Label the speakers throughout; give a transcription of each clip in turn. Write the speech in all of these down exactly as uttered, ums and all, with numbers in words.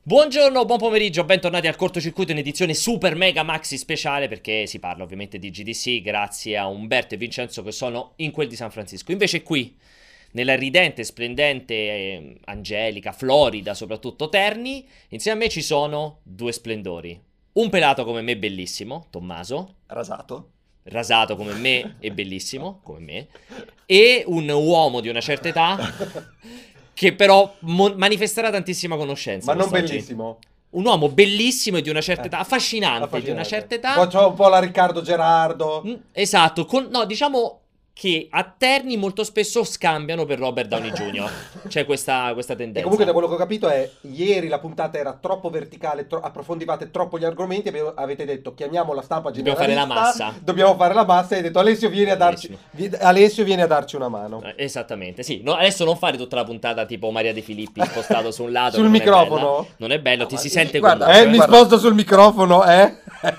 Speaker 1: Buongiorno, buon pomeriggio, bentornati al cortocircuito in edizione super mega maxi speciale perché si parla ovviamente di G D C grazie a Umberto e Vincenzo che sono in quel di San Francisco. Invece qui, nella ridente, splendente, eh, angelica, florida, soprattutto Terni, insieme a me ci sono due splendori. Un pelato come me bellissimo, Tommaso,
Speaker 2: Rasato?
Speaker 1: rasato come me e bellissimo, come me, e un uomo di una certa età che però mo- manifesterà tantissima conoscenza
Speaker 2: Ma non
Speaker 1: quest'oggi.
Speaker 2: bellissimo.
Speaker 1: Un uomo bellissimo e di una certa
Speaker 2: Eh,
Speaker 1: età, affascinante, di una
Speaker 2: affascinante.
Speaker 1: certa
Speaker 2: Un po',
Speaker 1: età.
Speaker 2: c'ho un po' la Riccardo Gerardo.
Speaker 1: Mm, esatto, con- no, diciamo che a Terni molto spesso scambiano per Robert Downey junior C'è questa, questa
Speaker 2: E comunque
Speaker 1: tendenza.
Speaker 2: da quello che ho capito è, ieri la puntata era troppo verticale, tro- approfondivate troppo gli argomenti, abbiamo- avete detto chiamiamo la stampa
Speaker 1: Dobbiamo fare la
Speaker 2: generalista,
Speaker 1: massa.
Speaker 2: dobbiamo fare la massa e hai detto Alessio vieni a darci,
Speaker 1: Bellissimo.
Speaker 2: vi- Alessio vieni a darci una mano.
Speaker 1: Eh, Esattamente, sì. No, adesso non fare tutta la puntata tipo Maria De Filippi spostato su un lato.
Speaker 2: Sul
Speaker 1: che non è
Speaker 2: microfono?
Speaker 1: bella. Non è bello,
Speaker 2: No,
Speaker 1: ti
Speaker 2: ma-
Speaker 1: si sente
Speaker 3: guarda,
Speaker 1: comunque.
Speaker 2: Eh, mi
Speaker 3: guarda.
Speaker 2: sposto sul microfono, eh?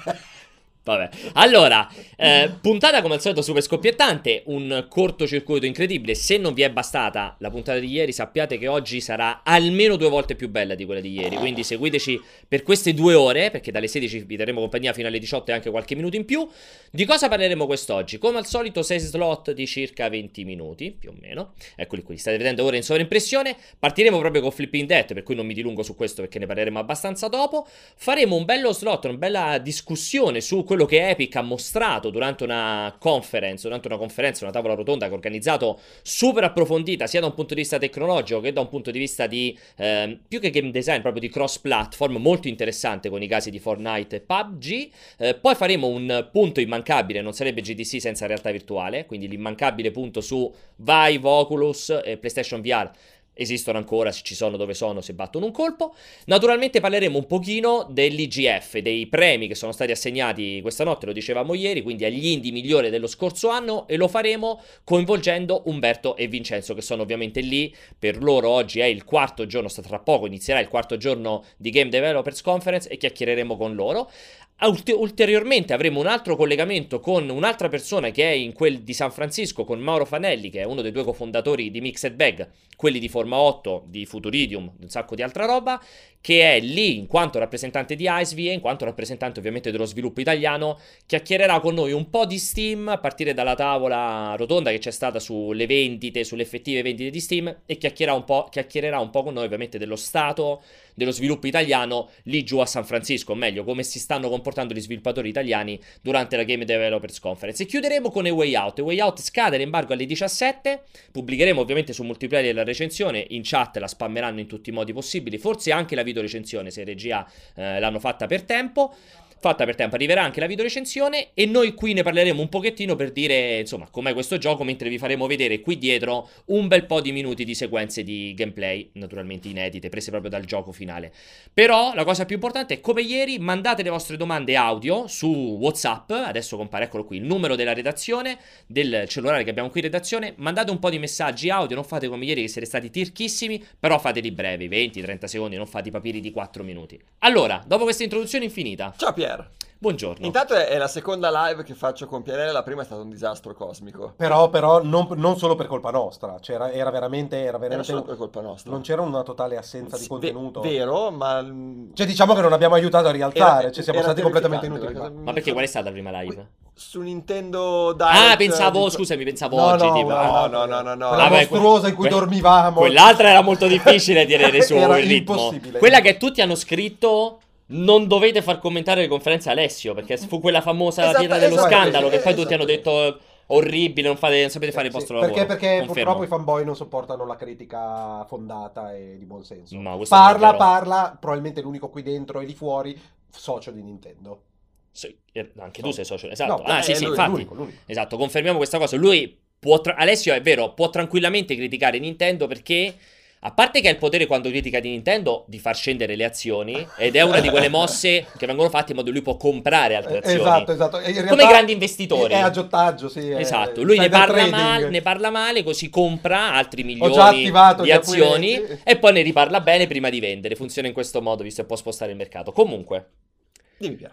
Speaker 1: Vabbè, allora, eh, puntata come al solito super scoppiettante, un cortocircuito incredibile. Se non vi è bastata la puntata di ieri, sappiate che oggi sarà almeno due volte più bella di quella di ieri. Quindi seguiteci per queste due ore, perché dalle sedici vi terremo compagnia fino alle diciotto e anche qualche minuto in più. Di cosa parleremo quest'oggi? Come al solito, sei slot di circa venti minuti, più o meno. Eccoli qui, state vedendo ora in sovraimpressione. Partiremo proprio con Flipping Death, per cui non mi dilungo su questo perché ne parleremo abbastanza dopo. Faremo un bello slot, una bella discussione su quello che Epic ha mostrato durante una conference, durante una conferenza, una tavola rotonda che ha organizzato super approfondita sia da un punto di vista tecnologico che da un punto di vista di ehm, più che game design, proprio di cross platform, molto interessante con i casi di Fortnite e P U B G. Eh, poi faremo un punto immancabile, non sarebbe G D C senza realtà virtuale, quindi l'immancabile punto su Vive, Oculus e PlayStation V R. Esistono ancora, se ci sono, dove sono, se battono un colpo. Naturalmente parleremo un pochino dell'I G F, dei premi che sono stati assegnati questa notte, lo dicevamo ieri, quindi agli indie migliori dello scorso anno, e lo faremo coinvolgendo Umberto e Vincenzo, che sono ovviamente lì. Per loro oggi è il quarto giorno, sta tra poco inizierà il quarto giorno di Game Developers Conference e chiacchiereremo con loro. Ulti- ulteriormente avremo un altro collegamento con un'altra persona che è in quel di San Francisco, con Mauro Fanelli, che è uno dei due cofondatori di Mixed Bag, quelli di Forma otto, di Futuridium, di un sacco di altra roba, che è lì in quanto rappresentante di Icevy e in quanto rappresentante ovviamente dello sviluppo italiano. Chiacchiererà con noi un po' di Steam a partire dalla tavola rotonda che c'è stata sulle vendite, sulle effettive vendite di Steam, e chiacchiererà un po', chiacchiererà un po' con noi ovviamente dello stato dello sviluppo italiano lì giù a San Francisco, o meglio come si stanno comportando gli sviluppatori italiani durante la Game Developers Conference. E chiuderemo con A Way Out. A Way Out scade l'embargo alle diciassette, pubblicheremo ovviamente su Multiplayer la recensione, in chat la spammeranno in tutti i modi possibili, forse anche la videorecensione se regia eh, l'hanno fatta per tempo. Fatta per tempo, arriverà anche la videorecensione e noi qui ne parleremo un pochettino per dire insomma com'è questo gioco, mentre vi faremo vedere qui dietro un bel po' di minuti di sequenze di gameplay, naturalmente inedite, prese proprio dal gioco finale. Però la cosa più importante è, come ieri, mandate le vostre domande audio su WhatsApp. Adesso compare, eccolo qui, il numero della redazione, del cellulare che abbiamo qui in redazione. Mandate un po' di messaggi audio, non fate come ieri che siete stati tirchissimi, però fateli brevi, venti trenta secondi, non fate i papiri di quattro minuti. Allora, dopo questa introduzione infinita,
Speaker 3: Ciao Pier.
Speaker 1: buongiorno.
Speaker 3: Intanto è, è la seconda live che faccio con Pierella, la prima è stato un disastro cosmico.
Speaker 2: Però, però non, non solo per colpa nostra, c'era, era veramente, era
Speaker 3: Era
Speaker 2: veramente
Speaker 3: solo per colpa nostra.
Speaker 2: non c'era una totale assenza di
Speaker 3: Sì,
Speaker 2: contenuto.
Speaker 3: ve- vero, ma... mm,
Speaker 2: Cioè, diciamo che non abbiamo aiutato a rialzare,
Speaker 3: era-
Speaker 2: cioè siamo
Speaker 3: era
Speaker 2: stati completamente
Speaker 3: terrificante,
Speaker 2: inutili.
Speaker 3: perché-
Speaker 1: Ma perché qual è stata la prima live?
Speaker 3: Su Nintendo Direct...
Speaker 1: Ah, pensavo,
Speaker 3: di-
Speaker 1: scusami, pensavo
Speaker 2: No,
Speaker 1: oggi,
Speaker 2: no,
Speaker 1: tipo.
Speaker 2: una-
Speaker 3: No, no, no, no, no.
Speaker 2: Quella
Speaker 1: Vabbè,
Speaker 2: mostruosa in cui
Speaker 1: que-
Speaker 2: dormivamo.
Speaker 1: Quell'altra era molto difficile di tenere su
Speaker 2: Era
Speaker 1: il ritmo.
Speaker 2: impossibile.
Speaker 1: Quella che tutti hanno scritto: non dovete far commentare le conferenze a Alessio, perché fu quella famosa
Speaker 3: Esatto,
Speaker 1: pietra dello
Speaker 3: esatto,
Speaker 1: scandalo che poi
Speaker 3: esatto.
Speaker 1: tutti hanno detto orribile, non, fate, non sapete fare il
Speaker 2: Sì,
Speaker 1: vostro
Speaker 2: perché,
Speaker 1: lavoro.
Speaker 2: perché
Speaker 1: Confermo.
Speaker 2: purtroppo i fanboy non sopportano la critica fondata e di buon senso.
Speaker 1: No, questo non è
Speaker 2: Parla,
Speaker 1: vero.
Speaker 2: parla, probabilmente l'unico qui dentro e di fuori, socio di Nintendo.
Speaker 1: Sì, eh, anche tu
Speaker 2: No.
Speaker 1: sei socio, esatto.
Speaker 2: No,
Speaker 1: ah,
Speaker 3: eh,
Speaker 1: sì,
Speaker 3: è
Speaker 1: sì,
Speaker 3: lui,
Speaker 1: infatti.
Speaker 2: l'unico, l'unico.
Speaker 1: Esatto, confermiamo questa cosa. Lui può tra- Alessio è vero, può tranquillamente criticare Nintendo perché, a parte che ha il potere quando critica di Nintendo di far scendere le azioni, ed è una di quelle mosse che vengono fatte in modo che lui può comprare altre
Speaker 2: Eh,
Speaker 1: azioni.
Speaker 2: Esatto, esatto. E in realtà
Speaker 1: Come i grandi investitori.
Speaker 2: È aggiotaggio, sì. è-
Speaker 1: Esatto, lui ne
Speaker 2: insider
Speaker 1: parla,
Speaker 2: trading.
Speaker 1: male, ne parla male, così compra altri milioni
Speaker 2: già attivato
Speaker 1: di
Speaker 2: gli
Speaker 1: azioni
Speaker 2: acquirenti.
Speaker 1: e poi ne riparla bene prima di vendere. Funziona in questo modo, visto che può spostare il mercato. Comunque,
Speaker 3: Dimmi Pier.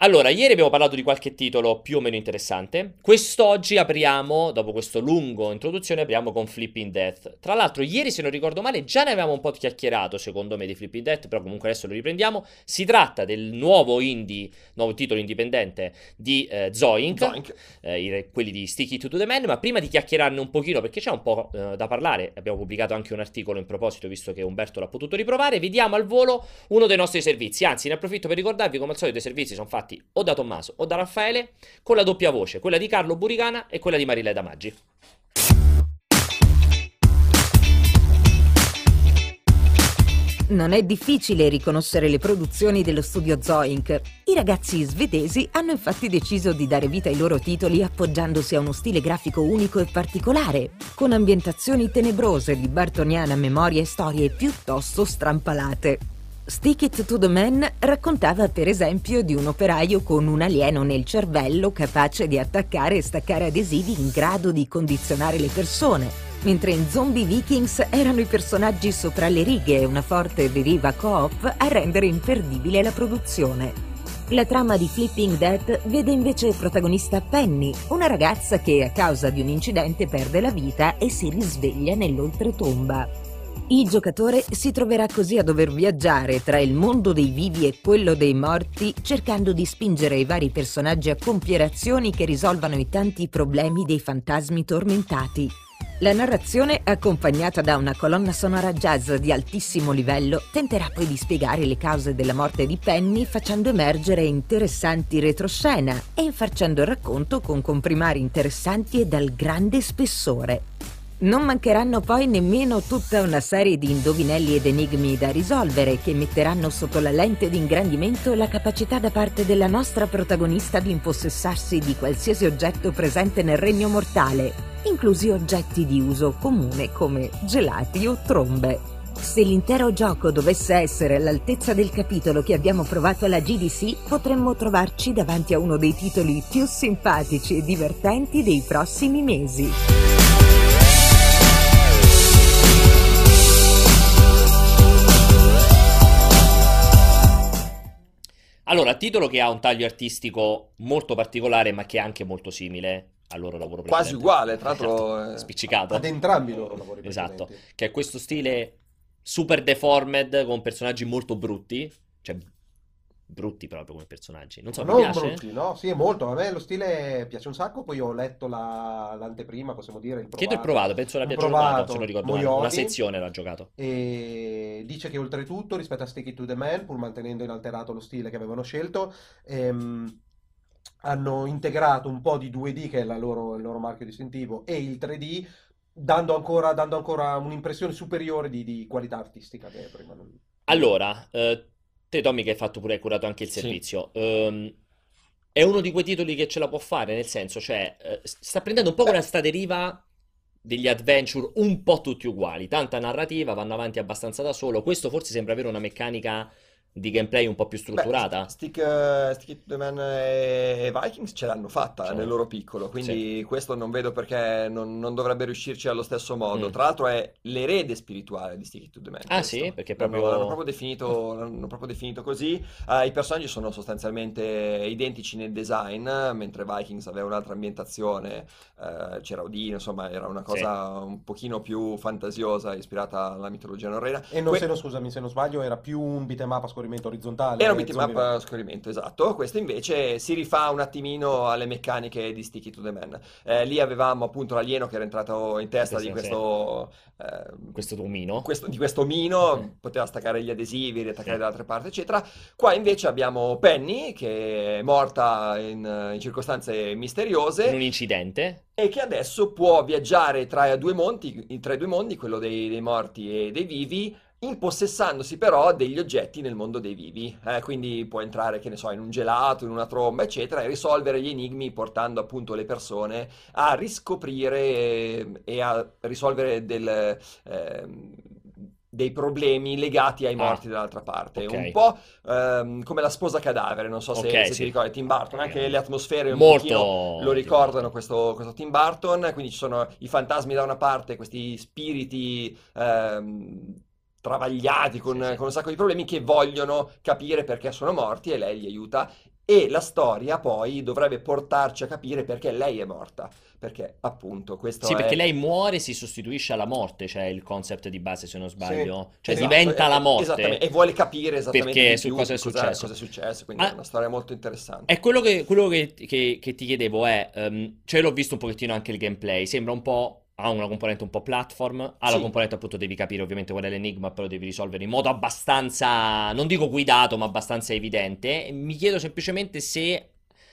Speaker 1: Allora, ieri abbiamo parlato di qualche titolo più o meno interessante. Quest'oggi apriamo, dopo questo lungo introduzione, apriamo con Flipping Death. Tra l'altro, ieri, se non ricordo male, già ne avevamo un po' chiacchierato, secondo me, di Flipping Death, però comunque adesso lo riprendiamo. Si tratta del nuovo indie, nuovo titolo indipendente di eh, Zoink,
Speaker 3: Zoink.
Speaker 1: eh, i- quelli di Stick It to the Man, ma prima di chiacchierarne un pochino, perché c'è un po' eh, da parlare, abbiamo pubblicato anche un articolo in proposito, visto che Umberto l'ha potuto riprovare, vediamo al volo uno dei nostri servizi. Anzi, ne approfitto per ricordarvi, come al solito, i servizi sono fatti o da Tommaso o da Raffaele, con la doppia voce, quella di Carlo Buricana e quella di Marileda Maggi.
Speaker 4: Non è difficile riconoscere le produzioni dello studio Zoink. I ragazzi svedesi hanno infatti deciso di dare vita ai loro titoli appoggiandosi a uno stile grafico unico e particolare, con ambientazioni tenebrose di bartoniana memoria e storie piuttosto strampalate. Stick It to the Man raccontava per esempio di un operaio con un alieno nel cervello capace di attaccare e staccare adesivi in grado di condizionare le persone, mentre in Zombie Vikings erano i personaggi sopra le righe e una forte deriva co-op a rendere imperdibile la produzione. La trama di Flipping Death vede invece protagonista Penny, una ragazza che a causa di un incidente perde la vita e si risveglia nell'oltretomba. Il giocatore si troverà così a dover viaggiare tra il mondo dei vivi e quello dei morti, cercando di spingere i vari personaggi a compiere azioni che risolvano i tanti problemi dei fantasmi tormentati. La narrazione, accompagnata da una colonna sonora jazz di altissimo livello, tenterà poi di spiegare le cause della morte di Penny, facendo emergere interessanti retroscena e infarcendo il racconto con comprimari interessanti e dal grande spessore. Non mancheranno poi nemmeno tutta una serie di indovinelli ed enigmi da risolvere che metteranno sotto la lente di ingrandimento la capacità da parte della nostra protagonista di impossessarsi di qualsiasi oggetto presente nel regno mortale, inclusi oggetti di uso comune come gelati o trombe. Se l'intero gioco dovesse essere all'altezza del capitolo che abbiamo provato alla G D C, potremmo trovarci davanti a uno dei titoli più simpatici e divertenti dei prossimi mesi.
Speaker 1: Allora, titolo che ha un taglio artistico molto particolare, ma che è anche molto simile al loro lavoro
Speaker 3: Quasi
Speaker 1: precedente.
Speaker 3: uguale, tra l'altro,
Speaker 1: Certo,
Speaker 3: eh.
Speaker 1: spiccicato.
Speaker 2: Ad entrambi i loro lavori
Speaker 1: Esatto,
Speaker 2: precedenti.
Speaker 1: che è questo stile super deformed con personaggi molto brutti, cioè brutti proprio come personaggi. Non so, mi
Speaker 2: Non
Speaker 1: piace?
Speaker 2: brutti, no? Sì, è molto. A me lo stile piace un sacco. Poi ho letto la- l'anteprima, possiamo dire, il
Speaker 1: Che tu hai
Speaker 2: provato.
Speaker 1: provato, penso l'abbia
Speaker 2: Ho
Speaker 1: giocato,
Speaker 2: provato
Speaker 1: se non ricordo male. Una
Speaker 2: Moioli.
Speaker 1: sezione l'ha giocato.
Speaker 2: E dice che oltretutto rispetto a Stick It to the Man, pur mantenendo inalterato lo stile che avevano scelto, ehm, hanno integrato un po' di due D, che è la loro- il loro marchio distintivo, e il tre D, dando ancora, dando ancora un'impressione superiore di, di qualità artistica che prima non...
Speaker 1: Allora, eh, te Tommy che hai fatto pure, hai curato anche il
Speaker 3: Sì.
Speaker 1: servizio, ehm, è uno di quei titoli che ce la può fare, nel senso, cioè, eh, sta prendendo un po' quella sta deriva degli adventure un po' tutti uguali, tanta narrativa, vanno avanti abbastanza da solo. Questo forse sembra avere una meccanica di gameplay un po' più strutturata.
Speaker 3: Beh, Stick, eh, Stick It to the Man e Vikings ce l'hanno fatta
Speaker 1: Cioè,
Speaker 3: nel loro piccolo, quindi questo non vedo perché non, non dovrebbe riuscirci allo stesso modo.
Speaker 1: Mm.
Speaker 3: Tra l'altro è l'erede spirituale di Stick It to the Man.
Speaker 1: Ah,
Speaker 3: questo.
Speaker 1: sì? Perché
Speaker 3: L'hanno-
Speaker 1: proprio-
Speaker 3: L'hanno proprio definito, l'hanno proprio definito così. Eh, I personaggi sono sostanzialmente identici nel design, mentre Vikings aveva un'altra ambientazione, eh, c'era Odino, insomma era una cosa un pochino più fantasiosa, ispirata alla mitologia norrena.
Speaker 2: E non,
Speaker 3: Que-
Speaker 2: se non, scusami, se non sbaglio, era più un beat'em up a scorrimento orizzontale.
Speaker 3: Era un
Speaker 2: eh,
Speaker 3: beat'em up
Speaker 2: zombie-
Speaker 3: a scorrimento, esatto. Questo invece si rifà un attimino alle meccaniche di Stick It to the Man. Eh, lì avevamo appunto l'alieno che era entrato in testa
Speaker 1: Sì,
Speaker 3: di
Speaker 1: sì,
Speaker 3: questo, eh,
Speaker 1: Questo omino.
Speaker 3: questo- di questo omino, poteva staccare gli adesivi, riattaccare da altre parti, eccetera. Qua invece abbiamo Penny, che è morta in, in circostanze misteriose
Speaker 1: In un incidente.
Speaker 3: e che adesso può viaggiare tra i due mondi, tra i due mondi, quello dei, dei morti e dei vivi, impossessandosi però degli oggetti nel mondo dei vivi. Eh, quindi può entrare, che ne so, in un gelato, in una tromba, eccetera, e risolvere gli enigmi portando appunto le persone a riscoprire e, e a risolvere del, ehm, dei problemi legati ai
Speaker 1: Ah,
Speaker 3: morti dall'altra parte.
Speaker 1: ok.
Speaker 3: Un po' ehm, come la sposa cadavere, non so se,
Speaker 1: Ok,
Speaker 3: se
Speaker 1: sì.
Speaker 3: ti ricordi, Tim Burton,
Speaker 1: Ok.
Speaker 3: anche le atmosfere un
Speaker 1: Molto
Speaker 3: pochino lo
Speaker 1: Tim
Speaker 3: ricordano
Speaker 1: Burton.
Speaker 3: questo, questo Tim Burton, quindi ci sono i fantasmi da una parte, questi spiriti ehm, travagliati con,
Speaker 1: Sì, sì.
Speaker 3: con un sacco di problemi che vogliono capire perché sono morti e lei li aiuta e la storia poi dovrebbe portarci a capire perché lei è morta, perché appunto questo
Speaker 1: Sì, perché
Speaker 3: è...
Speaker 1: lei muore e si sostituisce alla morte, cioè il concept di base, se non
Speaker 2: Sì,
Speaker 1: sbaglio. Cioè
Speaker 3: Esatto,
Speaker 1: diventa
Speaker 3: e-
Speaker 1: la
Speaker 3: e- esattamente,
Speaker 1: morte
Speaker 3: e vuole capire esattamente
Speaker 1: perché
Speaker 3: di
Speaker 1: su
Speaker 3: più
Speaker 1: cosa è
Speaker 3: cosa,
Speaker 1: successo.
Speaker 3: cosa è successo, quindi è
Speaker 1: Ah,
Speaker 3: una storia molto interessante.
Speaker 1: è quello che, quello che, che- che ti chiedevo è, ehm, cioè l'ho visto un pochettino anche il gameplay, sembra un po', ha una componente un po' platform, ha la
Speaker 3: Sì,
Speaker 1: componente appunto devi capire ovviamente qual è l'enigma, però devi risolvere in modo abbastanza, non dico guidato, ma abbastanza evidente. E mi chiedo semplicemente se,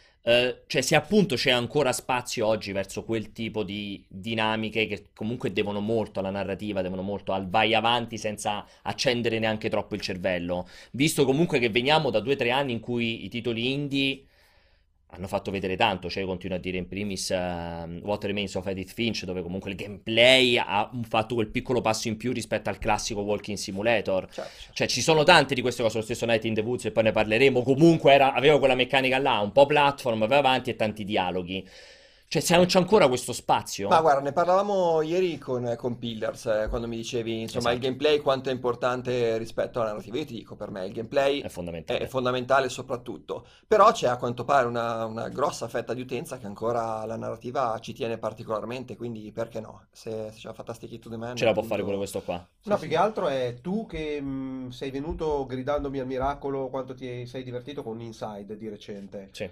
Speaker 1: eh, cioè se appunto c'è ancora spazio oggi verso quel tipo di dinamiche che comunque devono molto alla narrativa, devono molto al vai avanti senza accendere neanche troppo il cervello. Visto comunque che veniamo da due o tre anni in cui i titoli indie hanno fatto vedere tanto, cioè io continuo a dire in primis ehm, What Remains of Edith Finch, dove comunque il gameplay ha fatto quel piccolo passo in più rispetto al classico walking simulator.
Speaker 3: certo, certo.
Speaker 1: Cioè ci sono tante di queste cose, lo stesso Night in the Woods, e poi ne parleremo, comunque era- aveva quella meccanica là, un po' platform, va avanti e tanti dialoghi. Cioè se non c'è ancora questo
Speaker 3: Ma
Speaker 1: spazio,
Speaker 3: guarda, ne parlavamo ieri con, con Pillars, eh, quando mi dicevi, insomma, il
Speaker 1: esatto,
Speaker 3: gameplay quanto è importante rispetto alla narrativa. Io ti dico, per me il gameplay
Speaker 1: è
Speaker 3: è
Speaker 1: fondamentale.
Speaker 3: fondamentale soprattutto, però c'è a quanto pare una, una grossa fetta di utenza che ancora la narrativa ci tiene particolarmente, quindi perché no? Se, se ce l'ha fatta Stick It to the Man,
Speaker 1: Ce la può fare pure
Speaker 3: appunto,
Speaker 1: questo qua.
Speaker 3: sì
Speaker 2: No, più
Speaker 3: sì.
Speaker 2: che altro è tu che mh, sei venuto gridandomi al miracolo quanto ti sei divertito con Inside di recente.
Speaker 1: Sì.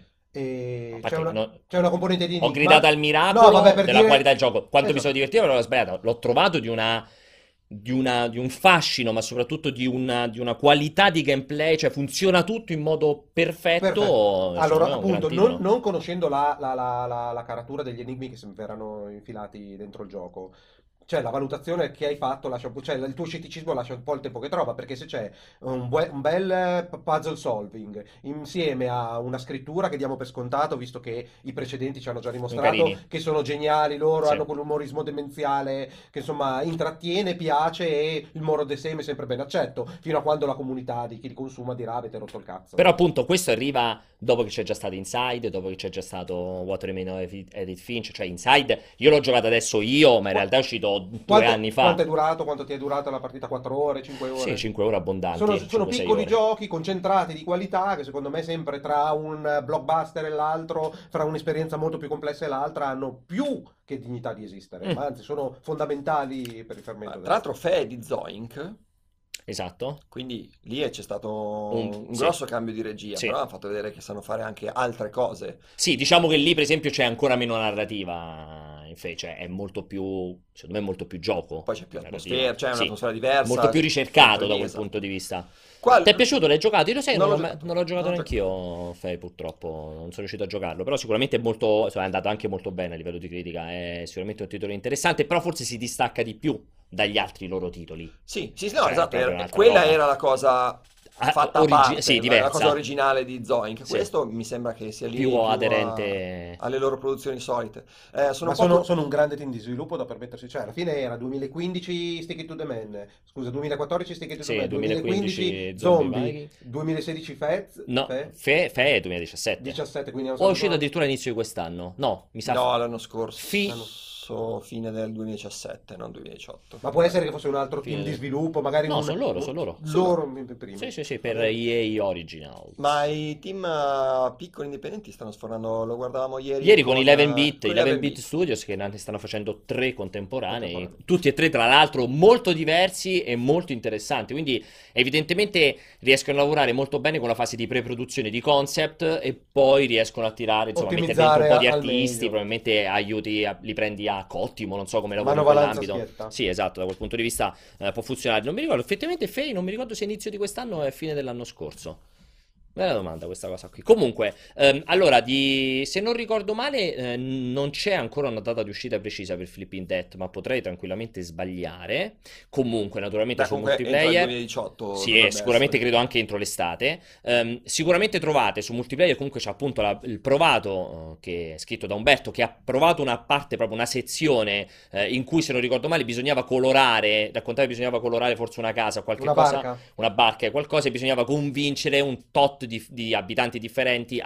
Speaker 2: E c'è
Speaker 1: Infatti,
Speaker 2: una,
Speaker 1: no-
Speaker 2: c'è una componente di
Speaker 1: ho gridato
Speaker 2: enigma?
Speaker 1: al
Speaker 2: No, vabbè,
Speaker 1: miracolo
Speaker 2: per
Speaker 1: della qualità
Speaker 2: dire...
Speaker 1: del gioco. Quanto mi sono
Speaker 2: Esatto.
Speaker 1: divertito, però l'ho sbagliato. L'ho trovato di una, di una- di un fascino, ma soprattutto di una, di una qualità di gameplay. Cioè, funziona tutto in modo
Speaker 2: Perfetto.
Speaker 1: perfetto. Secondo
Speaker 2: Allora,
Speaker 1: me è un gran
Speaker 2: appunto, non,
Speaker 1: titolo.
Speaker 2: non conoscendo la, la- la- la- la caratura degli enigmi che sem- verranno infilati dentro il gioco, cioè la valutazione che hai fatto lascia un po', cioè il tuo scetticismo lascia un po' il tempo che trova, perché se c'è un, bue- un bel eh, puzzle solving insieme a una scrittura che diamo per scontato, visto che i precedenti ci hanno già
Speaker 1: Sono
Speaker 2: dimostrato
Speaker 1: carini.
Speaker 2: che sono geniali loro,
Speaker 1: Sì.
Speaker 2: hanno quell'umorismo demenziale che insomma intrattiene, piace e il more the same è sempre ben accetto, fino a quando la comunità di chi li consuma dirà avete rotto il cazzo.
Speaker 1: Però appunto questo arriva dopo che c'è già stato Inside, dopo che c'è già stato What Remains of Edith Edith Finch. Cioè Inside, io l'ho giocato adesso io, ma in
Speaker 2: Qua-
Speaker 1: realtà è uscito due
Speaker 2: Quanto,
Speaker 1: anni
Speaker 2: quanto è
Speaker 1: fa.
Speaker 2: durato? Quanto ti è durata la partita? quattro ore, cinque
Speaker 1: Sì,
Speaker 2: ore?
Speaker 1: cinque ore abbondanti,
Speaker 2: Sono, sono
Speaker 1: cinque sei
Speaker 2: piccoli
Speaker 1: ore.
Speaker 2: giochi concentrati di qualità che secondo me sempre tra un blockbuster e l'altro, fra un'esperienza molto più complessa e l'altra, hanno più che dignità di esistere,
Speaker 1: Mm,
Speaker 2: ma anzi sono fondamentali per il
Speaker 3: Ma
Speaker 2: fermento
Speaker 3: tra
Speaker 2: della
Speaker 3: l'altro
Speaker 2: storia.
Speaker 3: Fe è di Zoink,
Speaker 1: esatto.
Speaker 3: quindi lì c'è stato
Speaker 1: Un,
Speaker 3: un
Speaker 1: sì,
Speaker 3: grosso cambio di regia,
Speaker 1: sì.
Speaker 3: però hanno fatto vedere che sanno fare anche altre cose.
Speaker 1: Sì, diciamo che lì per esempio c'è ancora meno narrativa, invece è molto più, secondo me molto più gioco
Speaker 3: Poi c'è più
Speaker 1: narrativa.
Speaker 3: atmosfera, c'è
Speaker 1: Sì,
Speaker 3: un'atmosfera
Speaker 1: molto
Speaker 3: diversa,
Speaker 1: più
Speaker 3: c'è
Speaker 1: ricercato
Speaker 3: sempre
Speaker 1: da
Speaker 3: lì,
Speaker 1: quel
Speaker 3: esatto.
Speaker 1: punto di vista.
Speaker 3: Qua
Speaker 1: Ti è piaciuto? L'hai giocato? Io lo sai,
Speaker 3: non
Speaker 1: non
Speaker 3: l'ho
Speaker 1: l'ho, mai-
Speaker 3: giocato,
Speaker 1: non l'ho giocato
Speaker 3: non l'ho giocato.
Speaker 1: neanch'io, Fei, purtroppo, non sono riuscito a giocarlo, però sicuramente è molto, insomma, è andato anche molto bene a livello di critica, è sicuramente un titolo interessante, però forse si distacca di più dagli altri loro titoli.
Speaker 3: Sì, sì, sì, no,
Speaker 1: Cioè, è
Speaker 3: esatto,
Speaker 1: proprio
Speaker 3: era-
Speaker 1: un'altra
Speaker 3: quella
Speaker 1: roba.
Speaker 3: era la cosa
Speaker 1: Ah,
Speaker 3: fatta a
Speaker 1: origi-
Speaker 3: parte,
Speaker 1: sì,
Speaker 3: la, la cosa
Speaker 1: diversa.
Speaker 3: originale di Zoink.
Speaker 1: Sì,
Speaker 3: Questo mi sembra che si
Speaker 1: più
Speaker 3: allinei più a-
Speaker 1: aderente.
Speaker 3: alle loro produzioni solite. Eh, sono
Speaker 2: Ma
Speaker 3: un po'
Speaker 2: sono,
Speaker 3: cu-
Speaker 2: sono un grande team di sviluppo da permettersi, cioè alla fine era duemilaquindici Stick It to the Man, scusa, duemilaquattordici Stick It to the
Speaker 1: Sì,
Speaker 2: Man, duemilaquindici
Speaker 1: duemilaquindici Zombie
Speaker 2: Zombie,
Speaker 1: Viking.
Speaker 2: duemilasedici Fez,
Speaker 1: No,
Speaker 2: Fe,
Speaker 1: Fe, Fe è duemiladiciassette.
Speaker 2: diciassette, quindi hanno
Speaker 1: O è uscito
Speaker 2: saltato
Speaker 1: addirittura all'inizio di quest'anno? No, mi sa.
Speaker 3: No, l'anno scorso,
Speaker 1: Fi-
Speaker 2: l'anno.
Speaker 3: fine del duemiladiciassette, non duemiladiciotto.
Speaker 2: Ma può essere che fosse un altro team
Speaker 1: Fine-
Speaker 2: di sviluppo, magari
Speaker 1: No,
Speaker 2: un,
Speaker 1: sono loro,
Speaker 2: un-
Speaker 1: sono loro.
Speaker 2: loro primi.
Speaker 1: Sì, sì, sì, per
Speaker 2: Va bene.
Speaker 1: E A Originals.
Speaker 3: Ma i team eh, piccoli indipendenti stanno sfornando, lo guardavamo ieri
Speaker 1: Ieri con
Speaker 3: con,
Speaker 1: eleven
Speaker 3: eh,
Speaker 1: bit,
Speaker 3: con
Speaker 1: eleven
Speaker 3: eleven
Speaker 1: bit
Speaker 3: bit.
Speaker 1: Studios che ne stanno facendo tre contemporanei,
Speaker 2: Contemporanei.
Speaker 1: tutti e tre tra l'altro molto diversi e molto interessanti, quindi evidentemente riescono a lavorare molto bene con la fase di pre-produzione di concept e poi riescono a tirare, insomma, a mettere dentro un
Speaker 2: Ottimizzare
Speaker 1: po' di
Speaker 2: a- al
Speaker 1: artisti,
Speaker 2: meglio.
Speaker 1: probabilmente aiuti, a- li prendi a cottimo, non so come lavori in
Speaker 2: Manovalanza
Speaker 1: quell'ambito.
Speaker 2: schietta.
Speaker 1: Sì, esatto, da quel punto di vista eh, può funzionare. Non mi ricordo, effettivamente Fei, non mi ricordo se inizio di quest'anno o fine dell'anno scorso. Bella domanda questa cosa qui. Comunque, ehm, allora, di, se non ricordo male, eh, non c'è ancora una data di uscita precisa per Flipping Death, ma potrei tranquillamente sbagliare. Comunque, naturalmente
Speaker 3: Beh,
Speaker 1: sul
Speaker 3: comunque entro il
Speaker 1: multiplayer.
Speaker 3: duemiladiciotto
Speaker 1: Sì,
Speaker 3: dovrebbe
Speaker 1: e sicuramente
Speaker 3: essere.
Speaker 1: credo anche entro l'estate. Ehm, sicuramente trovate su multiplayer, comunque c'è appunto la- il provato, eh, che è scritto da Umberto, che ha provato una parte, proprio una sezione, eh, in cui, se non ricordo male, bisognava colorare, raccontare bisognava colorare forse una casa o qualche
Speaker 2: Una
Speaker 1: cosa,
Speaker 2: barca.
Speaker 1: una barca e qualcosa, e bisognava convincere un tot di, di abitanti differenti a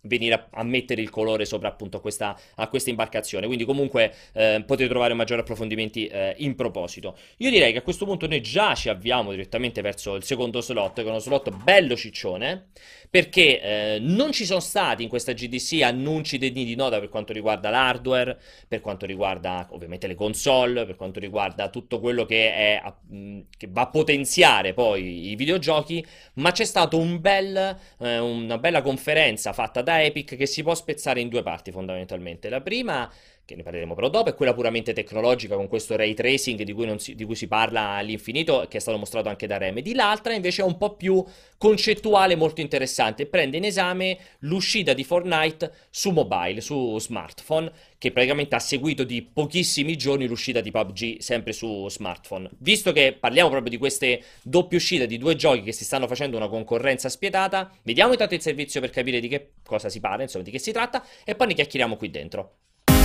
Speaker 1: venire a, a mettere il colore sopra appunto a questa, a questa imbarcazione. Quindi comunque eh, potete trovare maggiori approfondimenti eh, in proposito. Io direi che a questo punto noi già ci avviamo direttamente verso il secondo slot, che è uno slot bello ciccione, perché eh, non ci sono stati in questa G D C annunci degni di nota per quanto riguarda l'hardware, per quanto riguarda ovviamente le console, per quanto riguarda tutto quello che, è, mh, che va a potenziare poi i videogiochi, ma c'è stato un bel, eh, una bella conferenza fatta da Epic che si può spezzare in due parti fondamentalmente. La prima, che ne parleremo però dopo, è quella puramente tecnologica con questo ray tracing di cui, non si, di cui si parla all'infinito, che è stato mostrato anche da Remedy. L'altra invece è un po' più concettuale, molto interessante, prende in esame l'uscita di Fortnite su mobile, su smartphone, che praticamente ha seguito di pochissimi giorni l'uscita di P U B G sempre su smartphone. Visto che parliamo proprio di queste doppie uscite di due giochi che si stanno facendo una concorrenza spietata, vediamo intanto il servizio per capire di che cosa si parla, insomma di che si tratta, e poi ne chiacchieriamo qui dentro.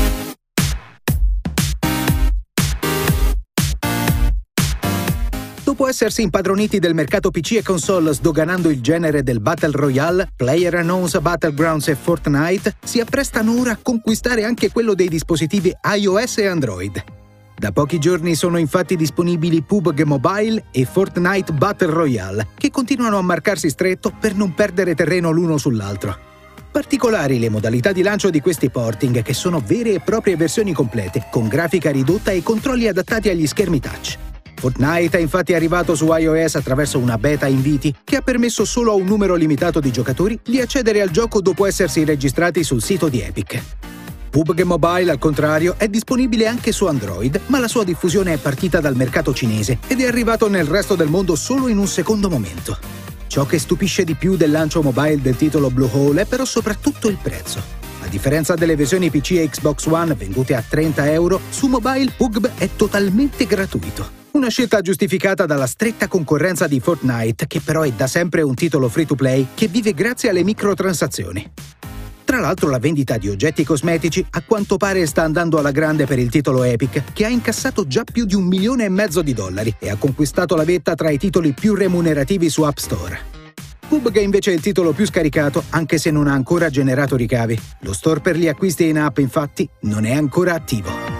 Speaker 5: Dopo essersi impadroniti del mercato P C e console sdoganando il genere del Battle Royale, PlayerUnknown's Battlegrounds e Fortnite si apprestano ora a conquistare anche quello dei dispositivi iOS e Android. Da pochi giorni sono infatti disponibili P U B G Mobile e Fortnite Battle Royale, che continuano a marcarsi stretto per non perdere terreno l'uno sull'altro. Particolari le modalità di lancio di questi porting, che sono vere e proprie versioni complete, con grafica ridotta e controlli adattati agli schermi touch. Fortnite è infatti arrivato su iOS attraverso una beta inviti che ha permesso solo a un numero limitato di giocatori di accedere al gioco dopo essersi registrati sul sito di Epic. P U B G Mobile, al contrario, è disponibile anche su Android, ma la sua diffusione è partita dal mercato cinese ed è arrivato nel resto del mondo solo in un secondo momento. Ciò che stupisce di più del lancio mobile del titolo Bluehole è però soprattutto il prezzo. A differenza delle versioni P C e Xbox One vendute a trenta euro, su mobile P U B G è totalmente gratuito. Una scelta giustificata dalla stretta concorrenza di Fortnite, che però è da sempre un titolo free-to-play che vive grazie alle microtransazioni. Tra l'altro la vendita di oggetti cosmetici a quanto pare sta andando alla grande per il titolo Epic, che ha incassato già più di un milione e mezzo di dollari e ha conquistato la vetta tra i titoli più remunerativi su App Store. P U B G è invece il titolo più scaricato, anche se non ha ancora generato ricavi. Lo store per gli acquisti in app, infatti, non è ancora attivo.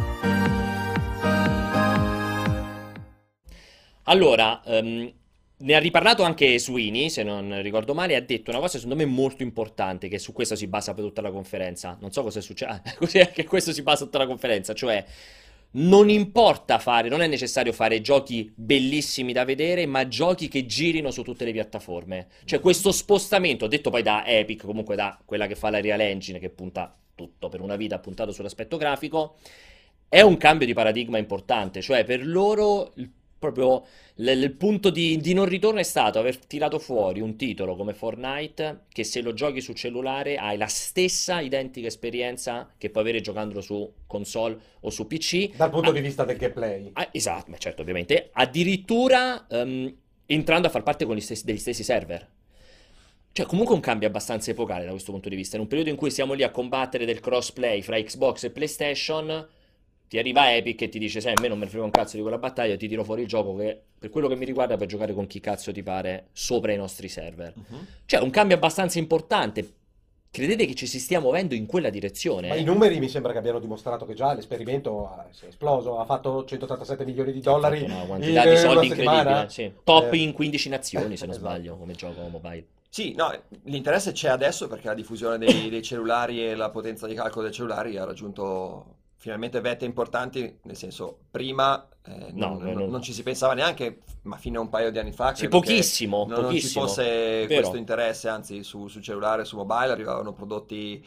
Speaker 1: Allora, um, ne ha riparlato anche Sweeney, se non ricordo male, e ha detto una cosa secondo me molto importante, che su questo si basa per tutta la conferenza. Non so cosa è successo, ah, così è che questo si basa tutta la conferenza, cioè non importa fare, non è necessario fare giochi bellissimi da vedere, ma giochi che girino su tutte le piattaforme. Cioè questo spostamento, detto poi da Epic, comunque da quella che fa la Real Engine, che punta tutto per una vita puntato sull'aspetto grafico, è un cambio di paradigma importante, cioè per loro il proprio l- il punto di, di non ritorno è stato aver tirato fuori un titolo come Fortnite che se lo giochi su cellulare hai la stessa identica esperienza che puoi avere giocandolo su console o su P C.
Speaker 2: Dal punto
Speaker 1: Ah,
Speaker 2: di vista del gameplay.
Speaker 1: ah, esatto, ma certo, ovviamente. Addirittura ehm, entrando a far parte con gli stessi, degli stessi server. Cioè, comunque un cambio abbastanza epocale da questo punto di vista. In un periodo in cui siamo lì a combattere del crossplay fra Xbox e PlayStation, ti arriva Epic e ti dice: sai, a me non me ne frega un cazzo di quella battaglia, ti tiro fuori il gioco che, per quello che mi riguarda, puoi giocare con chi cazzo ti pare sopra i nostri server.
Speaker 3: Mhm.
Speaker 1: Cioè, un cambio abbastanza importante. Credete che ci si stia muovendo in quella direzione?
Speaker 2: Ma i
Speaker 1: eh?
Speaker 2: numeri mi sembra che abbiano dimostrato che già l'esperimento ha- si è esploso, ha fatto centotrentasette milioni di
Speaker 1: Ha
Speaker 2: dollari
Speaker 1: fatto una
Speaker 2: in
Speaker 1: quantità di
Speaker 2: una
Speaker 1: soldi
Speaker 2: settimana.
Speaker 1: incredibile, sì. Top
Speaker 2: Eh,
Speaker 1: in quindici nazioni, se non
Speaker 2: esatto.
Speaker 1: sbaglio, come gioco mobile.
Speaker 3: Sì, no, l'interesse c'è adesso perché la diffusione dei, dei cellulari e la potenza di calcolo dei cellulari ha raggiunto finalmente vette importanti, nel senso, prima eh,
Speaker 1: No,
Speaker 3: non,
Speaker 1: no,
Speaker 3: non-
Speaker 1: no.
Speaker 3: non ci si pensava neanche, ma fino a un paio di anni fa
Speaker 1: Sì,
Speaker 3: credo che
Speaker 1: pochissimo,
Speaker 3: non, non ci
Speaker 1: pochissimo.
Speaker 3: fosse
Speaker 1: Vero.
Speaker 3: questo interesse, anzi su, su cellulare e su mobile arrivavano prodotti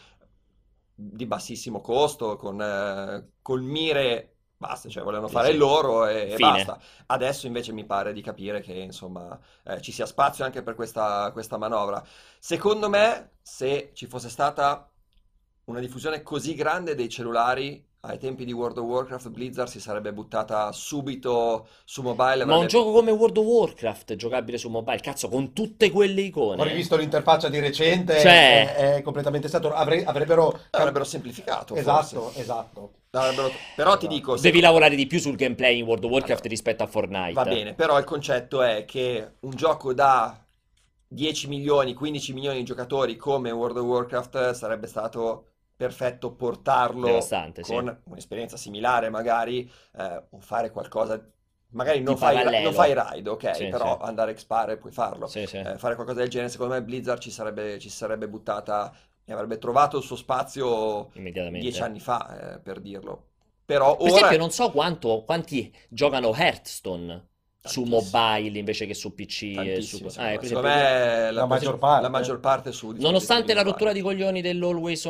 Speaker 3: di bassissimo costo, con eh, col mire, basta, cioè volevano
Speaker 1: Sì,
Speaker 3: fare
Speaker 1: sì.
Speaker 3: il loro e, e
Speaker 1: Fine.
Speaker 3: basta. Adesso invece mi pare di capire che insomma eh, ci sia spazio anche per questa, questa manovra. Secondo me, se ci fosse stata una diffusione così grande dei cellulari ai tempi di World of Warcraft, Blizzard si sarebbe buttata subito su mobile,
Speaker 1: Ma un
Speaker 3: avrebbe...
Speaker 1: gioco come World of Warcraft giocabile su mobile, cazzo, con tutte quelle
Speaker 2: Ho
Speaker 1: icone.
Speaker 2: rivisto l'interfaccia di recente,
Speaker 1: Cioè,
Speaker 2: è, è completamente stato. avre- avrebbero.
Speaker 3: Avrebbero semplificato,
Speaker 2: Esatto,
Speaker 3: forse.
Speaker 2: esatto.
Speaker 3: Avrebbero- Però ti
Speaker 2: Esatto.
Speaker 3: dico, se-
Speaker 1: devi lavorare di più sul gameplay in World of Warcraft
Speaker 3: Allora,
Speaker 1: rispetto a Fortnite.
Speaker 3: va bene, però il concetto è che un gioco da dieci milioni, quindici milioni di giocatori come World of Warcraft sarebbe stato perfetto portarlo
Speaker 1: Devastante, sì.
Speaker 3: con un'esperienza similare magari, eh, o fare qualcosa, magari non
Speaker 1: Di
Speaker 3: fai,
Speaker 1: parallelo.
Speaker 3: non fai raid, ok,
Speaker 1: Sì,
Speaker 3: però
Speaker 1: sì.
Speaker 3: andare a expare puoi farlo.
Speaker 1: Sì, sì.
Speaker 3: Eh, fare qualcosa del genere, secondo me Blizzard ci sarebbe, ci sarebbe buttata e avrebbe trovato il suo spazio
Speaker 1: Immediatamente.
Speaker 3: dieci anni fa, eh, per dirlo. Però
Speaker 1: Per
Speaker 3: ora...
Speaker 1: esempio, non so quanto, quanti giocano Hearthstone su
Speaker 3: Tantissimi.
Speaker 1: mobile invece che su P C e su...
Speaker 3: Tantissimi,
Speaker 1: eh,
Speaker 3: secondo me.
Speaker 1: per
Speaker 3: Secondo
Speaker 1: esempio,
Speaker 3: me
Speaker 2: La maggior parte.
Speaker 3: la maggior parte su
Speaker 1: nonostante la
Speaker 3: dispositivi
Speaker 1: rottura
Speaker 3: mobile.
Speaker 1: di coglioni dell'Always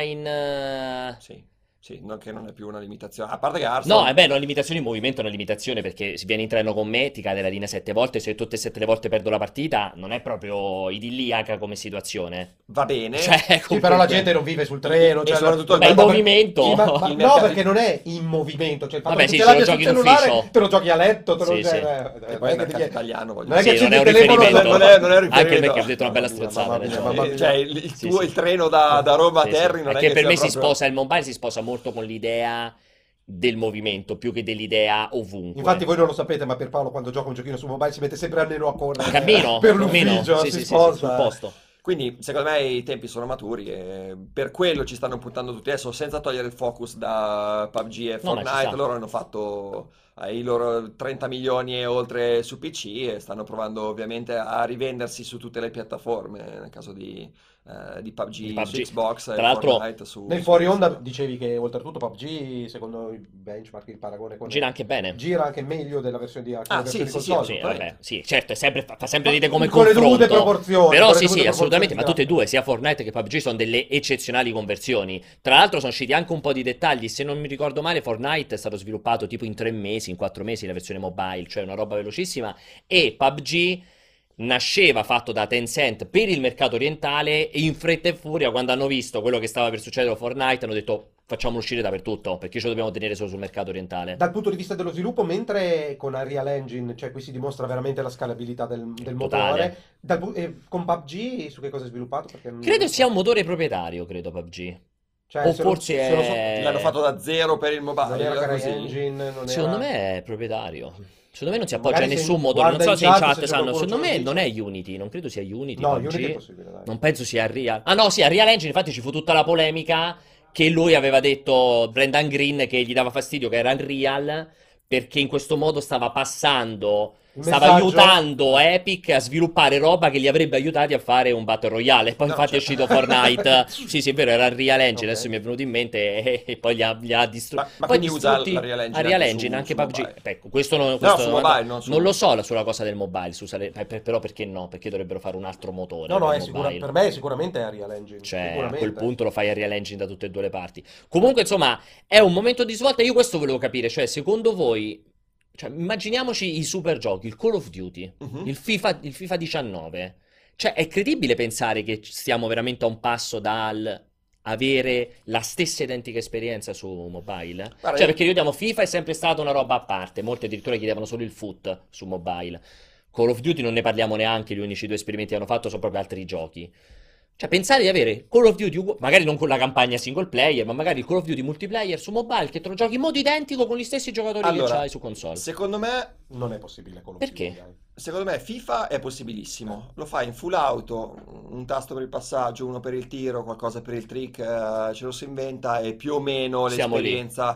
Speaker 1: Online... eh,
Speaker 3: Sì, sì, non che non è più una limitazione. A parte che
Speaker 1: No,
Speaker 3: Hearthstone...
Speaker 1: è beh, una limitazione in movimento è una limitazione perché se vieni in treno con me ti cade la linea sette volte, se tutte e sette le volte perdo la partita non è proprio idilliaca come situazione.
Speaker 3: va bene.
Speaker 1: Cioè,
Speaker 2: Sì, però
Speaker 1: comunque-
Speaker 2: la gente non vive sul treno,
Speaker 3: E
Speaker 2: cioè,
Speaker 3: soprattutto
Speaker 1: Beh, in
Speaker 2: ma- ma-
Speaker 1: movimento.
Speaker 2: sì, ma- ma-
Speaker 3: Il
Speaker 2: no,
Speaker 3: mercato-
Speaker 2: perché non è in movimento, cioè il fatto
Speaker 1: Vabbè,
Speaker 2: che
Speaker 1: sì,
Speaker 2: tu
Speaker 1: se
Speaker 2: ce
Speaker 1: lo
Speaker 2: l'abbia sul
Speaker 1: giochi in
Speaker 2: cellulare,
Speaker 1: ufficio.
Speaker 2: te lo giochi a letto, te lo
Speaker 1: Sì,
Speaker 2: cioè,
Speaker 1: sì.
Speaker 2: eh,
Speaker 3: E
Speaker 2: non
Speaker 3: poi
Speaker 2: è
Speaker 3: il
Speaker 2: che ti
Speaker 3: mercato
Speaker 2: chiedi-
Speaker 3: italiano, voglio
Speaker 2: non è che
Speaker 1: Sì,
Speaker 3: dire.
Speaker 1: non è un
Speaker 2: accendi il telefono,
Speaker 1: riferimento.
Speaker 3: non è- non è un
Speaker 1: Anche il
Speaker 3: riferimento.
Speaker 1: me che ha detto una bella
Speaker 2: Mamma mia,
Speaker 1: strozzata.
Speaker 2: mamma
Speaker 1: hai
Speaker 2: mia,
Speaker 1: ragione.
Speaker 2: mamma
Speaker 3: Eh,
Speaker 2: mia.
Speaker 3: cioè, il, il
Speaker 1: Sì,
Speaker 3: tuo,
Speaker 1: sì.
Speaker 3: il treno da, da Roma a
Speaker 1: Sì, sì.
Speaker 3: Terni non
Speaker 1: È
Speaker 3: è
Speaker 1: che
Speaker 3: che
Speaker 1: per
Speaker 3: sia
Speaker 1: me si
Speaker 3: proprio...
Speaker 1: sposa, il mobile si sposa molto con l'idea del movimento più che dell'idea ovunque.
Speaker 2: Infatti voi non lo sapete, ma Pierpaolo quando gioca un giochino su mobile si mette sempre almeno a correre
Speaker 1: Cammino,
Speaker 2: per
Speaker 1: cammino.
Speaker 2: l'ufficio,
Speaker 1: Sì,
Speaker 2: si
Speaker 1: sì, sì, sì,
Speaker 2: sposta.
Speaker 1: sul posto.
Speaker 3: Quindi, secondo me, i tempi sono maturi e per quello ci stanno puntando tutti adesso, senza togliere il focus da P U B G e
Speaker 1: No, ma ci
Speaker 3: Fortnite.
Speaker 1: sta.
Speaker 3: Loro hanno fatto eh, i loro trenta milioni e oltre su P C e stanno provando ovviamente a rivendersi su tutte le piattaforme, nel caso di, eh, di P U B G,
Speaker 1: Di P U B
Speaker 3: su
Speaker 1: G.
Speaker 3: Xbox
Speaker 1: Tra
Speaker 3: e
Speaker 1: l'altro,
Speaker 3: Fortnite su...
Speaker 2: Nel
Speaker 3: su
Speaker 2: fuori onda
Speaker 3: P C.
Speaker 2: dicevi che oltretutto P U B G, secondo i benchmark, il paragone con
Speaker 1: Gira anche bene.
Speaker 2: gira anche meglio della versione di
Speaker 3: Ah, sì,
Speaker 2: versione
Speaker 3: sì,
Speaker 2: console.
Speaker 3: sì,
Speaker 1: Sì,
Speaker 3: assolutamente.
Speaker 1: vabbè, sì, certo, è sempre, fa sempre ridere come
Speaker 2: Con le
Speaker 1: confronto.
Speaker 2: dovute proporzioni,
Speaker 1: Però
Speaker 2: con le
Speaker 1: sì,
Speaker 2: dovute
Speaker 1: sì, assolutamente, ma
Speaker 2: proporzioni
Speaker 1: tutte e due, sia Fortnite che P U B G, sono delle eccezionali conversioni. Tra l'altro sono usciti anche un po' di dettagli, se non mi ricordo male Fortnite è stato sviluppato tipo in tre mesi, in quattro mesi la versione mobile, cioè una roba velocissima, e P U B G nasceva fatto da Tencent per il mercato orientale e in fretta e furia quando hanno visto quello che stava per succedere a Fortnite hanno detto facciamolo uscire dappertutto perché ce lo dobbiamo tenere solo sul mercato orientale.
Speaker 2: Dal punto di vista dello sviluppo, mentre con Unreal Engine, cioè qui si dimostra veramente la scalabilità del, del
Speaker 1: Totale.
Speaker 2: motore, dal pu- e con P U B G su che cosa è sviluppato? Perché non-
Speaker 1: Credo sia un motore proprietario, credo P U B G.
Speaker 2: cioè,
Speaker 1: o
Speaker 2: se non-
Speaker 1: forse
Speaker 2: se non so-
Speaker 1: è-
Speaker 3: L'hanno fatto da zero per il
Speaker 2: non
Speaker 3: mobile,
Speaker 2: era
Speaker 3: così.
Speaker 2: CryEngine, non
Speaker 1: Secondo
Speaker 2: era...
Speaker 1: me è proprietario. Secondo me non si appoggia
Speaker 2: Magari
Speaker 1: a
Speaker 2: se
Speaker 1: nessun motore. Non
Speaker 2: guarda
Speaker 1: so
Speaker 2: in
Speaker 1: se in
Speaker 2: chat,
Speaker 1: chat
Speaker 2: se c'è
Speaker 1: sanno.
Speaker 2: qualcuno
Speaker 1: Secondo
Speaker 2: ce
Speaker 1: me
Speaker 2: lo
Speaker 1: non
Speaker 2: dice.
Speaker 1: è Unity. Non credo sia Unity.
Speaker 2: No,
Speaker 1: P U B G.
Speaker 2: Unity è possibile, dai.
Speaker 1: Non penso sia Unreal. Ah no, sì, Unreal Engine. Infatti ci fu tutta la polemica che lui aveva detto, Brendan Green, che gli dava fastidio che era Unreal perché in questo modo stava passando,
Speaker 2: Il
Speaker 1: stava
Speaker 2: messaggio-
Speaker 1: aiutando Epic a sviluppare roba che li avrebbe aiutati a fare un Battle Royale. E poi
Speaker 3: No,
Speaker 1: infatti è
Speaker 3: certo.
Speaker 1: uscito Fortnite. Sì, sì, è vero, era Unreal Engine.
Speaker 2: Ok.
Speaker 1: Adesso mi è venuto in mente e, e poi li ha, li ha distrutto.
Speaker 3: Ma- ma
Speaker 1: poi
Speaker 3: quindi usa
Speaker 1: distrutti
Speaker 3: l'Unreal Engine
Speaker 1: Unreal
Speaker 3: anche
Speaker 1: Engine,
Speaker 3: su-
Speaker 1: anche
Speaker 3: su
Speaker 1: P U B G.
Speaker 3: mobile?
Speaker 1: Ecco, questo non, questo
Speaker 3: su
Speaker 1: non-
Speaker 3: mobile, non su-
Speaker 1: non lo so la- sulla cosa del mobile, su sale- eh, per- però perché no? Perché dovrebbero fare un altro motore
Speaker 2: No, no,
Speaker 1: per
Speaker 2: è sicura-
Speaker 1: mobile?
Speaker 2: per me è sicuramente Unreal Engine.
Speaker 1: Cioè, a
Speaker 2: sicuramente.
Speaker 1: quel punto lo fai a Unreal Engine da tutte e due le parti. Comunque, insomma, è un momento di svolta. Io questo volevo capire. Cioè, secondo voi, cioè, immaginiamoci i super giochi, il Call of Duty,
Speaker 3: Mhm.
Speaker 1: il FIFA, il FIFA diciannove. Cioè, è credibile pensare che stiamo veramente a un passo dal avere la stessa identica esperienza su mobile?
Speaker 3: Guarda,
Speaker 1: Cioè,
Speaker 3: io-
Speaker 1: perché ricordiamo, FIFA è sempre stata una roba a parte. Molti addirittura chiedevano solo il foot su mobile. Call of Duty non ne parliamo neanche, gli unici due esperimenti che hanno fatto sono proprio altri giochi. Cioè, pensare di avere Call of Duty, ugu- magari non con la campagna single player, ma magari il Call of Duty multiplayer su mobile che te lo giochi in modo identico con gli stessi giocatori che
Speaker 3: Allora,
Speaker 1: c'hai su console.
Speaker 3: secondo me
Speaker 2: Non è possibile Call of
Speaker 1: Perché?
Speaker 2: Duty, dai.
Speaker 3: Secondo me FIFA è possibilissimo, lo fai in full auto, un tasto per il passaggio, uno per il tiro, qualcosa per il trick, eh, ce lo si inventa e più o meno
Speaker 1: Siamo lì.
Speaker 3: l'esperienza.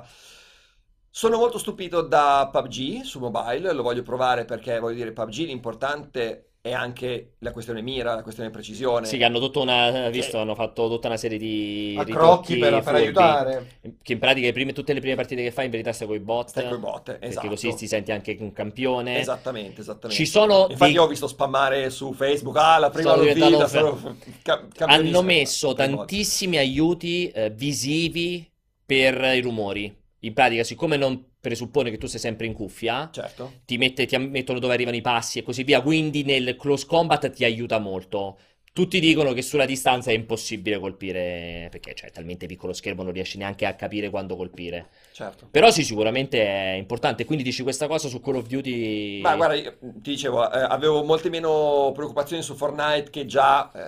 Speaker 3: Sono molto stupito da P U B G su mobile, lo voglio provare perché voglio dire P U B G l'importante è anche la questione mira, la questione precisione.
Speaker 1: Sì, che hanno tutto una, visto,
Speaker 3: Che-
Speaker 1: hanno fatto tutta una serie di
Speaker 2: Accrocchi
Speaker 1: ritocchi
Speaker 2: per, per
Speaker 1: furbi,
Speaker 2: aiutare.
Speaker 1: che in pratica le prime- tutte le prime partite che fai in verità stai con i bot,
Speaker 3: Stai coi bot,
Speaker 1: perché
Speaker 3: esatto.
Speaker 1: così ti senti anche un campione.
Speaker 3: Esattamente, esattamente.
Speaker 1: Ci sono
Speaker 3: Infatti
Speaker 1: dei-
Speaker 3: ho visto spammare su Facebook, ah, la prima
Speaker 1: Sto
Speaker 3: l'ho
Speaker 1: diventando
Speaker 3: vista,
Speaker 1: un
Speaker 3: sono ca-
Speaker 1: Hanno
Speaker 3: campionissimo.
Speaker 1: messo
Speaker 3: Coi bot.
Speaker 1: tantissimi aiuti eh, visivi per i rumori. In pratica, siccome non presuppone che tu sei sempre in cuffia,
Speaker 3: Certo.
Speaker 1: ti, mette- ti mettono dove arrivano i passi e così via, quindi nel close combat ti aiuta molto. Tutti dicono che sulla distanza è impossibile colpire, perché c'è talmente piccolo schermo, non riesci neanche a capire quando colpire.
Speaker 3: Certo.
Speaker 1: Però sì, sicuramente è importante. Quindi dici questa cosa su Call of Duty...
Speaker 3: Ma guarda, io ti dicevo, eh, avevo molte meno preoccupazioni su Fortnite che già eh,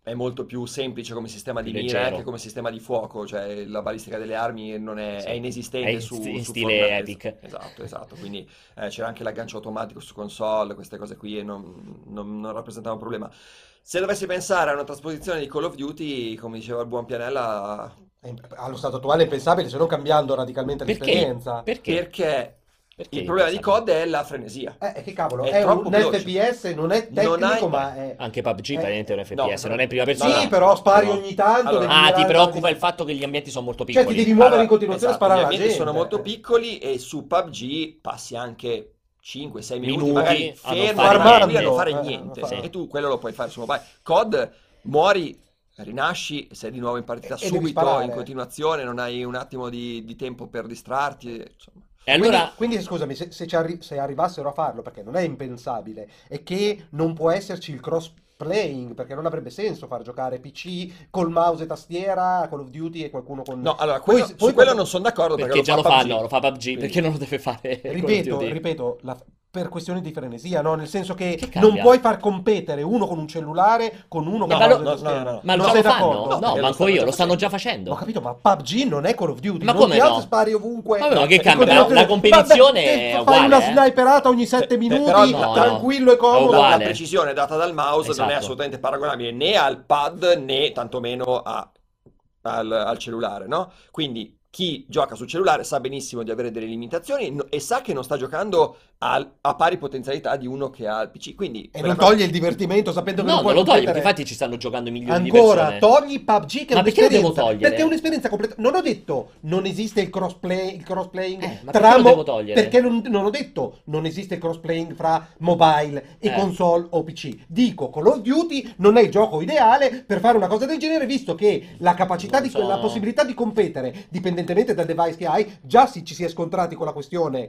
Speaker 3: è molto più semplice come sistema di
Speaker 1: Più
Speaker 3: mira
Speaker 1: leggero.
Speaker 3: che come sistema di fuoco, cioè la balistica delle armi non è,
Speaker 1: Sì.
Speaker 3: è inesistente
Speaker 1: È in
Speaker 3: su,
Speaker 1: sti- in
Speaker 3: su
Speaker 1: stile
Speaker 3: Fortnite.
Speaker 1: Epic.
Speaker 3: Esatto, esatto, quindi eh, c'era anche l'aggancio automatico su console, queste cose qui e non, non, non rappresentava un problema. Se dovessi pensare a una trasposizione di Call of Duty, come diceva il buon Pianella,
Speaker 2: È- Allo stato attuale è impensabile, se non cambiando radicalmente
Speaker 1: Perché?
Speaker 2: l'esperienza.
Speaker 1: Perché?
Speaker 3: perché
Speaker 1: Perché
Speaker 3: il problema di
Speaker 1: impensabile?
Speaker 3: C O D è la frenesia.
Speaker 2: Eh, che cavolo,
Speaker 3: È
Speaker 2: è,
Speaker 3: troppo
Speaker 2: un
Speaker 3: veloce.
Speaker 2: F P S, non è
Speaker 3: Non
Speaker 2: tecnico,
Speaker 3: hai-
Speaker 2: ma è...
Speaker 1: Anche P U B G
Speaker 2: Eh,
Speaker 1: praticamente è un F P S,
Speaker 3: no,
Speaker 1: non è in prima
Speaker 3: no,
Speaker 1: persona.
Speaker 2: Sì, però spari
Speaker 3: no.
Speaker 2: ogni tanto,
Speaker 3: Allora-
Speaker 2: devi
Speaker 1: Ah, ti
Speaker 2: mirare
Speaker 1: preoccupa
Speaker 2: la-
Speaker 1: il fatto che gli ambienti sono molto
Speaker 2: Cioè, ti
Speaker 1: piccoli.
Speaker 2: devi muovere in
Speaker 3: Allora,
Speaker 2: continuazione
Speaker 3: esatto,
Speaker 2: e sparare
Speaker 3: gli
Speaker 2: alla
Speaker 3: ambienti
Speaker 2: gente.
Speaker 3: sono molto
Speaker 2: eh.
Speaker 3: piccoli e su P U B G passi anche cinque sei minuti,
Speaker 1: Minuti
Speaker 3: magari
Speaker 1: a non
Speaker 3: fermo,
Speaker 1: fare
Speaker 3: farmando,
Speaker 1: niente.
Speaker 3: a non fare
Speaker 2: Eh,
Speaker 3: niente.
Speaker 2: non fa-
Speaker 3: E tu quello lo puoi fare su mobile. C O D, muori, rinasci, sei di nuovo in partita
Speaker 2: E- e devi
Speaker 3: subito,
Speaker 2: sparare.
Speaker 3: in continuazione, non hai un attimo di, di tempo per distrarti, insomma.
Speaker 1: E allora,
Speaker 2: Quindi, quindi, scusami, se, se ci arri- se arrivassero a farlo, perché non è impensabile, è che non può esserci il cross playing, perché non avrebbe senso far giocare P C col mouse e tastiera, Call of Duty e qualcuno con...
Speaker 3: No, allora,
Speaker 2: Poi-
Speaker 3: quello-
Speaker 2: poi
Speaker 3: su quello
Speaker 2: quando-
Speaker 3: non sono d'accordo perché,
Speaker 1: perché già lo
Speaker 3: fa P U B G.
Speaker 1: fanno, lo fa P U B G,
Speaker 3: Quindi-
Speaker 1: perché non lo deve fare Call of
Speaker 2: Ripeto,
Speaker 1: Duty?
Speaker 2: ripeto, la- per questioni di frenesia, no? Nel senso che,
Speaker 1: Che cambia?
Speaker 2: non puoi far competere uno con un cellulare con uno con
Speaker 1: ma
Speaker 2: un
Speaker 1: lo-
Speaker 2: mouse e
Speaker 3: no,
Speaker 2: tastiera.
Speaker 3: no, no, no.
Speaker 1: Ma
Speaker 2: Non
Speaker 1: già
Speaker 2: sei
Speaker 1: lo fanno?
Speaker 2: d'accordo?
Speaker 1: No,
Speaker 3: No, perché lo
Speaker 1: manco
Speaker 3: stanno
Speaker 1: io,
Speaker 3: già
Speaker 1: lo stanno già
Speaker 2: Ho
Speaker 1: facendo.
Speaker 2: capito, ma P U B G non è Call of Duty,
Speaker 1: Ma
Speaker 2: non
Speaker 1: come
Speaker 2: ti alzi
Speaker 1: no?
Speaker 2: e spari ovunque.
Speaker 1: Vabbè, ma che
Speaker 2: E
Speaker 1: cambia?
Speaker 2: con-
Speaker 1: La- la competizione
Speaker 2: Vabbè,
Speaker 1: è
Speaker 2: fai
Speaker 1: uguale,
Speaker 2: una
Speaker 1: eh.
Speaker 2: sniperata ogni sette
Speaker 3: Pe-
Speaker 2: minuti,
Speaker 3: però no, no.
Speaker 2: tranquillo e
Speaker 1: È
Speaker 2: comodo.
Speaker 3: La, la
Speaker 1: uguale.
Speaker 3: precisione data dal mouse non è
Speaker 1: Esatto.
Speaker 3: assolutamente paragonabile né al pad né tantomeno a- al, al cellulare, no? Quindi chi gioca sul cellulare sa benissimo di avere delle limitazioni no- e sa che non sta giocando al- a pari potenzialità di uno che ha il P C. Quindi
Speaker 2: E
Speaker 3: quella
Speaker 2: non
Speaker 3: cosa-
Speaker 2: toglie il divertimento sapendo che
Speaker 1: No,
Speaker 2: non
Speaker 1: non
Speaker 2: puoi
Speaker 1: lo togli, perché
Speaker 2: competere.
Speaker 1: infatti ci stanno giocando milioni di
Speaker 2: Ancora,
Speaker 1: persone.
Speaker 2: togli P U B G che è
Speaker 1: Ma perché lo devo
Speaker 2: un'esperienza.
Speaker 1: togliere?
Speaker 2: Perché è un'esperienza completa. Non ho detto non esiste il crossplay, il crossplaying
Speaker 1: Eh, ma
Speaker 2: tra
Speaker 1: perché lo
Speaker 2: mo-
Speaker 1: devo togliere?
Speaker 2: Perché non, non ho detto non esiste il crossplaying fra mobile e
Speaker 1: Eh.
Speaker 2: console o P C. Dico Call of Duty non è il gioco ideale per fare una cosa del genere, visto che la capacità
Speaker 1: Non
Speaker 2: di
Speaker 1: so.
Speaker 2: la possibilità di competere, dipendentemente dal device che hai, già si, ci si è scontrati con la questione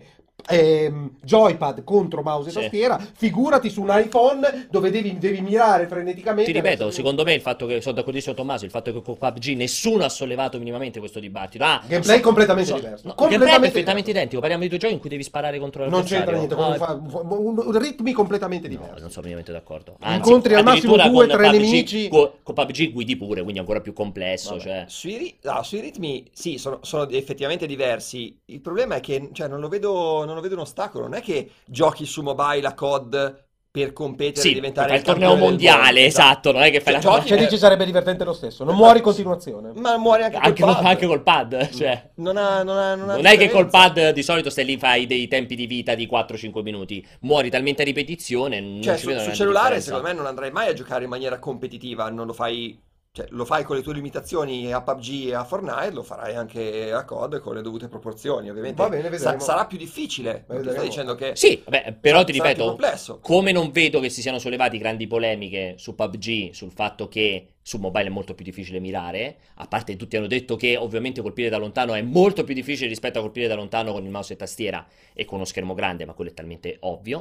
Speaker 2: ehm, joypad contro mouse e
Speaker 1: Sì.
Speaker 2: tastiera, figurati su un iPhone dove devi, devi mirare freneticamente.
Speaker 1: Ti ripeto,
Speaker 2: Adesso-
Speaker 1: secondo me il fatto che, sono d'accordissimo con Tommaso, il fatto che con P U B G nessuno ha sollevato minimamente questo dibattito. Ah,
Speaker 2: Gameplay completamente
Speaker 1: so-
Speaker 2: diverso.
Speaker 1: no, il gameplay è
Speaker 2: Completamente
Speaker 1: perfettamente
Speaker 2: diverso.
Speaker 1: identico, parliamo di due giochi in cui devi sparare contro
Speaker 2: Non
Speaker 1: l'avversario.
Speaker 2: c'entra niente,
Speaker 1: No,
Speaker 2: con- fa- un- un- ritmi completamente
Speaker 1: no,
Speaker 2: diversi.
Speaker 1: non sono minimamente d'accordo.
Speaker 2: Incontri al massimo
Speaker 1: addirittura
Speaker 2: due,
Speaker 1: con
Speaker 2: tre
Speaker 1: P U B G
Speaker 2: nemici.
Speaker 1: Con, con P U B G guidi pure, quindi ancora più complesso.
Speaker 3: Vabbè,
Speaker 1: Cioè.
Speaker 3: Sui, ri- no, sui ritmi sì, sono, sono effettivamente diversi. Il problema è che cioè, non lo vedo, non lo vedo un ostacolo. Non è che giochi su mobile a C O D per competere
Speaker 1: Sì,
Speaker 3: e diventare
Speaker 1: fai il
Speaker 3: campione
Speaker 1: torneo
Speaker 3: del
Speaker 1: mondiale,
Speaker 3: mondo.
Speaker 1: esatto, non è che fai
Speaker 3: Cioè,
Speaker 1: la
Speaker 3: giochi-
Speaker 2: Cioè dici sarebbe divertente lo stesso, non muori in continuazione.
Speaker 3: Ma muori anche,
Speaker 1: anche,
Speaker 3: col
Speaker 1: col,
Speaker 3: pad.
Speaker 1: anche col pad, cioè.
Speaker 3: Non ha, non ha, non ha
Speaker 1: Non è che col
Speaker 3: differenza.
Speaker 1: pad di solito stai lì fai dei tempi di vita di quattro cinque minuti, muori talmente a ripetizione, non
Speaker 3: Cioè,
Speaker 1: ci
Speaker 3: su,
Speaker 1: vedo
Speaker 3: su
Speaker 1: una
Speaker 3: cellulare,
Speaker 1: differenza.
Speaker 3: secondo me, non andrai mai a giocare in maniera competitiva. Non lo fai, cioè, lo fai con le tue limitazioni a P U B G e a Fortnite, lo farai anche a C O D con le dovute proporzioni. Ovviamente
Speaker 2: Va bene,
Speaker 3: sa-
Speaker 2: vedremo.
Speaker 3: sarà più difficile. Non ti sto
Speaker 2: Vedremo.
Speaker 3: dicendo che
Speaker 1: Sì, vabbè, però ti
Speaker 3: sarà più
Speaker 1: ripeto,
Speaker 3: complesso.
Speaker 1: come non vedo che si siano sollevati grandi polemiche su P U B G, sul fatto che su mobile è molto più difficile mirare, a parte che tutti hanno detto che ovviamente colpire da lontano è molto più difficile rispetto a colpire da lontano con il mouse e tastiera e con uno schermo grande, ma quello è talmente ovvio.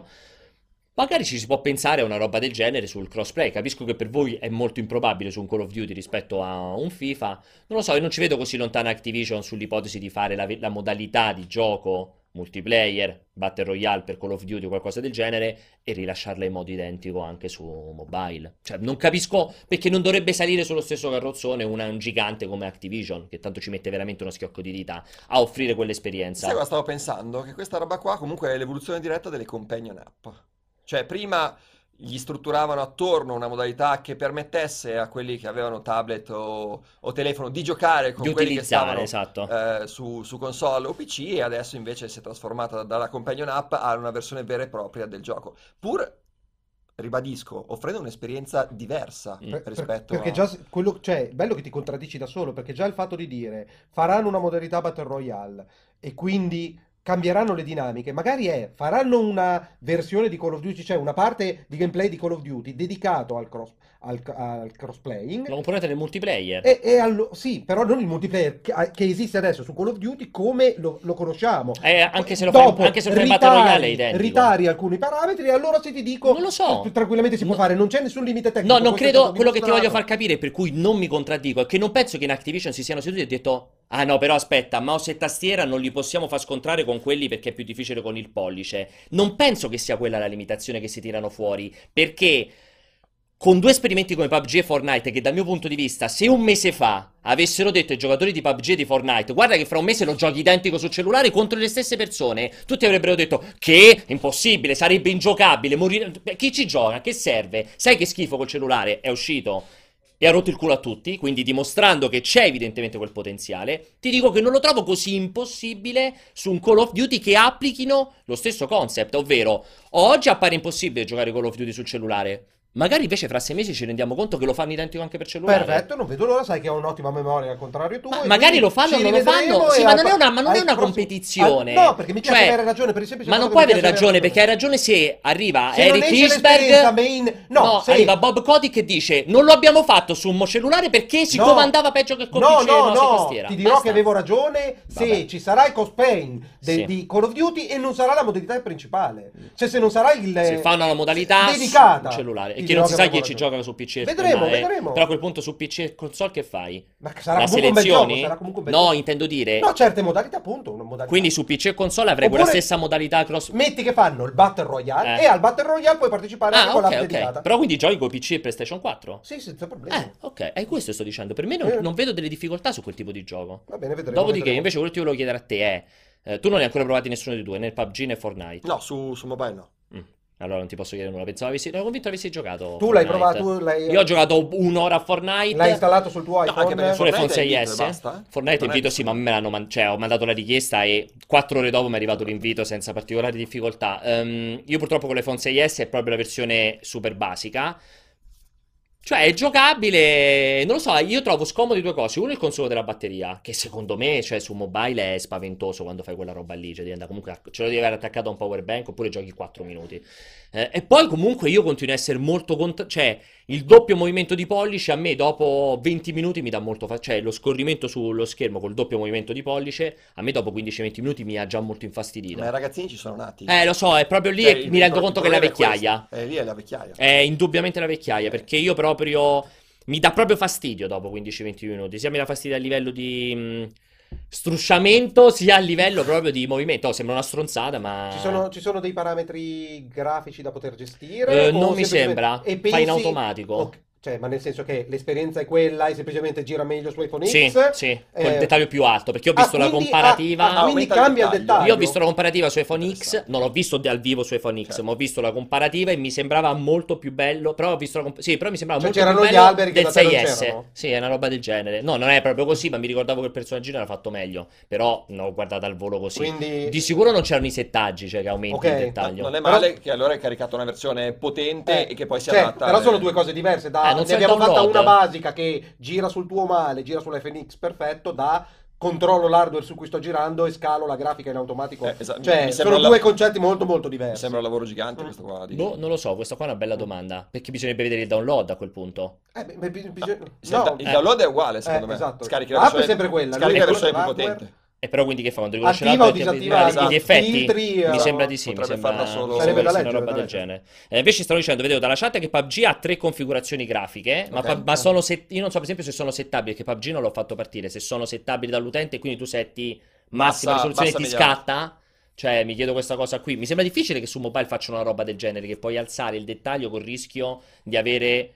Speaker 1: Magari ci si può pensare a una roba del genere sul crossplay. Capisco che per voi è molto improbabile su un Call of Duty rispetto a un FIFA. Non lo so, io non ci vedo così lontana Activision sull'ipotesi di fare la, la modalità di gioco multiplayer, Battle Royale per Call of Duty o qualcosa del genere e rilasciarla in modo identico anche su mobile. Cioè, non capisco perché non dovrebbe salire sullo stesso carrozzone una, un gigante come Activision, che tanto ci mette veramente uno schiocco di dita a offrire quell'esperienza.
Speaker 3: Sai cosa stavo pensando? Che questa roba qua comunque è l'evoluzione diretta delle companion app. Cioè, prima gli strutturavano attorno una modalità che permettesse a quelli che avevano tablet o, o telefono di giocare con
Speaker 1: Di
Speaker 3: quelli che
Speaker 1: utilizzare,
Speaker 3: stavano
Speaker 1: esatto.
Speaker 3: eh, su, su console o P C e adesso invece si è trasformata dalla companion app a una versione vera e propria del gioco. Pur, ribadisco, offrendo un'esperienza diversa
Speaker 1: Mm.
Speaker 2: Per- per-
Speaker 3: rispetto
Speaker 2: perché
Speaker 3: a...
Speaker 2: già se- quello, cioè, bello che ti contraddici da solo, perché già il fatto di dire faranno una modalità Battle Royale e quindi cambieranno le dinamiche, magari è faranno una versione di Call of Duty, cioè una parte di gameplay di Call of Duty dedicato al cross al, al crossplaying.
Speaker 1: La componente del multiplayer.
Speaker 2: E, e allo- sì, però non il multiplayer che, che esiste adesso su Call of Duty come lo, lo conosciamo.
Speaker 1: Eh, anche se lo fai-
Speaker 2: Dopo
Speaker 1: anche se lo fai in Battle
Speaker 2: ritari-
Speaker 1: Royale è identico.
Speaker 2: ritari alcuni parametri e allora se ti dico
Speaker 1: Non lo so.
Speaker 2: eh, tranquillamente si può
Speaker 1: No.
Speaker 2: fare, non c'è nessun limite tecnico.
Speaker 1: No, non
Speaker 2: questo è
Speaker 1: credo.
Speaker 2: stato
Speaker 1: Quello che ti voglio
Speaker 2: dimostrato.
Speaker 1: far capire, per cui non mi contraddico, è che non penso che in Activision si siano seduti e detto: ah no, però aspetta, mouse e tastiera non li possiamo far scontrare con quelli perché è più difficile con il pollice. Non penso che sia quella la limitazione che si tirano fuori, perché con due esperimenti come P U B G e Fortnite, che dal mio punto di vista, se un mese fa avessero detto ai giocatori di P U B G e di Fortnite, guarda che fra un mese lo giochi identico sul cellulare contro le stesse persone, tutti avrebbero detto che è impossibile, sarebbe ingiocabile, morire. Chi ci gioca? Che serve? Sai che schifo col cellulare? È uscito e ha rotto il culo a tutti, quindi dimostrando che c'è evidentemente quel potenziale. Ti dico che non lo trovo così impossibile su un Call of Duty che applichino lo stesso concept, ovvero oggi appare impossibile giocare Call of Duty sul cellulare. Magari invece fra sei mesi ci rendiamo conto che lo fanno identico anche per cellulare.
Speaker 2: Perfetto, non vedo l'ora, sai che ho un'ottima memoria al contrario tu.
Speaker 1: Ma magari lo fanno o non lo fanno. Sì, ma non è una, ma non è una competizione.
Speaker 2: Ah, no, perché mi piace
Speaker 1: cioè,
Speaker 2: avere ragione per il semplice
Speaker 1: ma non
Speaker 2: fatto
Speaker 1: puoi
Speaker 2: che mi
Speaker 1: avere
Speaker 2: piace
Speaker 1: ragione, perché hai ragione se arriva
Speaker 2: Se
Speaker 1: Eric
Speaker 2: non esce
Speaker 1: Hirschberg.
Speaker 2: l'esperienza main- no,
Speaker 1: No,
Speaker 2: se-
Speaker 1: arriva Bob Kotick e dice non lo abbiamo fatto su un mo cellulare perché si
Speaker 2: No.
Speaker 1: comandava peggio che con
Speaker 2: No,
Speaker 1: P C e
Speaker 2: no,
Speaker 1: mouse e
Speaker 2: no,
Speaker 1: tastiera.
Speaker 2: ti dirò
Speaker 1: Basta.
Speaker 2: che avevo ragione se
Speaker 1: Vabbè.
Speaker 2: ci sarà il cosplay de-
Speaker 1: Sì.
Speaker 2: di Call of Duty e non sarà la modalità principale. Cioè se non sarà il
Speaker 1: Si fa una modalità
Speaker 2: dedicata
Speaker 1: sul cellulare
Speaker 2: Ti
Speaker 1: e che
Speaker 2: dirò
Speaker 1: non si sa
Speaker 2: avevo
Speaker 1: chi ci
Speaker 2: ragione.
Speaker 1: gioca su P C e
Speaker 2: Vedremo,
Speaker 1: ma è-
Speaker 2: vedremo.
Speaker 1: Però a quel punto su P C e console che fai?
Speaker 2: Ma sarà
Speaker 1: La
Speaker 2: comunque un bel
Speaker 1: selezioni?
Speaker 2: gioco, sarà comunque un bel
Speaker 1: No,
Speaker 2: gioco.
Speaker 1: intendo dire.
Speaker 2: No, certe modalità appunto, una modalità.
Speaker 1: Quindi su P C e console avrei quella
Speaker 2: Oppure-
Speaker 1: stessa modalità cross.
Speaker 2: metti che fanno il Battle Royale
Speaker 1: Eh.
Speaker 2: e al Battle Royale puoi partecipare anche
Speaker 1: Ah,
Speaker 2: con
Speaker 1: ok,
Speaker 2: l'app
Speaker 1: ok.
Speaker 2: dedicata.
Speaker 1: Però quindi giochi con P C e PlayStation quattro?
Speaker 2: Sì, senza problemi.
Speaker 1: Eh, ok, è questo sto dicendo. Per me non,
Speaker 2: Eh.
Speaker 1: non vedo delle difficoltà su quel tipo di gioco.
Speaker 2: Va bene, vedremo.
Speaker 1: Dopodiché,
Speaker 2: vedremo.
Speaker 1: invece, quello che io volevo chiedere a te è: eh, tu non hai ancora provati nessuno dei due, né P U B G né Fortnite.
Speaker 3: No, su, su mobile no.
Speaker 1: Mm. Allora non ti posso chiedere nulla. Pensavo avessi. Ero convinto avessi giocato.
Speaker 2: Tu l'hai
Speaker 1: Fortnite.
Speaker 2: provato, tu l'hai
Speaker 1: Io ho giocato un'ora a Fortnite.
Speaker 2: l'hai installato sul tuo
Speaker 3: No,
Speaker 2: iPhone?
Speaker 3: anche perché
Speaker 1: Sull'iPhone
Speaker 3: Fortnite è
Speaker 1: sei
Speaker 3: invito
Speaker 1: S.
Speaker 3: e basta, eh?
Speaker 1: Fortnite
Speaker 3: Non è
Speaker 1: invito
Speaker 3: che-
Speaker 1: sì, ma a me l'hanno man- cioè, ho mandato la richiesta e quattro ore dopo mi è arrivato l'invito senza particolari difficoltà. Ehm, io purtroppo con l'iPhone sei S è proprio la versione super basica. Cioè è giocabile, non lo so, io trovo scomodi due cose. Uno, il consumo della batteria, che secondo me, cioè su mobile è spaventoso quando fai quella roba lì, cioè diventa comunque, ce lo devi avere attaccato a un power bank oppure giochi quattro minuti. Eh, e poi comunque io continuo a essere molto cont- cioè il doppio movimento di pollice a me dopo venti minuti mi dà molto fa- cioè lo scorrimento sullo schermo col doppio movimento di pollice a me dopo quindici venti minuti mi ha già molto infastidito.
Speaker 3: Ma i ragazzini ci sono nati.
Speaker 1: Eh, lo so, è proprio lì
Speaker 3: Cioè,
Speaker 1: e
Speaker 3: il-
Speaker 1: mi rendo
Speaker 3: il
Speaker 1: conto che è la
Speaker 3: problema
Speaker 1: vecchiaia.
Speaker 3: questo. Eh, lì è la vecchiaia.
Speaker 1: È indubbiamente la vecchiaia, perché io proprio mi dà proprio fastidio dopo quindici venti minuti. Sia mi dà fastidio a livello di mh, strusciamento, sia a livello proprio di movimento. Oh, sembra una stronzata, ma
Speaker 2: Ci sono, ci sono dei parametri grafici da poter gestire?
Speaker 1: Eh,
Speaker 2: o
Speaker 1: non mi
Speaker 2: semplicemente-
Speaker 1: sembra.
Speaker 2: e
Speaker 1: Fa in
Speaker 2: pensi-
Speaker 1: automatico.
Speaker 2: Ok, cioè, ma nel senso che l'esperienza è quella e semplicemente gira meglio su iPhone
Speaker 1: Sì,
Speaker 2: X?
Speaker 1: sì, con il
Speaker 2: Eh,
Speaker 1: dettaglio più alto, perché ho
Speaker 2: ah,
Speaker 1: visto la
Speaker 2: quindi-
Speaker 1: comparativa.
Speaker 2: ah, ah, quindi
Speaker 3: Aumenta il
Speaker 2: cambia il
Speaker 3: dettaglio.
Speaker 2: dettaglio.
Speaker 1: Io ho visto la comparativa su iPhone X,
Speaker 3: Interessante.
Speaker 1: non l'ho visto dal vivo su iPhone X,
Speaker 3: Certo.
Speaker 1: ma ho visto la comparativa e mi sembrava molto più bello. Però ho visto la comp- sì, però mi sembrava
Speaker 2: Cioè,
Speaker 1: molto più
Speaker 2: c'erano gli
Speaker 1: bello
Speaker 2: alberi che
Speaker 1: del
Speaker 2: da te non
Speaker 1: sei S.
Speaker 2: c'erano?
Speaker 1: Sì, è una roba del genere. No, non è proprio così, ma mi ricordavo che il personaggino era fatto meglio. Però non ho guardato al volo così.
Speaker 2: Quindi...
Speaker 1: Di sicuro non c'erano i settaggi, cioè che aumenti
Speaker 2: Ok.
Speaker 1: il
Speaker 3: Ma
Speaker 1: dettaglio.
Speaker 3: non è
Speaker 2: Però-
Speaker 3: male che allora hai caricato una versione potente
Speaker 2: Eh,
Speaker 3: e che poi si
Speaker 2: cioè,
Speaker 3: adatta.
Speaker 2: però
Speaker 3: alle-
Speaker 2: sono due cose diverse. Da,
Speaker 1: Eh, non
Speaker 2: ne
Speaker 1: so il
Speaker 2: abbiamo fatta
Speaker 1: download.
Speaker 2: una basica che gira sul tuo male, gira sull'iPhone X perfetto, da controllo l'hardware su cui sto girando e scalo la grafica in automatico.
Speaker 3: Eh, esatto.
Speaker 2: Cioè,
Speaker 3: Mi
Speaker 2: sono
Speaker 3: sembra
Speaker 2: due
Speaker 3: la-
Speaker 2: concetti molto molto
Speaker 3: Mi
Speaker 2: diversi.
Speaker 3: sembra un lavoro gigante questo qua. dici.
Speaker 1: Boh, non lo so, questa qua è una bella domanda. Perché bisognerebbe vedere il download a quel punto.
Speaker 2: Eh, beh, beh, bis- bisogna-
Speaker 3: Se il da-
Speaker 2: no,
Speaker 3: il download è uguale,
Speaker 2: eh,
Speaker 3: secondo me.
Speaker 2: esatto.
Speaker 3: Scarichi la
Speaker 2: L'app è
Speaker 3: versione,
Speaker 2: sempre quella,
Speaker 3: scarichi
Speaker 2: lui
Speaker 3: la versione più
Speaker 2: l'hardware-
Speaker 3: potente.
Speaker 1: E però quindi che fa? Quando riconosce
Speaker 2: Attiva o
Speaker 1: l'altro e ti-
Speaker 2: disattiva
Speaker 1: esatto,
Speaker 2: i
Speaker 1: gli effetti?
Speaker 2: filtri,
Speaker 1: Mi
Speaker 2: eh,
Speaker 1: sembra di sì, mi
Speaker 3: potrebbe
Speaker 1: sembra,
Speaker 3: farla solo-
Speaker 1: mi
Speaker 2: Sarebbe
Speaker 1: sembra
Speaker 2: da
Speaker 1: sì, una
Speaker 2: leggere,
Speaker 1: roba
Speaker 2: da
Speaker 1: del
Speaker 2: leggere.
Speaker 1: genere. Eh, invece stavo dicendo, vedevo dalla chat che P U B G ha tre configurazioni grafiche, ma,
Speaker 3: Ok.
Speaker 1: pa- ma sono set- io non so per esempio se sono settabili, perché P U B G non l'ho fatto partire, se sono settabili dall'utente e quindi tu setti massima
Speaker 3: Bassa-
Speaker 1: risoluzione e
Speaker 3: bassa
Speaker 1: ti
Speaker 3: mediana.
Speaker 1: scatta. Cioè, mi chiedo questa cosa qui. Mi sembra difficile che su mobile facciano una roba del genere, che puoi alzare il dettaglio col rischio di avere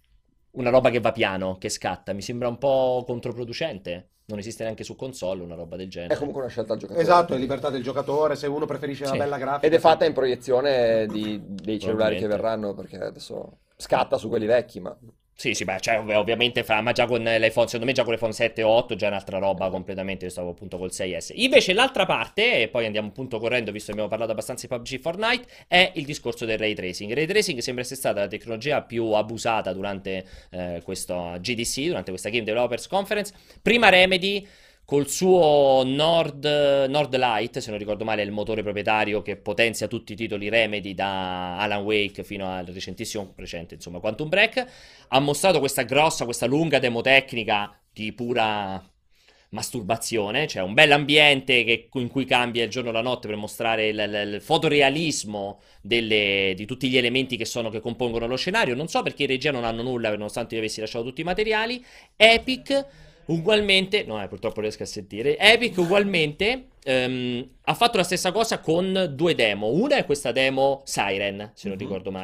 Speaker 1: una roba che va piano, che scatta. Mi sembra un po' controproducente. Non esiste neanche su console una roba del genere.
Speaker 3: È comunque una scelta al giocatore.
Speaker 2: Esatto, è libertà del giocatore, se uno preferisce
Speaker 1: Sì.
Speaker 2: la bella grafica.
Speaker 3: Ed è fatta in proiezione di- dei cellulari che
Speaker 1: Probabilmente.
Speaker 3: verranno, perché adesso scatta su quelli vecchi, ma
Speaker 1: Sì, sì, beh, cioè, ov- ovviamente fa, ma già con l'iPhone, secondo me già con l'iPhone sette o otto già è un'altra roba completamente, io stavo appunto col sei S. Invece l'altra parte, e poi andiamo appunto correndo, visto che abbiamo parlato abbastanza di P U B G Fortnite, è il discorso del ray tracing. Il ray tracing sembra essere stata la tecnologia più abusata durante eh, questo G D C, durante questa Game Developers Conference. Prima Remedy col suo Nord, Nord Light, se non ricordo male, è il motore proprietario che potenzia tutti i titoli Remedy da Alan Wake fino al recentissimo, recente, insomma, Quantum Break. Ha mostrato questa grossa, questa lunga demo tecnica di pura masturbazione, cioè un bell'ambiente che, in cui cambia il giorno e la notte per mostrare il, il- il fotorealismo delle- di tutti gli elementi che sono che compongono lo scenario. Non so perché in regia non hanno nulla, nonostante io avessi lasciato tutti i materiali. Epic ugualmente, no, eh, purtroppo riesco a sentire. Epic ugualmente ehm, ha fatto la stessa cosa con due demo. Una è questa demo Siren, se non
Speaker 3: Mhm.
Speaker 1: ricordo male,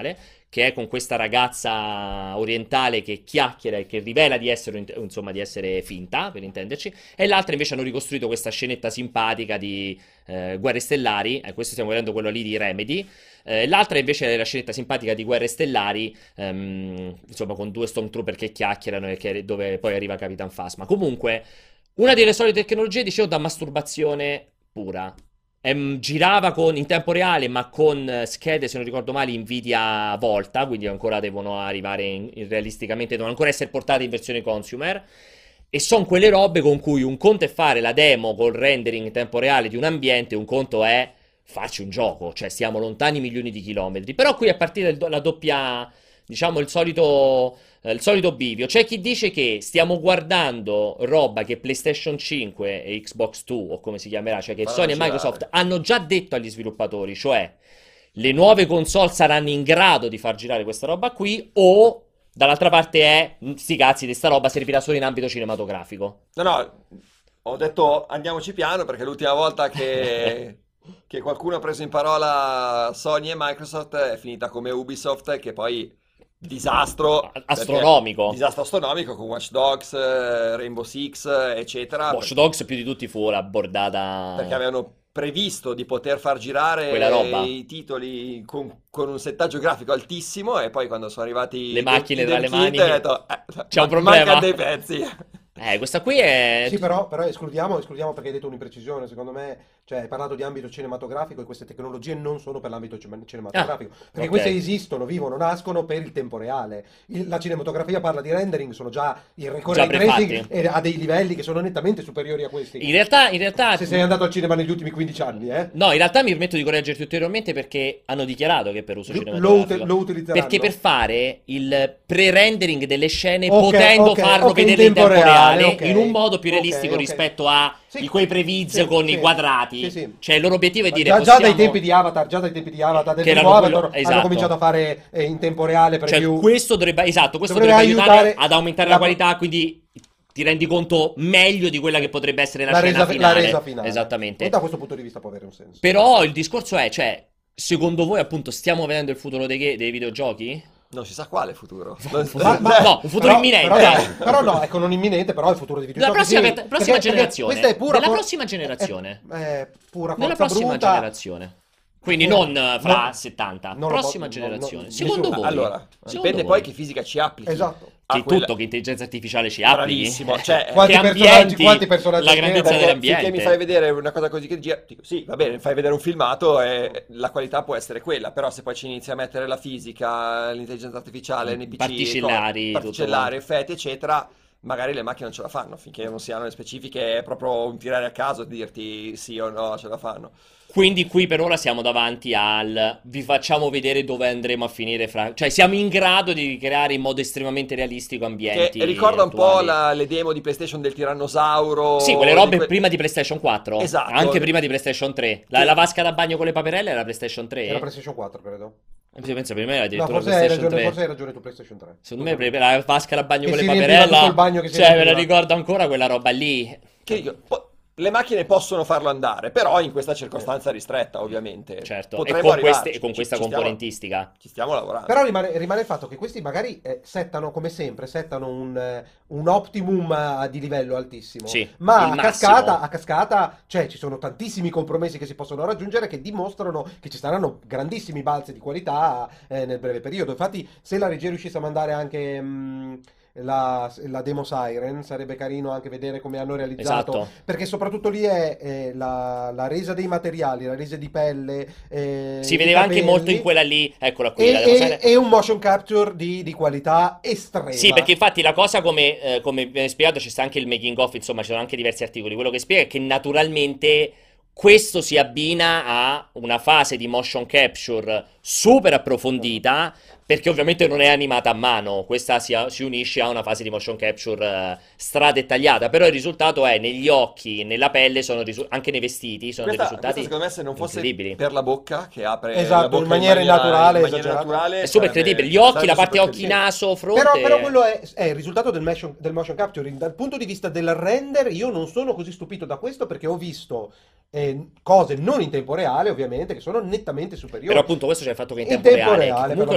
Speaker 1: che è con questa ragazza orientale che chiacchiera e che rivela di essere, insomma, di essere finta, per intenderci, e l'altra invece hanno ricostruito questa scenetta simpatica di eh, Guerre Stellari, e eh, questo stiamo vedendo quello lì di Remedy. Eh, l'altra invece è la scenetta simpatica di Guerre Stellari, ehm, insomma, con due Stormtrooper che chiacchierano e che, dove poi arriva Capitan Phasma. Comunque, una delle solite tecnologie, dicevo, da masturbazione pura. Ehm, girava con, in tempo reale, ma con schede, se non ricordo male, Nvidia Volta, quindi ancora devono arrivare in, in realisticamente, devono ancora essere portate in versione consumer. E sono quelle robe con cui un conto è fare la demo col rendering in tempo reale di un ambiente, un conto è farci un gioco, cioè stiamo lontani milioni di chilometri. Però qui a partire dalla doppia, diciamo, il solito, eh, il solito bivio. C'è chi dice che stiamo guardando roba che PlayStation cinque e Xbox due, o come si chiamerà, cioè che
Speaker 3: Fanno
Speaker 1: Sony e
Speaker 3: girare.
Speaker 1: Microsoft hanno già detto agli sviluppatori, cioè le nuove console saranno in grado di far girare questa roba qui, o dall'altra parte è, sti cazzi di sta roba servirà solo in ambito cinematografico.
Speaker 3: No, no, ho detto andiamoci piano perché l'ultima volta che, che qualcuno ha preso in parola Sony e Microsoft è finita come Ubisoft, che poi disastro
Speaker 1: Astronomico.
Speaker 3: perché- disastro astronomico con Watch Dogs, eh, Rainbow Six, eh, eccetera,
Speaker 1: Watch Dogs più di tutti fu la bordata.
Speaker 3: perché avevano previsto di poter far girare
Speaker 1: Quella roba.
Speaker 3: i titoli con, con un settaggio grafico altissimo, e poi quando sono arrivati
Speaker 1: Le
Speaker 3: i
Speaker 1: macchine
Speaker 3: i
Speaker 1: tra le
Speaker 3: dev kit,
Speaker 1: mani.
Speaker 3: ho detto, eh,
Speaker 1: C'è un
Speaker 3: ma-
Speaker 1: problema.
Speaker 3: mancano dei pezzi.
Speaker 1: Eh, questa qui è...
Speaker 2: Sì, però, però escludiamo, escludiamo perché hai detto un'imprecisione, secondo me, cioè hai parlato di ambito cinematografico e queste tecnologie non sono per l'ambito cima- cinematografico, perché
Speaker 1: ok.
Speaker 2: queste esistono, vivono, nascono per il tempo reale. Il- la cinematografia parla di rendering, sono già il ray
Speaker 1: Già
Speaker 2: tracing
Speaker 1: prefatti.
Speaker 2: e ha dei livelli che sono nettamente superiori a questi.
Speaker 1: In realtà, in realtà...
Speaker 2: Se sei andato al cinema negli ultimi quindici anni, eh?
Speaker 1: No, in realtà mi permetto di correggerti ulteriormente perché hanno dichiarato che per uso
Speaker 2: Lo,
Speaker 1: cinematografico.
Speaker 2: lo utilizzeranno.
Speaker 1: Perché per fare il pre-rendering delle scene,
Speaker 2: Ok,
Speaker 1: potendo
Speaker 2: ok,
Speaker 1: farlo
Speaker 2: ok, in
Speaker 1: vedere in
Speaker 2: tempo
Speaker 1: tempo
Speaker 2: reale,
Speaker 1: reale,
Speaker 2: ok.
Speaker 1: in un modo più
Speaker 2: Ok,
Speaker 1: realistico
Speaker 2: ok.
Speaker 1: rispetto a
Speaker 2: Sì,
Speaker 1: i- quei previz
Speaker 2: sì,
Speaker 1: con
Speaker 2: sì,
Speaker 1: i quadrati.
Speaker 2: sì, sì.
Speaker 1: Cioè, il loro obiettivo è dire
Speaker 2: già, già
Speaker 1: possiamo...
Speaker 2: dai tempi di Avatar, già dai tempi di Avatar del
Speaker 1: Che
Speaker 2: primo
Speaker 1: erano quello-
Speaker 2: Avatar hanno
Speaker 1: esatto.
Speaker 2: cominciato a fare eh, in tempo reale
Speaker 1: Cioè,
Speaker 2: preview.
Speaker 1: questo dovrebbe, esatto, questo
Speaker 2: Dovrebbe
Speaker 1: dovrebbe aiutare
Speaker 2: aiutare
Speaker 1: ad aumentare
Speaker 2: la-
Speaker 1: la qualità, quindi ti rendi conto meglio di quella che potrebbe essere la,
Speaker 2: la
Speaker 1: scena
Speaker 2: resa, la
Speaker 1: finale.
Speaker 2: resa finale.
Speaker 1: Esattamente.
Speaker 2: E da questo punto di vista può avere un senso.
Speaker 1: Però il discorso è, cioè, secondo voi appunto stiamo vedendo il futuro dei, dei videogiochi?
Speaker 3: Non si sa quale futuro.
Speaker 2: Ma- ma-
Speaker 1: No, un futuro
Speaker 2: però-
Speaker 1: imminente.
Speaker 2: Però, dai, però no, ecco, non imminente, però il futuro di
Speaker 1: Della
Speaker 2: videogiochi.
Speaker 1: prossima,
Speaker 2: sì,
Speaker 1: prossima
Speaker 2: perché- perché
Speaker 1: generazione.
Speaker 2: Questa è pura
Speaker 1: Della
Speaker 2: for-
Speaker 1: prossima generazione.
Speaker 2: È, è pura
Speaker 1: Nella
Speaker 2: forza
Speaker 1: prossima
Speaker 2: bruta.
Speaker 1: generazione. Quindi
Speaker 2: Eh,
Speaker 1: non eh, fra
Speaker 2: no,
Speaker 1: settanta.
Speaker 2: non lo po-
Speaker 1: Prossima
Speaker 2: no,
Speaker 1: generazione.
Speaker 2: no,
Speaker 1: Secondo
Speaker 2: nessuno.
Speaker 1: voi?
Speaker 3: Allora,
Speaker 1: Secondo
Speaker 3: dipende
Speaker 1: voi?
Speaker 3: poi che fisica ci applichi.
Speaker 2: Esatto.
Speaker 3: a
Speaker 1: Che
Speaker 3: quella-
Speaker 1: tutto, che intelligenza artificiale ci applichi.
Speaker 3: Bravissimo, cioè,
Speaker 2: Quanti
Speaker 1: che
Speaker 2: personaggi-
Speaker 1: ambienti,
Speaker 2: quanti personaggi
Speaker 1: la
Speaker 2: c'erano?
Speaker 1: grandezza
Speaker 3: perché
Speaker 1: dell'ambiente.
Speaker 3: finché mi fai vedere una cosa così che gira, dico sì, va bene, fai vedere un filmato e la qualità può essere quella, però se poi ci inizi a mettere la fisica, l'intelligenza artificiale, N P C,
Speaker 1: Particellari,
Speaker 3: co- particellari,
Speaker 1: tutto
Speaker 3: effetti, eccetera, magari le macchine non ce la fanno, finché non si hanno le specifiche, è proprio un tirare a caso e dirti sì o no, ce la fanno.
Speaker 1: Quindi qui per ora siamo davanti al vi facciamo vedere dove andremo a finire fra... Cioè siamo in grado di ricreare in modo estremamente realistico ambienti
Speaker 3: Che ricorda un po'
Speaker 1: attuali.
Speaker 3: la- le demo di PlayStation del tirannosauro.
Speaker 1: Sì, quelle robe
Speaker 3: di que-
Speaker 1: prima di PlayStation quattro.
Speaker 3: Esatto.
Speaker 1: Anche prima di PlayStation tre. La,
Speaker 3: Sì.
Speaker 1: la vasca da bagno con le paperelle era PlayStation tre?
Speaker 2: Era PlayStation quattro, credo.
Speaker 1: Io penso per me era
Speaker 2: No,
Speaker 1: addirittura
Speaker 2: forse hai
Speaker 1: PlayStation
Speaker 2: ragione,
Speaker 1: tre.
Speaker 2: forse hai ragione tu, PlayStation tre.
Speaker 1: Secondo me pre- la vasca da bagno
Speaker 2: Che
Speaker 1: con le
Speaker 2: si riempiva tutto
Speaker 1: paperelle.
Speaker 2: il bagno che si
Speaker 1: Cioè, me la
Speaker 2: riempiva.
Speaker 1: ricordo ancora quella roba lì.
Speaker 3: Che dico, po- le macchine possono farlo andare, però in questa circostanza ristretta, ovviamente.
Speaker 1: Certo. E
Speaker 3: Potremmo
Speaker 1: con,
Speaker 3: arrivarci,
Speaker 1: queste- e con
Speaker 3: ci-
Speaker 1: questa
Speaker 3: ci stiamo-
Speaker 1: componentistica.
Speaker 3: Ci stiamo lavorando.
Speaker 2: Però rimane, rimane il fatto che questi magari eh, settano, come sempre, settano un, eh, un optimum eh, di livello altissimo.
Speaker 1: Sì,
Speaker 2: Ma
Speaker 1: il
Speaker 2: a
Speaker 1: massimo.
Speaker 2: cascata, a cascata, cioè ci sono tantissimi compromessi che si possono raggiungere che dimostrano che ci saranno grandissimi balzi di qualità eh, nel breve periodo. Infatti, se la regia riuscisse a mandare anche mh, la, la demo Siren, sarebbe carino anche vedere come hanno realizzato.
Speaker 1: Esatto.
Speaker 2: Perché soprattutto lì è eh, la, la resa dei materiali, la resa di pelle. eh,
Speaker 1: Si
Speaker 2: i
Speaker 1: vedeva anche
Speaker 2: capelli.
Speaker 1: molto in quella lì. Eccola qui.
Speaker 2: E,
Speaker 1: la devo
Speaker 2: e-
Speaker 1: usare.
Speaker 2: e un motion capture di, di qualità estrema.
Speaker 1: Sì, perché infatti la cosa come, eh, come viene spiegato, c'è sta anche il making of, insomma, ci sono anche diversi articoli. Quello che spiega è che naturalmente questo si abbina a una fase di motion capture super approfondita, perché ovviamente non è animata a mano, questa si, si unisce a una fase di motion capture eh, stradettagliata, però il risultato è negli occhi, nella pelle, sono risu- anche nei vestiti, sono
Speaker 3: Questa,
Speaker 1: dei risultati
Speaker 3: questa, secondo me, se non fosse
Speaker 1: incredibili.
Speaker 3: per la bocca che apre
Speaker 2: Esatto,
Speaker 3: la bocca
Speaker 2: in maniera naturale,
Speaker 3: in maniera
Speaker 2: esagerata.
Speaker 3: naturale,
Speaker 1: È super
Speaker 3: sarebbe-
Speaker 1: credibile, gli occhi,
Speaker 3: sarebbe
Speaker 1: la parte
Speaker 3: super
Speaker 1: occhi,
Speaker 3: credibile.
Speaker 1: naso, fronte.
Speaker 2: Però, però quello è, è il risultato del motion, del motion capturing. Dal punto di vista del render, io non sono così stupito da questo perché ho visto eh, cose non in tempo reale, ovviamente, che sono nettamente superiori.
Speaker 1: Però appunto questo c'è il fatto che in
Speaker 2: In
Speaker 1: tempo,
Speaker 2: tempo
Speaker 1: reale,
Speaker 2: reale,
Speaker 1: che comunque
Speaker 2: per
Speaker 1: è un
Speaker 2: l'amor del
Speaker 1: elemento,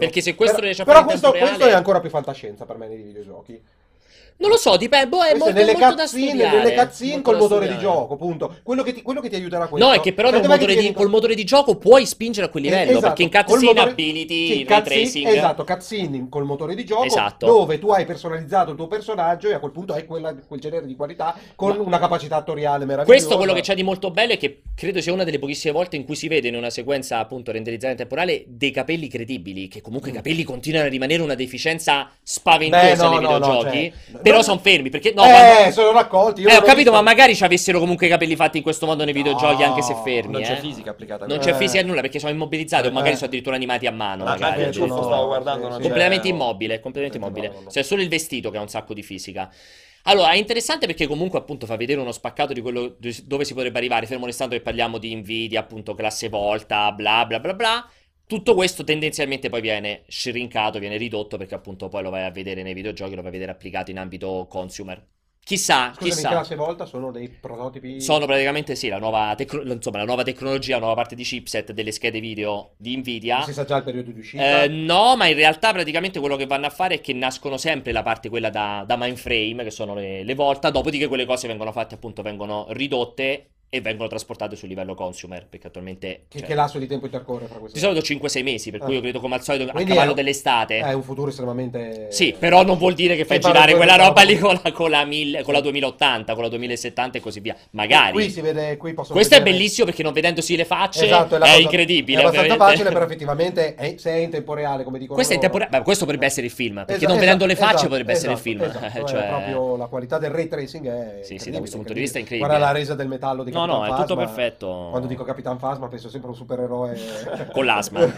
Speaker 1: perché se questo
Speaker 2: però,
Speaker 1: riesce a
Speaker 2: però
Speaker 1: fare in
Speaker 2: questo,
Speaker 1: tempo reale...
Speaker 2: questo è ancora più fantascienza per me nei videogiochi.
Speaker 1: Non lo so, dipende, boh, è
Speaker 2: Questo
Speaker 1: molto,
Speaker 2: nelle
Speaker 1: molto da
Speaker 2: cutscene,
Speaker 1: studiare.
Speaker 2: nelle cutscene
Speaker 1: molto
Speaker 2: col
Speaker 1: da
Speaker 2: motore di
Speaker 1: studiare.
Speaker 2: gioco, appunto. Quello che ti, quello che ti aiuterà questo.
Speaker 1: No, è che però nel
Speaker 2: Tant'è che
Speaker 1: motore
Speaker 2: ti
Speaker 1: di,
Speaker 2: viene-
Speaker 1: col motore di gioco puoi spingere a quel
Speaker 2: Eh,
Speaker 1: livello,
Speaker 2: esatto,
Speaker 1: perché in
Speaker 2: col
Speaker 1: cutscene
Speaker 2: motore-
Speaker 1: ability,
Speaker 2: sì,
Speaker 1: ray
Speaker 2: cutscene-
Speaker 1: tracing...
Speaker 2: esatto, cutscene col motore di gioco,
Speaker 1: Esatto.
Speaker 2: dove tu hai personalizzato il tuo personaggio e a quel punto hai quella- quel genere di qualità con
Speaker 1: Ma-
Speaker 2: una capacità attoriale meravigliosa.
Speaker 1: Questo quello che c'è di molto bello è che credo sia una delle pochissime volte in cui si vede in una sequenza appunto renderizzata in tempo reale dei capelli credibili, che comunque i capelli continuano a rimanere una deficienza spaventosa
Speaker 2: Beh, no,
Speaker 1: nei
Speaker 2: no, no,
Speaker 1: videogiochi,
Speaker 2: cioè,
Speaker 1: però
Speaker 2: no-
Speaker 1: sono fermi, perché no,
Speaker 2: eh,
Speaker 1: quando-
Speaker 2: sono raccolti. io
Speaker 1: Eh,
Speaker 2: non
Speaker 1: ho
Speaker 2: l'ho
Speaker 1: capito,
Speaker 2: visto.
Speaker 1: ma magari ci avessero comunque i capelli fatti in questo modo nei videogiochi,
Speaker 2: No,
Speaker 1: anche se fermi,
Speaker 3: Non c'è
Speaker 1: eh.
Speaker 3: fisica applicata a
Speaker 1: Non
Speaker 3: quello.
Speaker 1: c'è
Speaker 2: Eh.
Speaker 1: fisica nulla, perché sono immobilizzati o
Speaker 2: Eh.
Speaker 1: magari sono addirittura animati a mano,
Speaker 3: Ah,
Speaker 1: magari.
Speaker 3: anche il ciuffo
Speaker 2: no,
Speaker 3: stavo guardando,
Speaker 2: sì,
Speaker 3: non
Speaker 2: sì.
Speaker 3: c'è-
Speaker 1: Completamente
Speaker 3: oh.
Speaker 1: immobile, completamente
Speaker 2: No,
Speaker 1: immobile.
Speaker 2: no, no.
Speaker 1: Cioè, solo il vestito che ha un sacco di fisica. Allora, è interessante perché comunque appunto fa vedere uno spaccato di quello dove si potrebbe arrivare, fermo restando che parliamo di Nvidia, appunto classe Volta, bla bla bla bla. Tutto questo tendenzialmente poi viene shrinkato, viene ridotto perché appunto poi lo vai a vedere nei videogiochi, lo vai a vedere applicato in ambito consumer. Chissà,
Speaker 2: Scusami,
Speaker 1: chissà.
Speaker 2: classe Volta sono dei prototipi.
Speaker 1: Sono praticamente sì, la nuova, tecno- insomma, la nuova tecnologia, la nuova parte di chipset delle schede video di Nvidia.
Speaker 2: Si sa già il periodo di uscita.
Speaker 1: Eh, no, ma in realtà praticamente quello che vanno a fare è che nascono sempre la parte quella da, da mainframe, che sono le, le Volta, dopodiché quelle cose vengono fatte appunto, vengono ridotte e vengono trasportate sul livello consumer, perché attualmente...
Speaker 2: che,
Speaker 1: cioè,
Speaker 2: che lasso di tempo intercorre fra queste
Speaker 1: di solito cinque sei mesi, per cui
Speaker 2: Ah.
Speaker 1: io credo come al solito a
Speaker 2: Quindi
Speaker 1: cavallo
Speaker 2: è-
Speaker 1: dell'estate.
Speaker 2: È un futuro estremamente.
Speaker 1: Sì, però non vuol dire che fai
Speaker 2: Sì, parlo
Speaker 1: girare
Speaker 2: di
Speaker 1: quella
Speaker 2: quello-
Speaker 1: roba lì con la, con la, mille- con la duemilaottanta, con la duemilasettanta e così via. Magari.
Speaker 2: Qui si vede, qui possono
Speaker 1: Questo è
Speaker 2: vedere-
Speaker 1: bellissimo perché non vedendosi le facce
Speaker 2: Esatto,
Speaker 1: è,
Speaker 2: la cosa-
Speaker 1: incredibile.
Speaker 2: È abbastanza
Speaker 1: ovviamente.
Speaker 2: facile, però effettivamente è- se è in tempo reale, come dicono
Speaker 1: Questo è in
Speaker 2: loro-
Speaker 1: tempo reale, ma questo potrebbe essere il film, perché
Speaker 2: Esatto,
Speaker 1: non vedendo le
Speaker 2: esatto,
Speaker 1: facce
Speaker 2: esatto,
Speaker 1: potrebbe essere il
Speaker 2: esatto,
Speaker 1: film.
Speaker 2: esatto,
Speaker 1: Cioè-
Speaker 2: è proprio la qualità del ray tracing è
Speaker 1: Sì, sì,
Speaker 2: incredibile,
Speaker 1: da questo punto di vista è
Speaker 2: incredibile.
Speaker 1: incredibile.
Speaker 2: Guarda la resa del metallo di
Speaker 1: No,
Speaker 2: Capitan
Speaker 1: no, è
Speaker 2: Phasma.
Speaker 1: tutto perfetto.
Speaker 2: Quando dico Capitan Phasma penso sempre a un supereroe
Speaker 1: Con l'asma.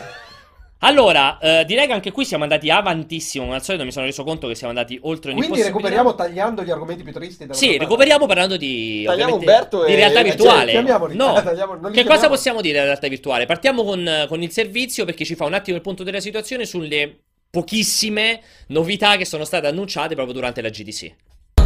Speaker 1: Allora, eh, direi che anche qui siamo andati avantissimo, come al solito mi sono reso conto che siamo andati oltre ogni
Speaker 2: Quindi
Speaker 1: possibilità.
Speaker 2: recuperiamo tagliando gli argomenti più tristi della
Speaker 1: Sì,
Speaker 2: puntata.
Speaker 1: recuperiamo parlando di,
Speaker 3: Tagliamo
Speaker 1: ovviamente,
Speaker 3: Umberto
Speaker 1: di
Speaker 3: e-
Speaker 1: realtà
Speaker 3: e-
Speaker 1: virtuale.
Speaker 2: chiamiamoli,
Speaker 1: No,
Speaker 2: tagliamo- non li
Speaker 1: che cosa
Speaker 2: chiamiamo.
Speaker 1: possiamo dire della realtà virtuale? Partiamo con, con il servizio perché ci fa un attimo il punto della situazione sulle pochissime novità che sono state annunciate proprio durante la G D C.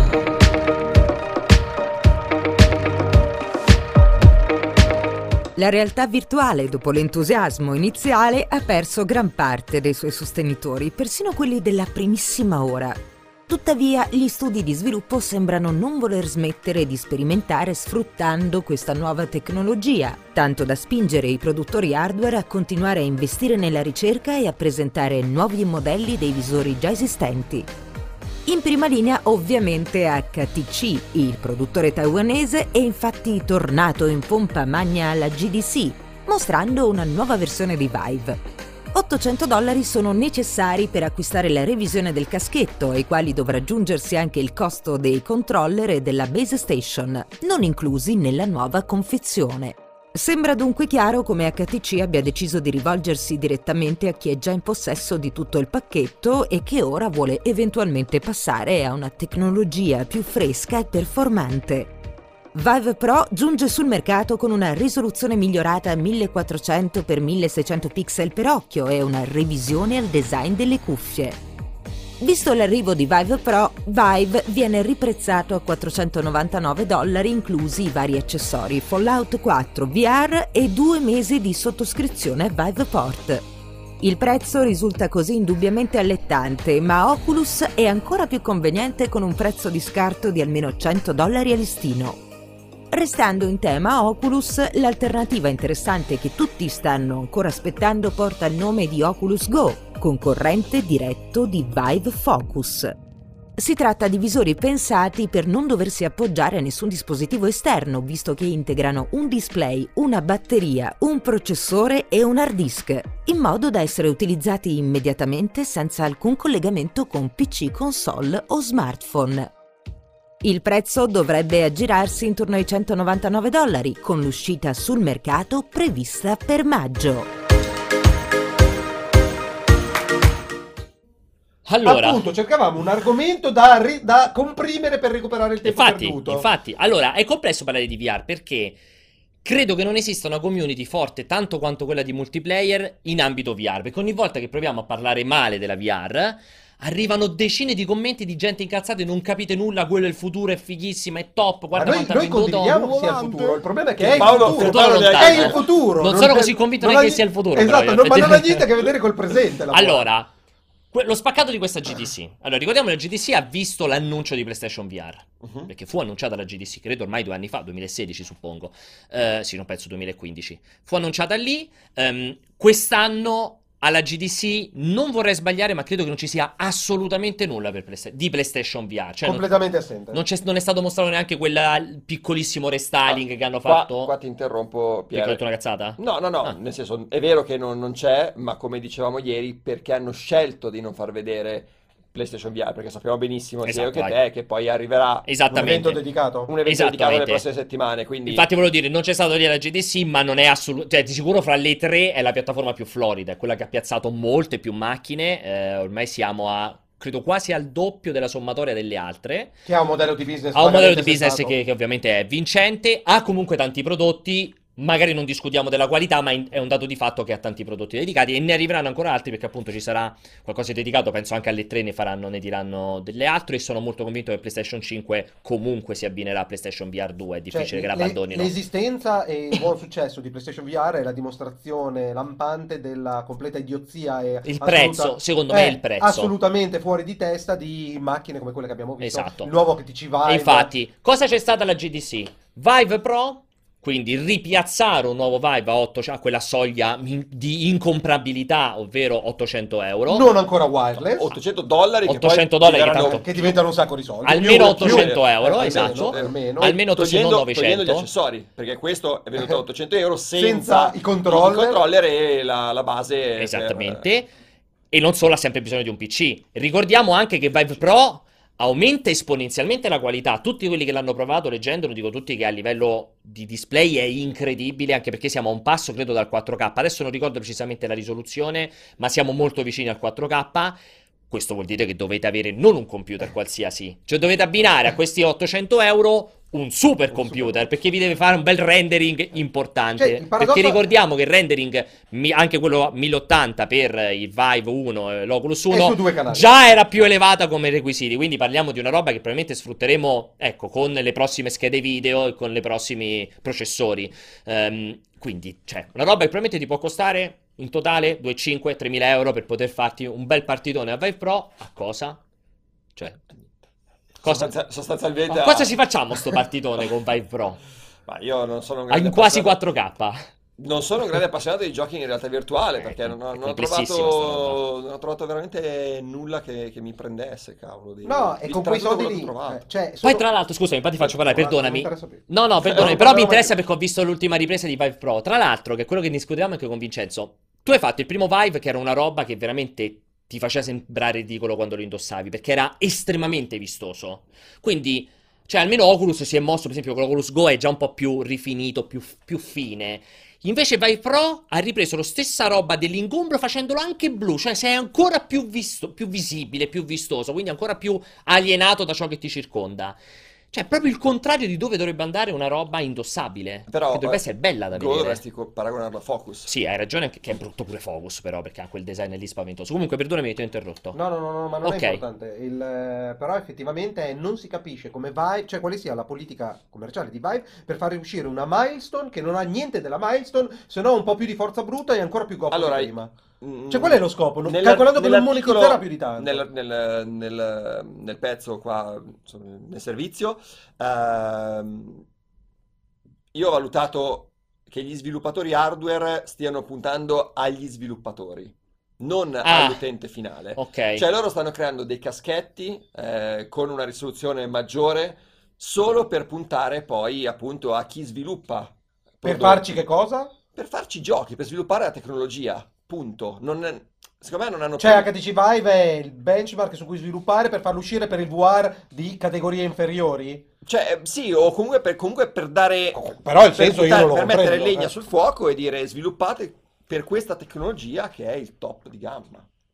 Speaker 4: La realtà virtuale, dopo l'entusiasmo iniziale, ha perso gran parte dei suoi sostenitori, persino quelli della primissima ora. Tuttavia, gli studi di sviluppo sembrano non voler smettere di sperimentare sfruttando questa nuova tecnologia, tanto da spingere i produttori hardware a continuare a investire nella ricerca e a presentare nuovi modelli dei visori già esistenti. In prima linea ovviamente H T C, il produttore taiwanese, è infatti tornato in pompa magna alla G D C, mostrando una nuova versione di Vive. ottocento dollari sono necessari per acquistare la revisione del caschetto, ai quali dovrà aggiungersi anche il costo dei controller e della base station, non inclusi nella nuova confezione. Sembra dunque chiaro come H T C abbia deciso di rivolgersi direttamente a chi è già in possesso di tutto il pacchetto e che ora vuole eventualmente passare a una tecnologia più fresca e performante. Vive Pro giunge sul mercato con una risoluzione migliorata a millequattrocento per milleseicento pixel per occhio e una revisione al design delle cuffie. Visto l'arrivo di Vive Pro, Vive viene riprezzato a quattrocentonovantanove dollari inclusi i vari accessori Fallout quattro V R e due mesi di sottoscrizione Viveport. Il prezzo risulta così indubbiamente allettante, ma Oculus è ancora più conveniente con un prezzo di scarto di almeno cento dollari a listino. Restando in tema Oculus, l'alternativa interessante che tutti stanno ancora aspettando porta il nome di Oculus Go, concorrente diretto di Vive Focus. Si tratta di visori pensati per non doversi appoggiare a nessun dispositivo esterno, visto che integrano un display, una batteria, un processore e un hard disk, in modo da essere utilizzati immediatamente senza alcun collegamento con P C, console o smartphone. Il prezzo dovrebbe aggirarsi intorno ai centonovantanove dollari, con l'uscita sul mercato prevista per maggio.
Speaker 1: Allora,
Speaker 2: Appunto, cercavamo un argomento da, ri- da comprimere per recuperare il tempo
Speaker 1: infatti,
Speaker 2: perduto.
Speaker 1: infatti, allora, è complesso parlare di V R perché credo che non esista una community forte tanto quanto quella di multiplayer in ambito V R, perché ogni volta che proviamo a parlare male della V R arrivano decine di commenti di gente incazzata e non capite nulla, quello è il futuro, è fighissimo, è top,
Speaker 2: Ma
Speaker 1: guarda
Speaker 2: noi,
Speaker 1: quanto ha
Speaker 2: noi
Speaker 1: venduto.
Speaker 2: condividiamo che sia il futuro. Il problema è che è il
Speaker 3: Paolo-
Speaker 2: futuro.
Speaker 1: futuro
Speaker 3: Paolo
Speaker 1: lontano.
Speaker 2: È il futuro.
Speaker 1: Non sono
Speaker 2: c'è-
Speaker 1: così convinto
Speaker 2: non
Speaker 1: neanche
Speaker 2: ha-
Speaker 1: che sia il futuro,
Speaker 2: Esatto,
Speaker 1: però,
Speaker 2: non- ma non ha
Speaker 1: effettivamente.
Speaker 2: niente a che vedere col presente. la
Speaker 1: Allora, que- lo spaccato di questa G D C. Allora, ricordiamo che la G D C ha visto l'annuncio di PlayStation V R.
Speaker 3: Mhm.
Speaker 1: Perché fu annunciata la G D C, credo ormai due anni fa, duemilasedici suppongo. Eh, sì, non penso duemilaquindici. Fu annunciata lì. Ehm, quest'anno alla G D C non vorrei sbagliare, ma credo che non ci sia assolutamente nulla per Playsta- di PlayStation V R. Cioè, non,
Speaker 2: completamente assente.
Speaker 1: non, c'è- non è stato mostrato neanche quel piccolissimo restyling che hanno
Speaker 3: Qua,
Speaker 1: fatto.
Speaker 3: qua ti interrompo,
Speaker 1: Perché ho
Speaker 3: Pier.
Speaker 1: detto una cazzata?
Speaker 3: No, no, no,
Speaker 1: Ah.
Speaker 3: nel senso, è vero che non, non c'è, ma come dicevamo ieri, perché hanno scelto di non far vedere PlayStation V R, perché sappiamo benissimo sia io
Speaker 1: Esatto,
Speaker 3: che
Speaker 1: vai.
Speaker 3: te che poi arriverà
Speaker 2: Un
Speaker 1: Esattamente.
Speaker 2: evento dedicato.
Speaker 3: un evento dedicato
Speaker 1: Esattamente.
Speaker 3: nelle prossime settimane, quindi
Speaker 1: Infatti volevo dire, non c'è stato lì alla G D C, ma non è assolutamente... Cioè, di sicuro fra le tre è la piattaforma più florida, è quella che ha piazzato molte più macchine, eh, ormai siamo a... credo quasi al doppio della sommatoria delle altre.
Speaker 2: Che ha un modello di business.
Speaker 1: Ha un modello di
Speaker 2: vagamente
Speaker 1: business
Speaker 2: sensato.
Speaker 1: che, che ovviamente è vincente, ha comunque tanti prodotti, magari non discutiamo della qualità, ma in- è un dato di fatto che ha tanti prodotti dedicati e ne arriveranno ancora altri perché appunto ci sarà qualcosa di dedicato, penso anche alle tre ne faranno, ne diranno delle altre e sono molto convinto che PlayStation cinque comunque si abbinerà a PlayStation V R due, è
Speaker 2: Cioè,
Speaker 1: difficile che la
Speaker 2: le-
Speaker 1: abbandonino.
Speaker 2: L'esistenza e il buon successo di PlayStation V R è la dimostrazione lampante della completa idiozia e
Speaker 1: Il
Speaker 2: assoluta-
Speaker 1: prezzo, secondo me è il prezzo.
Speaker 2: assolutamente fuori di testa di macchine come quelle che abbiamo visto.
Speaker 1: Esatto.
Speaker 2: Il nuovo H T C Vive.
Speaker 1: E infatti, cosa c'è stata alla G D C? Vive Pro, quindi ripiazzare un nuovo Vive a, otto, a quella soglia in- di incomprabilità, ovvero ottocento euro.
Speaker 2: non ancora wireless,
Speaker 3: ottocento dollari che poi
Speaker 1: ottocento dollari che
Speaker 3: diventeranno-
Speaker 1: tanto-
Speaker 2: che diventano un sacco di soldi.
Speaker 1: Almeno
Speaker 2: Più- più-
Speaker 1: ottocento euro,
Speaker 2: almeno,
Speaker 1: esatto.
Speaker 2: almeno.
Speaker 1: Almeno
Speaker 3: togliendo,
Speaker 1: non
Speaker 3: togliendo gli
Speaker 1: novecento.
Speaker 3: accessori, perché questo è venuto a ottocento euro senza,
Speaker 2: Senza i controller.
Speaker 3: i controller e la, la base per-
Speaker 1: Esattamente. E non solo, ha sempre bisogno di un P C. Ricordiamo anche che Vive Pro aumenta esponenzialmente la qualità. Tutti quelli che l'hanno provato, leggendolo, dico tutti che a livello di display è incredibile, anche perché siamo a un passo, credo, dal quattro K. Adesso non ricordo precisamente la risoluzione, ma siamo molto vicini al quattro K. Questo vuol dire che dovete avere non un computer qualsiasi, cioè dovete abbinare a questi ottocento euro un super
Speaker 2: Un
Speaker 1: computer,
Speaker 2: super-
Speaker 1: perché vi deve fare un bel rendering importante.
Speaker 2: Cioè, il paradosso-
Speaker 1: Perché ricordiamo che il rendering, mi- anche quello mille ottanta per il Vive uno e l'Oculus
Speaker 2: E
Speaker 1: uno,
Speaker 2: su due canali.
Speaker 1: già era più elevata come requisiti, quindi parliamo di una roba che probabilmente sfrutteremo, ecco, con le prossime schede video e con i prossimi processori. Ehm, quindi, cioè, una roba che probabilmente ti può costare in totale due virgola cinque tremila euro per poter farti un bel partitone a Vive Pro. A cosa? Cioè, cosa,
Speaker 3: Sostanzia- sostanzialmente
Speaker 1: ma
Speaker 3: a-
Speaker 1: cosa ci facciamo sto partitone con Vive Pro?
Speaker 3: Ma io non sono un
Speaker 1: A
Speaker 3: grande
Speaker 1: in quasi
Speaker 3: appassionato-
Speaker 1: quattro K.
Speaker 3: Non sono un grande appassionato di giochi in realtà virtuale, perché non ho,
Speaker 1: È
Speaker 3: non ho
Speaker 1: complessissima sta
Speaker 3: trovato, non ho trovato veramente nulla che, che mi prendesse, cavolo. Di,
Speaker 2: No, e
Speaker 3: di-
Speaker 2: con
Speaker 3: tra
Speaker 2: quei
Speaker 3: tutto
Speaker 2: soldi
Speaker 3: quello
Speaker 2: lì.
Speaker 3: che ho trovato.
Speaker 2: eh, cioè,
Speaker 1: Poi
Speaker 2: sono-
Speaker 1: tra l'altro, scusami, infatti faccio parlare,
Speaker 2: Guarda,
Speaker 1: perdonami.
Speaker 2: non mi interessa più.
Speaker 1: No, no, perdonami,
Speaker 2: Eh,
Speaker 1: però
Speaker 2: no,
Speaker 1: mi
Speaker 2: no,
Speaker 1: interessa
Speaker 2: ma-
Speaker 1: perché ho visto l'ultima ripresa di Vive Pro. Tra l'altro, che è quello che discutiamo anche con Vincenzo. Tu hai fatto il primo Vive che era una roba che veramente ti faceva sembrare ridicolo quando lo indossavi, perché era estremamente vistoso. Quindi, cioè, almeno Oculus si è mosso, per esempio, con l'Oculus Go è già un po' più rifinito, più, più fine. Invece Vive Pro ha ripreso la stessa roba dell'ingombro facendolo anche blu, cioè sei ancora più, visto, più visibile, più vistoso, quindi ancora più alienato da ciò che ti circonda. Cioè, proprio il contrario di dove dovrebbe andare una roba indossabile.
Speaker 3: Però,
Speaker 1: che dovrebbe
Speaker 3: eh,
Speaker 1: essere bella da
Speaker 3: Go
Speaker 1: vedere.
Speaker 3: dovresti co- paragonarlo a Focus.
Speaker 1: Sì, hai ragione, che è brutto pure Focus, però, perché ha quel design lì spaventoso. Comunque, perdonami, ti ho interrotto.
Speaker 2: No, no, no, no, ma non
Speaker 1: Ok.
Speaker 2: è importante. Il, eh, però effettivamente non si capisce come Vive, cioè quale sia la politica commerciale di Vive per fare uscire una milestone che non ha niente della milestone, se no un po' più di forza bruta e ancora più goffo
Speaker 3: Allora,
Speaker 2: di prima.
Speaker 3: Mm,
Speaker 2: Cioè, qual è lo scopo? Non-
Speaker 3: nella-
Speaker 2: calcolando che non
Speaker 3: nell'articolo-
Speaker 2: monetizzerà più di tanto.
Speaker 3: Nel, nel- nel- nel pezzo qua, insomma, nel servizio, ehm, io ho valutato che gli sviluppatori hardware stiano puntando agli sviluppatori, non
Speaker 1: Ah.
Speaker 3: all'utente finale.
Speaker 1: Ok.
Speaker 3: Cioè loro stanno creando dei caschetti eh, con una risoluzione maggiore solo per puntare poi appunto a chi sviluppa
Speaker 2: Per
Speaker 3: prodotti.
Speaker 2: farci che cosa?
Speaker 3: Per farci giochi, per sviluppare la tecnologia, punto. Non, secondo me non hanno
Speaker 2: Cioè,
Speaker 3: più-
Speaker 2: H T C Vive è il benchmark su cui sviluppare per farlo uscire per il V R di categorie inferiori?
Speaker 3: Cioè, sì, o comunque per, comunque per dare...
Speaker 2: Però il
Speaker 3: per
Speaker 2: senso io
Speaker 3: buttare-
Speaker 2: non lo
Speaker 3: per mettere
Speaker 2: comprendo,
Speaker 3: legna
Speaker 2: eh.
Speaker 3: sul fuoco e dire sviluppate per questa tecnologia che è il top di gamma.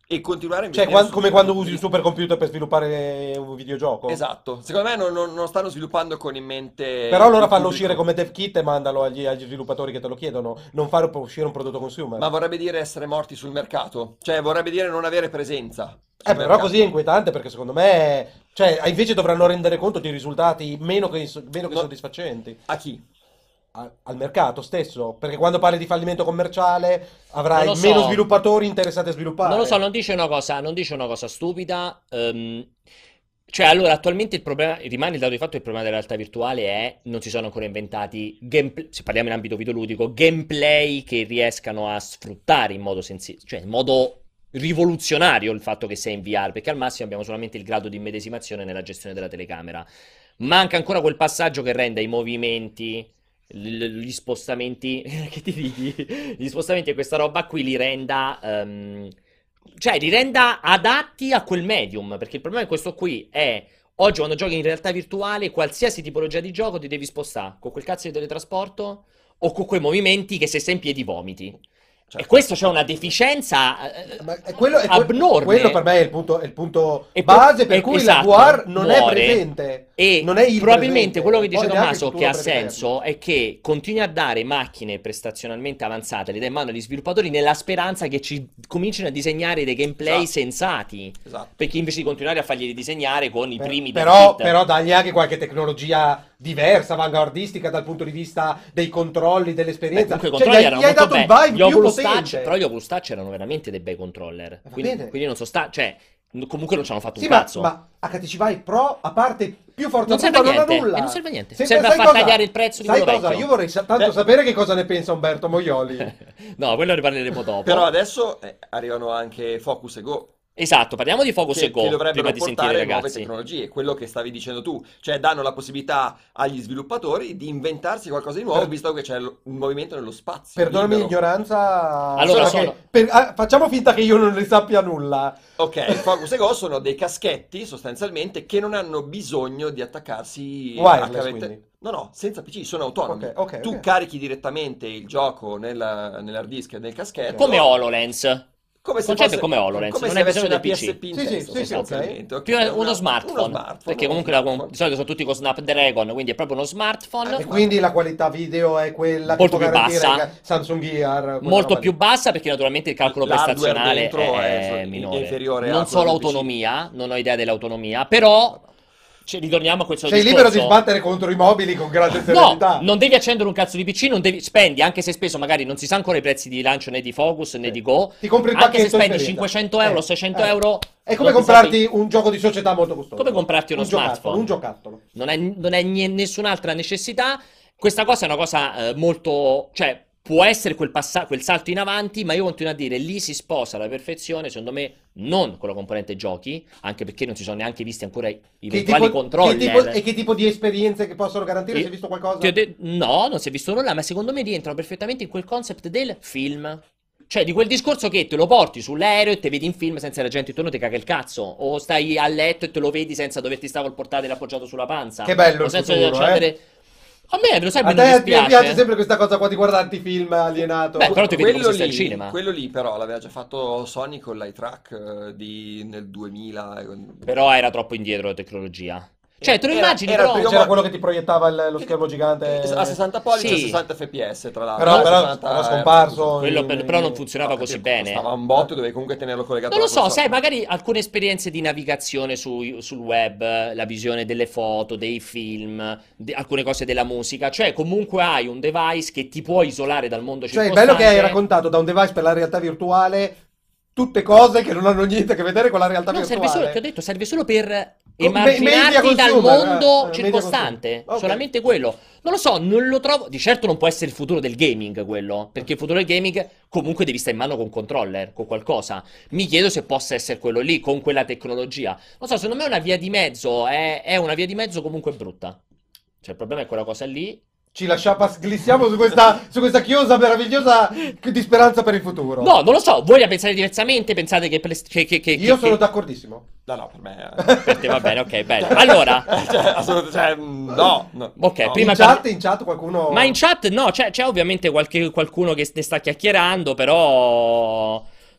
Speaker 3: e continuare a
Speaker 2: Cioè,
Speaker 3: investire
Speaker 2: quan-
Speaker 3: su-
Speaker 2: come quando usi il supercomputer per sviluppare un videogioco.
Speaker 3: Esatto, secondo me non, non- non stanno sviluppando con in mente
Speaker 2: Però allora
Speaker 3: il
Speaker 2: fallo
Speaker 3: pubblico.
Speaker 2: uscire come dev kit e mandalo agli, agli sviluppatori che te lo chiedono, non fare uscire un prodotto consumer.
Speaker 3: Ma vorrebbe dire essere morti sul mercato, cioè vorrebbe dire non avere presenza sul
Speaker 2: Eh, però
Speaker 3: mercato.
Speaker 2: così è inquietante perché secondo me, cioè, invece dovranno rendere conto di risultati meno che, ins- meno che
Speaker 3: No.
Speaker 2: soddisfacenti
Speaker 3: A chi?
Speaker 2: a- al mercato stesso, perché quando parli di fallimento commerciale avrai
Speaker 1: Non lo so.
Speaker 2: meno sviluppatori interessati a sviluppare.
Speaker 1: Non lo so, non dice una cosa, non dice una cosa stupida. ehm, cioè, allora, attualmente il problema, rimane il dato di fatto che il problema della realtà virtuale è non si sono ancora inventati gameplay, se parliamo in ambito videoludico, gameplay che riescano a sfruttare in modo sensi- cioè in modo rivoluzionario il fatto che sia in V R, perché al massimo abbiamo solamente il grado di immedesimazione nella gestione della telecamera. Manca ancora quel passaggio che renda i movimenti, l- gli spostamenti, che ti ridi? Gli spostamenti e questa roba qui li renda, ehm, cioè li renda adatti a quel medium, perché il problema di questo qui è, oggi quando giochi in realtà virtuale, qualsiasi tipologia di gioco ti devi spostare con quel cazzo di teletrasporto o con quei movimenti che se sei in piedi vomiti.
Speaker 3: Certo.
Speaker 1: E questo c'è una deficienza eh,
Speaker 2: Ma è quello, è que-
Speaker 1: abnorme.
Speaker 2: quello per me è il punto, è il punto
Speaker 1: E per-
Speaker 2: base per
Speaker 1: e-
Speaker 2: cui
Speaker 1: esatto,
Speaker 2: la V R non è
Speaker 1: muore.
Speaker 2: presente.
Speaker 1: E
Speaker 2: non è il
Speaker 1: probabilmente
Speaker 2: presente,
Speaker 1: quello che dice
Speaker 2: poi neanche il
Speaker 1: Tommaso,
Speaker 2: futuro
Speaker 1: che ha
Speaker 2: preeterno.
Speaker 1: senso, è che continui a dare macchine prestazionalmente avanzate, le dai in mano agli sviluppatori nella speranza che ci comincino a disegnare dei gameplay
Speaker 3: Esatto.
Speaker 1: sensati.
Speaker 3: Esatto.
Speaker 1: Perché invece di continuare a farglieli disegnare con i
Speaker 2: Per-
Speaker 1: primi
Speaker 2: però,
Speaker 1: dev kit.
Speaker 2: però dagli anche qualche tecnologia diversa, avanguardistica dal punto di vista dei controlli,
Speaker 1: Beh,
Speaker 2: dell'esperienza.
Speaker 1: comunque i
Speaker 2: Cioè,
Speaker 1: controlli
Speaker 2: gli hai,
Speaker 1: erano
Speaker 2: gli hai
Speaker 1: molto
Speaker 2: dato il
Speaker 1: bei.
Speaker 2: vibe
Speaker 1: Gli
Speaker 2: più
Speaker 1: Oculus
Speaker 2: potente.
Speaker 1: Touch, però gli Oculus Touch erano veramente dei bei controller.
Speaker 2: Va
Speaker 1: Quindi,
Speaker 2: bene.
Speaker 1: quindi non sono stati, cioè, n- comunque non ci hanno fatto
Speaker 2: Sì,
Speaker 1: un
Speaker 2: ma,
Speaker 1: cazzo.
Speaker 2: ma H T C Vive Pro, a parte più forza
Speaker 1: Non serve a
Speaker 2: bruta, non ha
Speaker 1: niente,
Speaker 2: nulla.
Speaker 1: e non serve a niente.
Speaker 2: Se-
Speaker 1: Serve a
Speaker 2: sai
Speaker 1: far
Speaker 2: cosa?
Speaker 1: tagliare il prezzo di
Speaker 2: Sai
Speaker 1: quello
Speaker 2: cosa?
Speaker 1: vecchio.
Speaker 2: Io vorrei sa- tanto
Speaker 3: Eh.
Speaker 2: sapere che cosa ne pensa Umberto Moioli.
Speaker 1: No, quello ne parleremo dopo.
Speaker 3: Però adesso eh, arrivano anche Focus e Go,
Speaker 1: Esatto, parliamo di Focus
Speaker 3: che,
Speaker 1: e Go
Speaker 3: che dovrebbero
Speaker 1: prima di sentire i
Speaker 3: portare nuove
Speaker 1: ragazzi.
Speaker 3: tecnologie, quello che stavi dicendo tu, cioè danno la possibilità agli sviluppatori di inventarsi qualcosa di nuovo,
Speaker 2: Per-
Speaker 3: visto che c'è lo- un movimento nello spazio.
Speaker 2: Perdonami
Speaker 3: libero.
Speaker 2: l'ignoranza.
Speaker 1: Allora,
Speaker 2: solo che-
Speaker 1: sono-
Speaker 2: per- ah, facciamo finta che io non ne sappia nulla.
Speaker 3: Ok, il Focus e Go sono dei caschetti sostanzialmente che non hanno bisogno di attaccarsi
Speaker 2: Wireless,
Speaker 3: a cavette-
Speaker 2: quindi.
Speaker 3: No, no, senza P C, sono autonomi.
Speaker 2: Ok, ok,
Speaker 3: Tu
Speaker 2: ok.
Speaker 3: carichi direttamente il gioco nella- nell'hard disk e nel caschetto.
Speaker 1: Come HoloLens.
Speaker 3: Come
Speaker 1: Il
Speaker 3: se
Speaker 1: concetto
Speaker 3: fosse-
Speaker 1: è come HoloLens,
Speaker 3: come
Speaker 1: non
Speaker 3: se
Speaker 1: hai
Speaker 3: avessi
Speaker 1: bisogno
Speaker 3: una
Speaker 1: del P C.
Speaker 3: P S P in
Speaker 2: Sì, sì,
Speaker 3: testa,
Speaker 2: sì, sì,
Speaker 3: sostanzialmente. ok.
Speaker 1: Più
Speaker 3: È
Speaker 1: uno
Speaker 3: una-
Speaker 1: smartphone,
Speaker 3: uno smartphone,
Speaker 1: perché
Speaker 3: uno
Speaker 1: comunque la-
Speaker 3: smartphone.
Speaker 1: di solito sono tutti con Snapdragon, quindi è proprio uno smartphone.
Speaker 2: E quindi la qualità video è quella che
Speaker 1: Molto
Speaker 2: può
Speaker 1: più
Speaker 2: garantire
Speaker 1: bassa.
Speaker 2: il Samsung Gear. quella
Speaker 1: Molto
Speaker 2: roba
Speaker 1: più
Speaker 2: lì.
Speaker 1: bassa perché naturalmente il calcolo
Speaker 3: L'hardware
Speaker 1: prestazionale
Speaker 3: dentro
Speaker 1: è,
Speaker 3: è- è
Speaker 1: minore.
Speaker 3: inferiore a
Speaker 1: Non
Speaker 3: quello
Speaker 1: solo
Speaker 3: del P C.
Speaker 1: autonomia, non ho idea dell'autonomia, però ci ritorniamo a questo
Speaker 2: Sei
Speaker 1: discorso.
Speaker 2: libero di sbattere contro i mobili con grande
Speaker 1: No,
Speaker 2: serenità.
Speaker 1: non devi accendere un cazzo di P C, non devi spendi, anche se speso magari non si sa ancora i prezzi di lancio né di Focus né
Speaker 2: Sì.
Speaker 1: di Go.
Speaker 2: Ti compri il
Speaker 1: Anche se
Speaker 2: pacchetto
Speaker 1: spendi
Speaker 2: esperienza.
Speaker 1: cinquecento euro,
Speaker 2: Eh,
Speaker 1: seicento
Speaker 2: eh.
Speaker 1: euro.
Speaker 2: È come
Speaker 1: non ti
Speaker 2: comprarti
Speaker 1: sa-
Speaker 2: un gioco di società molto costoso.
Speaker 1: Come comprarti uno
Speaker 2: un giocattolo,
Speaker 1: smartphone.
Speaker 2: un giocattolo.
Speaker 1: Non è, non è nie- nessun'altra necessità. Questa cosa è una cosa eh, molto, cioè può essere quel, passa- quel salto in avanti, ma io continuo a dire lì si sposa alla perfezione, secondo me, non con la componente giochi, anche perché non si sono neanche visti ancora i i
Speaker 2: Che
Speaker 1: eventuali
Speaker 2: tipo,
Speaker 1: controller.
Speaker 2: che tipo- e che tipo di esperienze che possono garantire?
Speaker 1: Io-
Speaker 2: Si è visto qualcosa?
Speaker 1: Ti ho de- no, non si è visto nulla, ma secondo me rientrano perfettamente in quel concept del film. Cioè, di quel discorso che te lo porti sull'aereo e te vedi in film senza la gente intorno ti caga il cazzo. O stai a letto e te lo vedi senza doverti stare col portatile appoggiato sulla panza.
Speaker 2: Che bello
Speaker 1: O
Speaker 2: il
Speaker 1: senza
Speaker 2: futuro,
Speaker 1: accendere- A me, lo sai,
Speaker 2: A
Speaker 1: non
Speaker 2: te
Speaker 1: mi
Speaker 2: ti piace
Speaker 1: dispiace.
Speaker 2: sempre questa cosa qua di guardarti film alienato?
Speaker 1: Beh, però ti vedi come
Speaker 3: quello
Speaker 1: se stai
Speaker 3: lì,
Speaker 1: al cinema.
Speaker 3: quello lì però l'aveva già fatto Sony con l'eye track eh, di, nel duemila. eh,
Speaker 1: Però era troppo indietro la tecnologia. Cioè, te lo
Speaker 3: Era-
Speaker 1: immagini,
Speaker 3: era il
Speaker 1: però...
Speaker 3: primo-
Speaker 2: C'era quello che ti proiettava il- lo schermo gigante
Speaker 3: a sessanta pollici
Speaker 1: Sì.
Speaker 3: e sessanta fps tra l'altro.
Speaker 2: Però, però
Speaker 3: sessanta
Speaker 2: era scomparso.
Speaker 1: Quello
Speaker 2: in-
Speaker 1: per- però non funzionava
Speaker 3: No,
Speaker 1: così
Speaker 3: perché
Speaker 1: bene.
Speaker 3: Stava un botto, dovevi comunque tenerlo collegato
Speaker 1: Non lo
Speaker 3: alla
Speaker 1: so,
Speaker 3: console.
Speaker 1: sai, magari alcune esperienze di navigazione su- sul web, la visione delle foto, dei film, de- alcune cose della musica, cioè comunque hai un device che ti può isolare dal mondo
Speaker 2: Cioè, è
Speaker 1: circostante.
Speaker 2: bello che hai raccontato da un device per la realtà virtuale tutte cose che non hanno niente a che vedere con la realtà
Speaker 1: No, serve
Speaker 2: virtuale.
Speaker 1: solo, ti ho detto, serve solo per
Speaker 2: Con- me-
Speaker 1: emarginarti
Speaker 2: media
Speaker 1: dal
Speaker 2: consumer, eh,
Speaker 1: mondo
Speaker 2: media
Speaker 1: circostante.
Speaker 2: consumer. Ok.
Speaker 1: Solamente quello. Non lo so, non lo trovo. Di certo non può essere il futuro del gaming quello. Perché il futuro del gaming comunque devi stare in mano con un controller, con qualcosa. Mi chiedo se possa essere quello lì, con quella tecnologia. Non so, secondo me è una via di mezzo. È, è una via di mezzo comunque brutta. Cioè, il problema è quella cosa lì.
Speaker 2: Ci lasciamo, glissiamo su questa, su questa chiosa meravigliosa di speranza per il futuro.
Speaker 1: No, non lo so. Voi la pensate diversamente? Pensate che. Play- che, che, che
Speaker 2: Io
Speaker 1: che-
Speaker 2: sono
Speaker 1: che-
Speaker 2: d'accordissimo.
Speaker 3: No, no, per me... eh.
Speaker 1: Per te va bene, ok, bello. Allora.
Speaker 3: cioè, assolutamente, cioè, mm, no, no.
Speaker 1: Ok,
Speaker 3: no.
Speaker 1: prima
Speaker 2: in
Speaker 1: parli-
Speaker 2: chat, in chat qualcuno...
Speaker 1: Ma in chat no, c'è, c'è ovviamente qualche, qualcuno che ne sta chiacchierando, però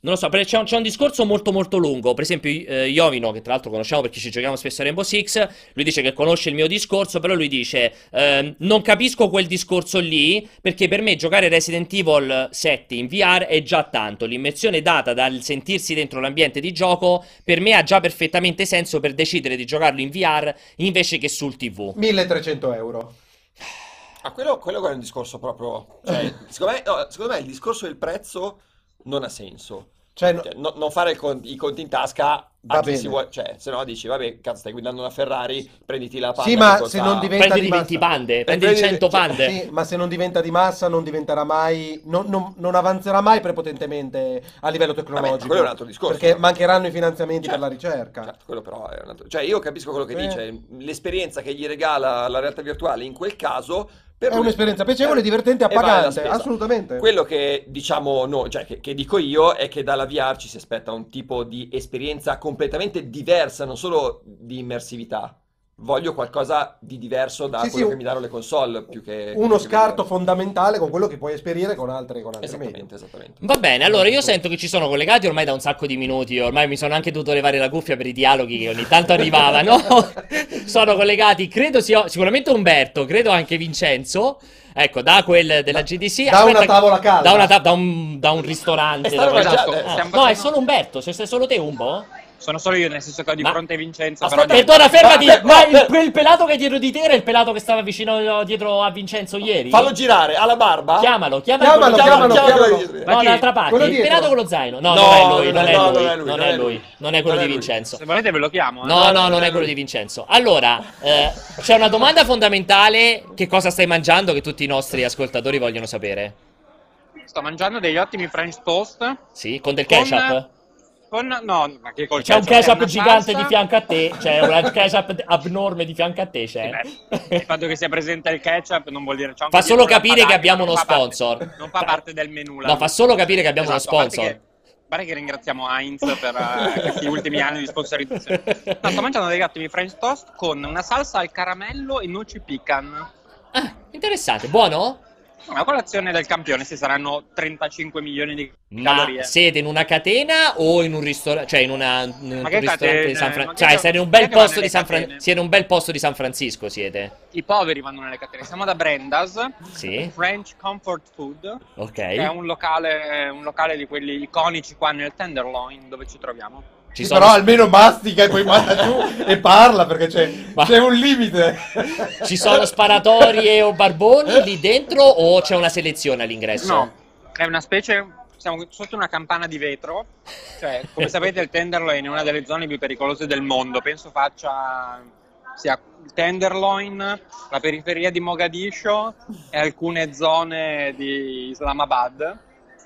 Speaker 1: Non lo so, perché c'è un, c'è un discorso molto molto lungo. Per esempio, eh, Iovino, che tra l'altro conosciamo perché ci giochiamo spesso a Rainbow Six, lui dice che conosce il mio discorso, però lui dice ehm, non capisco quel discorso lì, perché per me giocare Resident Evil sette in V R è già tanto. L'immersione data dal sentirsi dentro l'ambiente di gioco per me ha già perfettamente senso per decidere di giocarlo in V R invece che sul T V.
Speaker 2: milletrecento euro.
Speaker 3: Ah, quello, quello è un discorso proprio... Cioè, secondo me, no, secondo me il discorso del prezzo non ha senso.
Speaker 2: Cioè, no-
Speaker 3: Cioè, no- non fare il con- i conti in tasca
Speaker 2: Va
Speaker 3: a chi si
Speaker 2: bene.
Speaker 3: vuole... Cioè, se no dici, vabbè, cazzo, stai guidando una Ferrari, prenditi la panda
Speaker 2: Sì,
Speaker 3: che
Speaker 2: ma
Speaker 3: costa-
Speaker 2: se non diventa
Speaker 1: Prendi
Speaker 2: di
Speaker 1: di venti
Speaker 2: massa.
Speaker 1: pande,
Speaker 3: Eh,
Speaker 1: prendi
Speaker 3: prendi-
Speaker 1: cento
Speaker 3: cioè,
Speaker 1: pande.
Speaker 2: Sì, ma se non diventa di massa non diventerà mai, non, non- non avanzerà mai prepotentemente a livello tecnologico.
Speaker 3: quello è un altro discorso.
Speaker 2: Perché mancheranno i finanziamenti per
Speaker 3: Certo,
Speaker 2: la ricerca.
Speaker 3: certo, quello però è un altro... Cioè, io capisco quello che
Speaker 2: Sì.
Speaker 3: dice. L'esperienza che gli regala la realtà virtuale in quel caso... Per
Speaker 2: È
Speaker 3: lui-
Speaker 2: un'esperienza piacevole,
Speaker 3: eh,
Speaker 2: divertente e
Speaker 3: e vale la
Speaker 2: appagante,
Speaker 3: spesa.
Speaker 2: assolutamente.
Speaker 3: Quello che diciamo no, cioè che, che dico io è che dalla V R ci si aspetta un tipo di esperienza completamente diversa, non solo di immersività. Voglio qualcosa di diverso da
Speaker 2: Sì,
Speaker 3: quello
Speaker 2: sì,
Speaker 3: che mi danno le console, più che
Speaker 2: Uno
Speaker 3: più che
Speaker 2: scarto
Speaker 3: vedere.
Speaker 2: fondamentale con quello che puoi esperire con altre, con altri media.
Speaker 3: Esattamente, esattamente.
Speaker 1: Va bene, allora io sento che ci sono collegati ormai da un sacco di minuti, ormai mi sono anche dovuto levare la cuffia per i dialoghi che ogni tanto arrivavano. Sono collegati, credo sia sicuramente Umberto, credo anche Vincenzo. Ecco, da quel della G D C.
Speaker 2: Da una tavola calda.
Speaker 1: Da, una ta- da, un, da un ristorante.
Speaker 3: È stato
Speaker 1: da qualche-
Speaker 3: mangiato,
Speaker 1: Ah,
Speaker 3: eh,
Speaker 6: stiamo
Speaker 1: no, è
Speaker 6: facendo-
Speaker 1: solo Umberto, se sei solo te, Umbo?
Speaker 6: Sono solo io, nel senso che ho di
Speaker 1: Ma-
Speaker 6: fronte Vincenzo.
Speaker 3: Aspetta,
Speaker 6: però
Speaker 1: Perdona, fermati!
Speaker 3: Ma-
Speaker 1: Ma il,
Speaker 3: ma-
Speaker 1: quel pelato che è dietro di te era il pelato che stava vicino dietro a Vincenzo ieri?
Speaker 3: Fallo girare, ha la barba?
Speaker 1: Chiamalo, chiamalo.
Speaker 2: Chiamalo,
Speaker 1: quello-
Speaker 2: chiamalo,
Speaker 3: chiamalo,
Speaker 2: chiamalo.
Speaker 3: chiamalo.
Speaker 1: No,
Speaker 6: Ma chi?
Speaker 1: dall'altra parte,
Speaker 2: Quello
Speaker 1: il
Speaker 2: dietro.
Speaker 1: pelato con lo zaino. No,
Speaker 3: No,
Speaker 1: non è lui,
Speaker 3: no,
Speaker 1: non è
Speaker 3: no,
Speaker 1: lui,
Speaker 3: non è lui,
Speaker 1: non è lui, non è quello
Speaker 3: non è
Speaker 1: di
Speaker 3: lui.
Speaker 1: Vincenzo.
Speaker 6: se volete ve lo chiamo. eh.
Speaker 1: No, no,
Speaker 3: non
Speaker 1: non
Speaker 3: è
Speaker 1: è quello
Speaker 3: lui.
Speaker 1: di Vincenzo. Allora, eh, c'è una domanda fondamentale. Che cosa stai mangiando che tutti i nostri ascoltatori vogliono sapere?
Speaker 6: Sto mangiando degli ottimi French toast.
Speaker 1: Sì, con del
Speaker 6: Con-
Speaker 1: ketchup?
Speaker 6: Con... No, ma che col
Speaker 1: C'è un
Speaker 6: ketchup, è
Speaker 1: ketchup
Speaker 6: una
Speaker 1: gigante
Speaker 6: salsa.
Speaker 1: di fianco a te. C'è un ketchup abnorme di fianco a te, c'è.
Speaker 6: Beh, il fatto che sia presente il ketchup non vuol dire c'è anche
Speaker 1: Fa solo
Speaker 6: dietro la
Speaker 1: capire che
Speaker 6: patata,
Speaker 1: abbiamo
Speaker 6: non
Speaker 1: uno
Speaker 6: fa parte-
Speaker 1: sponsor.
Speaker 6: non fa parte del menù. la
Speaker 1: No, fa
Speaker 6: luce.
Speaker 1: solo capire che abbiamo
Speaker 6: Esatto,
Speaker 1: uno
Speaker 6: a parte
Speaker 1: sponsor.
Speaker 6: che- Pare che ringraziamo Heinz per eh, questi ultimi anni di sponsorizzazione. No, sto mangiando degli ottimi French toast con una salsa al caramello e noci pecan.
Speaker 1: Ah, interessante. Buono?
Speaker 6: Una colazione del campione, sì, saranno trentacinque milioni di
Speaker 1: Ma
Speaker 6: calorie.
Speaker 1: siete in una catena o in un ristorante? Cioè in, una, in un
Speaker 6: Ma che
Speaker 1: ristorante
Speaker 6: catene?
Speaker 1: di San
Speaker 6: Ma
Speaker 1: Francisco?
Speaker 6: che-
Speaker 1: Cioè siete in un
Speaker 6: ma
Speaker 1: bel
Speaker 6: che vanno
Speaker 1: posto di
Speaker 6: nelle
Speaker 1: San Fran-
Speaker 6: catene?
Speaker 1: siete in un bel posto di San Francisco, siete?
Speaker 6: I poveri vanno nelle catene. Siamo da Brenda's,
Speaker 1: Sì.
Speaker 6: French Comfort Food,
Speaker 1: Ok.
Speaker 6: che è un locale, un locale di quelli iconici qua nel Tenderloin dove ci troviamo.
Speaker 1: Ci
Speaker 2: Sì,
Speaker 1: sono
Speaker 2: però almeno mastica e poi manda giù e parla perché c'è,
Speaker 1: Ma-
Speaker 2: c'è un limite.
Speaker 1: Ci sono sparatorie o barboni lì dentro o c'è una selezione all'ingresso?
Speaker 6: No, è una specie. Siamo sotto una campana di vetro. Cioè, come sapete, il Tenderloin è una delle zone più pericolose del mondo. Penso faccia sia il Tenderloin, la periferia di Mogadiscio e alcune zone di Islamabad.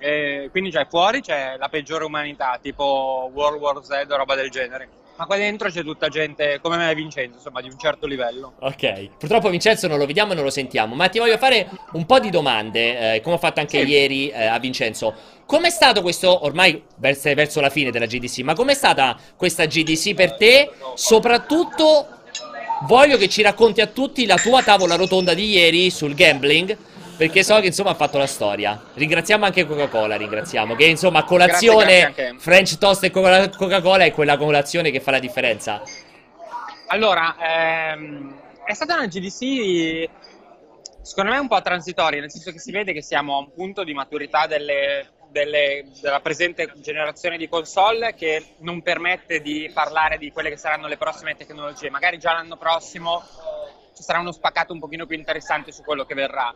Speaker 6: E quindi cioè, fuori c'è la peggiore umanità, tipo World War Z o roba del genere. Ma qua dentro c'è tutta gente come me e Vincenzo, insomma, di un certo livello.
Speaker 1: Ok, purtroppo Vincenzo non lo vediamo e non lo sentiamo, ma ti voglio fare un po' di domande, eh, come ho fatto anche
Speaker 6: Sì.
Speaker 1: ieri eh, a Vincenzo. Com'è stato questo, ormai verso, verso la fine della G D C, ma com'è stata questa G D C per te? Soprattutto voglio che ci racconti a tutti la tua tavola rotonda di ieri sul gambling, perché so che insomma ha fatto la storia. Ringraziamo anche Coca-Cola, ringraziamo, che insomma a colazione
Speaker 6: Grazie, grazie anche.
Speaker 1: French toast e Coca- Coca-Cola è quella colazione che fa la differenza.
Speaker 6: Allora, ehm, è stata una G D C secondo me un po' transitoria, nel senso che si vede che siamo a un punto di maturità delle, delle- della presente generazione di console che non permette di parlare di quelle che saranno le prossime tecnologie. Magari già l'anno prossimo ci sarà uno spaccato un pochino più interessante su quello che verrà.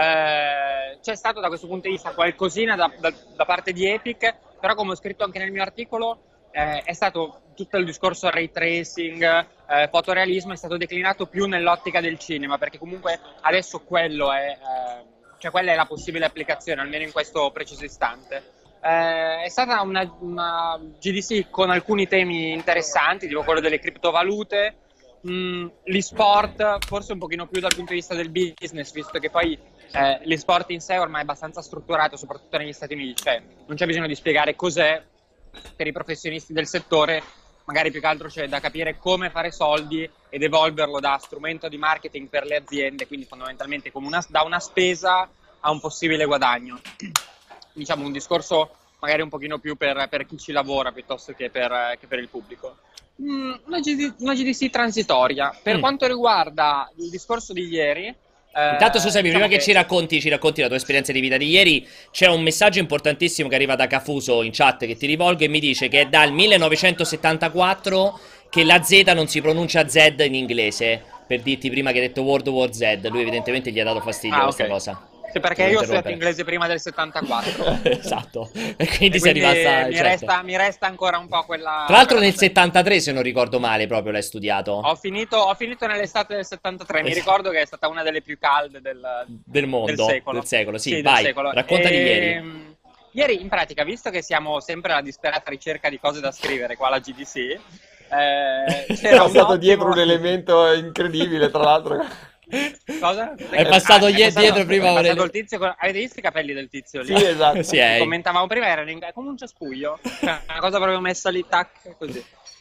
Speaker 6: Eh, c'è stato da questo punto di vista qualcosina da, da- da parte di Epic, però come ho scritto anche nel mio articolo eh, è stato tutto il discorso ray tracing, eh, fotorealismo è stato declinato più nell'ottica del cinema, perché comunque adesso quello è, eh, cioè quella è la possibile applicazione, almeno in questo preciso istante. Eh, è stata una, una G D C con alcuni temi interessanti, tipo quello delle criptovalute, mh, l'e-sport, forse un pochino più dal punto di vista del business, visto che poi eh, l'e-sport in sé ormai è abbastanza strutturato, soprattutto negli Stati Uniti, cioè non c'è bisogno di spiegare cos'è per i professionisti del settore, magari più che altro c'è da capire come fare soldi ed evolverlo da strumento di marketing per le aziende, quindi fondamentalmente come una, da una spesa a un possibile guadagno. Diciamo un discorso magari un pochino più per, per chi ci lavora piuttosto che per, che per il pubblico. Mm, una, G D, una G D C transitoria. Per
Speaker 1: Mm.
Speaker 6: quanto riguarda il discorso di ieri, eh,
Speaker 1: Intanto, scusami,
Speaker 6: diciamo
Speaker 1: prima che ci racconti, ci racconti la tua esperienza di vita di ieri, c'è un messaggio importantissimo che arriva da Cafuso in chat che ti rivolgo e mi dice che è dal millenovecentosettantaquattro che la Z non si pronuncia Z in inglese. Per dirti prima che hai detto World War Z, lui evidentemente gli ha dato fastidio
Speaker 6: Ah,
Speaker 1: questa
Speaker 6: ok.
Speaker 1: cosa.
Speaker 6: Sì, perché
Speaker 1: Devo
Speaker 6: io ho studiato
Speaker 1: interrompere.
Speaker 6: inglese prima del settantaquattro.
Speaker 1: Esatto. E quindi
Speaker 6: E
Speaker 1: sei
Speaker 6: quindi
Speaker 1: rimasta.
Speaker 6: mi,
Speaker 1: certo.
Speaker 6: resta, mi resta ancora un po' quella...
Speaker 1: Tra l'altro
Speaker 6: quella
Speaker 1: nel
Speaker 6: cosa.
Speaker 1: settantatré, se non ricordo male, proprio l'hai studiato.
Speaker 6: Ho finito, ho finito nell'estate del settantatré, mi
Speaker 1: Esatto.
Speaker 6: ricordo che è stata una delle più calde del,
Speaker 1: Del mondo,
Speaker 6: del secolo.
Speaker 1: del secolo, sì,
Speaker 6: del
Speaker 1: vai,
Speaker 6: secolo.
Speaker 1: racconta di ieri.
Speaker 6: Ehm, Ieri, in pratica, visto che siamo sempre alla disperata ricerca di cose da scrivere qua alla G D C, eh,
Speaker 3: È
Speaker 6: c'era un
Speaker 3: passato
Speaker 6: ottimo...
Speaker 3: dietro un elemento incredibile, tra l'altro.
Speaker 6: Cosa?
Speaker 1: È passato
Speaker 6: Ah,
Speaker 1: ie-
Speaker 6: è passato-
Speaker 1: dietro prima
Speaker 6: è
Speaker 1: un
Speaker 6: passato
Speaker 1: ele-
Speaker 6: il tizio con- Avete visto i capelli del tizio lì?
Speaker 3: Sì, esatto.
Speaker 1: Sì, è-
Speaker 6: Commentavamo prima, erano in- come un cespuglio, cioè, una cosa proprio messa lì, tac, così.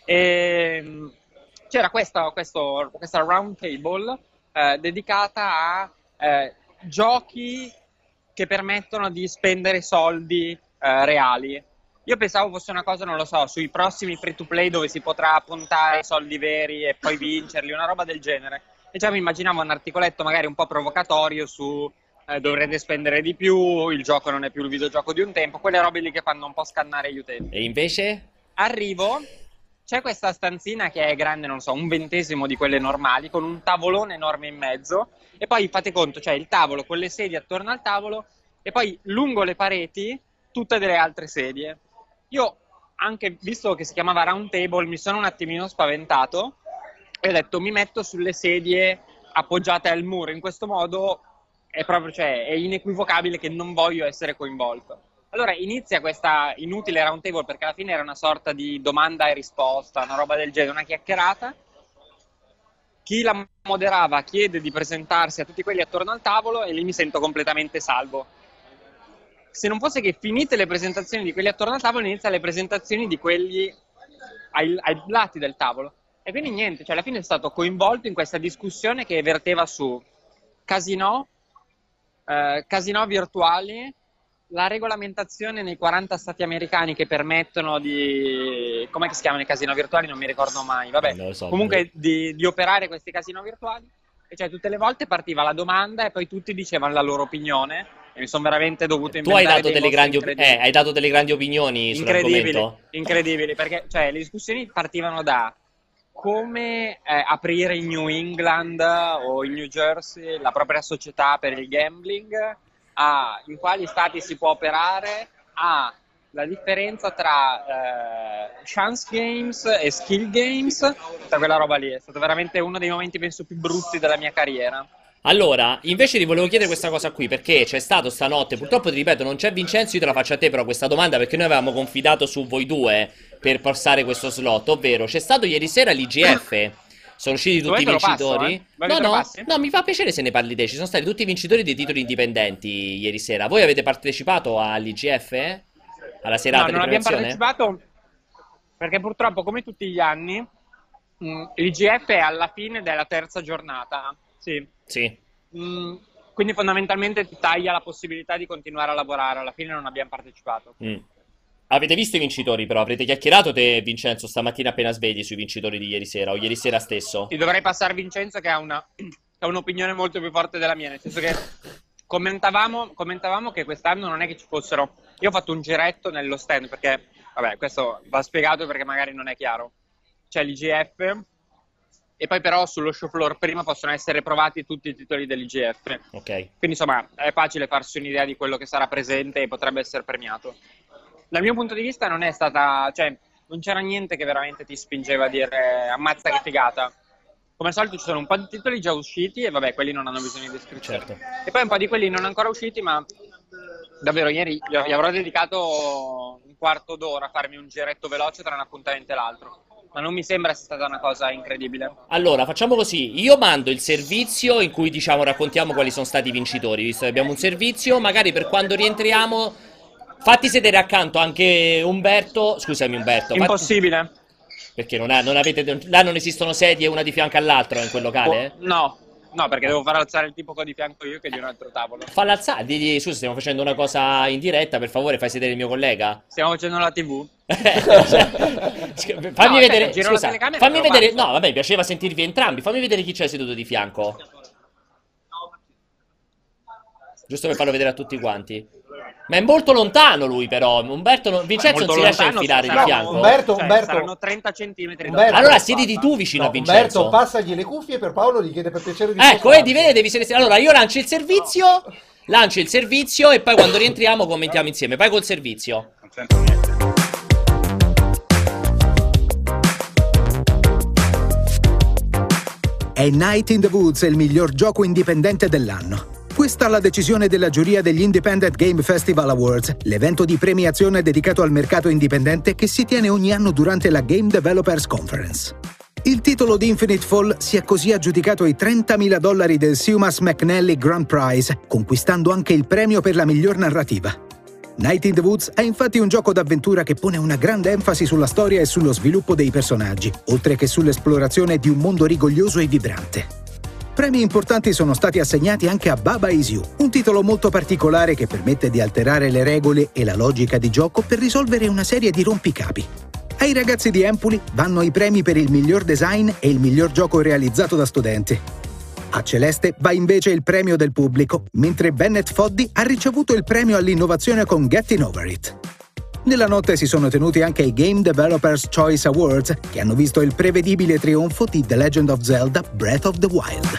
Speaker 6: E, c'era questa, questo, questa round table eh, dedicata a eh, giochi che permettono di spendere soldi eh, reali. Io pensavo fosse una cosa, non lo so, sui prossimi free to play dove si potrà puntare soldi veri e poi vincerli, una roba del genere. E già mi immaginavo un articoletto magari un po' provocatorio su eh, dovrete spendere di più, il gioco non è più il videogioco di un tempo, quelle robe lì che fanno un po' scannare gli utenti.
Speaker 1: E invece?
Speaker 6: Arrivo, c'è questa stanzina che è grande, non so, un ventesimo di quelle normali, con un tavolone enorme in mezzo, e poi fate conto, c'è il tavolo con le sedie attorno al tavolo, e poi lungo le pareti tutte delle altre sedie. Io, anche visto che si chiamava round table, mi sono un attimino spaventato e ho detto mi metto sulle sedie appoggiate al muro, in questo modo è proprio, cioè, è inequivocabile che non voglio essere coinvolto. Allora inizia questa inutile round table, perché alla fine era una sorta di domanda e risposta, una roba del genere, una chiacchierata. Chi la moderava chiede di presentarsi a tutti quelli attorno al tavolo e lì mi sento completamente salvo. Se non fosse che finite le presentazioni di quelli attorno al tavolo, iniziano le presentazioni di quelli ai, ai lati del tavolo. E quindi niente, cioè alla fine è stato coinvolto in questa discussione che verteva su casinò, eh, casinò virtuali, la regolamentazione nei quaranta stati americani che permettono di... com'è che si chiamano i casinò virtuali? Non mi ricordo mai, vabbè.
Speaker 1: Non lo so,
Speaker 6: Comunque di, di operare questi casinò virtuali. E cioè tutte le volte partiva la domanda e poi tutti dicevano la loro opinione. E mi sono veramente dovuto
Speaker 1: Tu hai
Speaker 6: inventare
Speaker 1: dato
Speaker 6: dei
Speaker 1: delle
Speaker 6: mostri
Speaker 1: grandi, op-
Speaker 6: incredibili.
Speaker 1: eh, hai dato delle grandi opinioni
Speaker 6: Incredibili,
Speaker 1: sull'argomento?
Speaker 6: incredibili, perché cioè, le discussioni partivano da come eh, aprire in New England o in New Jersey la propria società per il gambling, a in quali stati si può operare, a la differenza tra eh, chance games e skill games, tutta quella roba lì. È stato veramente uno dei momenti penso più brutti della mia carriera.
Speaker 1: Allora, invece ti volevo chiedere questa cosa qui, perché c'è stato stanotte, purtroppo ti ripeto, non c'è Vincenzo, io te la faccio a te però questa domanda, perché noi avevamo confidato su voi due per passare questo slot, ovvero c'è stato ieri sera l'I G F, sono usciti tutti i
Speaker 6: Volete lo passo,
Speaker 1: vincitori.
Speaker 6: eh?
Speaker 1: No,
Speaker 6: Volete lo
Speaker 1: no,
Speaker 6: passi?
Speaker 1: no, mi fa piacere se ne parli te, ci sono stati tutti i vincitori dei titoli indipendenti ieri sera. Voi avete partecipato all'I G F? eh? Alla serata
Speaker 6: No,
Speaker 1: di
Speaker 6: non abbiamo
Speaker 1: premiazione?
Speaker 6: partecipato perché purtroppo, come tutti gli anni, mh, l'I G F è alla fine della terza giornata. Sì.
Speaker 1: Sì.
Speaker 6: Mm, quindi fondamentalmente ti taglia la possibilità di continuare a lavorare. Alla fine non abbiamo partecipato.
Speaker 1: Mm. Avete visto i vincitori però? Avrete chiacchierato te, Vincenzo, stamattina appena svegli sui vincitori di ieri sera o ieri sera stesso?
Speaker 6: Ti dovrei passare Vincenzo che ha una ha un'opinione molto più forte della mia, nel senso che commentavamo, commentavamo che quest'anno non è che ci fossero... Io ho fatto un giretto nello stand perché, vabbè, questo va spiegato perché magari non è chiaro. C'è l'I G F e poi però sullo show floor prima possono essere provati tutti i titoli dell'I G F.
Speaker 1: Ok.
Speaker 6: Quindi insomma è facile farsi un'idea di quello che sarà presente e potrebbe essere premiato. Dal mio punto di vista non è stata, cioè non c'era niente che veramente ti spingeva a dire ammazza che figata. Come al solito ci sono un po' di titoli già usciti e vabbè, quelli non hanno bisogno di descrizione.
Speaker 1: Certo.
Speaker 6: E poi un po' di quelli non ancora usciti, ma davvero ieri gli gli avrò dedicato un quarto d'ora a farmi un giretto veloce tra un appuntamento e l'altro. Ma non mi sembra sia stata una cosa incredibile.
Speaker 1: Allora, facciamo così, io mando il servizio in cui diciamo raccontiamo quali sono stati i vincitori, visto che abbiamo un servizio, magari per quando rientriamo fatti sedere accanto anche Umberto, scusami Umberto, fatti-
Speaker 6: Impossibile?
Speaker 1: perché non, ha- non avete, là non esistono sedie una di fianco all'altra in quel locale?
Speaker 6: Oh, no, No, perché devo far alzare il tipo qua di fianco io che è di un altro tavolo.
Speaker 1: Falla alzare, digli, scusa, stiamo facendo una cosa in diretta, per favore fai sedere il mio collega.
Speaker 6: Stiamo facendo la tivù.
Speaker 1: Cioè, fammi
Speaker 6: No,
Speaker 1: vedere,
Speaker 6: aspetta, giro
Speaker 1: scusa,
Speaker 6: la telecamera
Speaker 1: fammi
Speaker 6: e lo
Speaker 1: vedere,
Speaker 6: faccio.
Speaker 1: no, vabbè, mi piaceva sentirvi entrambi, fammi vedere chi c'è seduto di fianco. Giusto per farlo vedere a tutti quanti. Ma è molto lontano lui però, Umberto, non- Vincenzo non si riesce a infilare di
Speaker 2: no,
Speaker 1: fianco.
Speaker 2: Umberto,
Speaker 6: cioè,
Speaker 2: Umberto.
Speaker 6: saranno trenta centimetri.
Speaker 2: Umberto.
Speaker 6: da
Speaker 1: Allora
Speaker 6: parte.
Speaker 1: siediti tu vicino
Speaker 2: No,
Speaker 1: a Vincenzo.
Speaker 2: Umberto, passagli le cuffie per Paolo, gli chiede per piacere di
Speaker 1: Ecco,
Speaker 2: spostarsi.
Speaker 1: vedi, vedi, devi selezionare. Allora, io lancio il servizio, lancio il servizio e poi quando rientriamo commentiamo insieme. Vai col servizio.
Speaker 7: Non sento niente.
Speaker 5: È Night in the Woods il miglior gioco indipendente dell'anno. Questa è la decisione della giuria degli Independent Game Festival Awards, l'evento di premiazione dedicato al mercato indipendente che si tiene ogni anno durante la Game Developers Conference. Il titolo di Infinite Fall si è così aggiudicato i trentamila dollari del Sumas McNally Grand Prize, conquistando anche il premio per la miglior narrativa. Night in the Woods è infatti un gioco d'avventura che pone una grande enfasi sulla storia e sullo sviluppo dei personaggi, oltre che sull'esplorazione di un mondo rigoglioso e vibrante. Premi importanti sono stati assegnati anche a Baba Is You, un titolo molto particolare che permette di alterare le regole e la logica di gioco per risolvere una serie di rompicapi. Ai ragazzi di Empoli vanno i premi per il miglior design e il miglior gioco realizzato da studenti. A Celeste va invece il premio del pubblico, mentre Bennett Foddy ha ricevuto il premio all'innovazione con Getting Over It. Nella notte si sono tenuti anche i Game Developers Choice Awards, che hanno visto il prevedibile trionfo di The Legend of Zelda Breath of the Wild.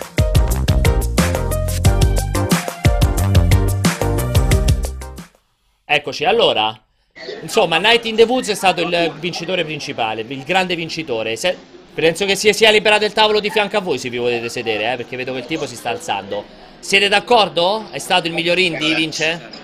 Speaker 1: Eccoci, allora, insomma, Night in the Woods è stato il vincitore principale, il grande vincitore. Se... Penso che si sia liberato il tavolo di fianco a voi se vi volete sedere, eh, perché vedo che il tipo si sta alzando. Siete d'accordo? È stato il miglior indie, vince?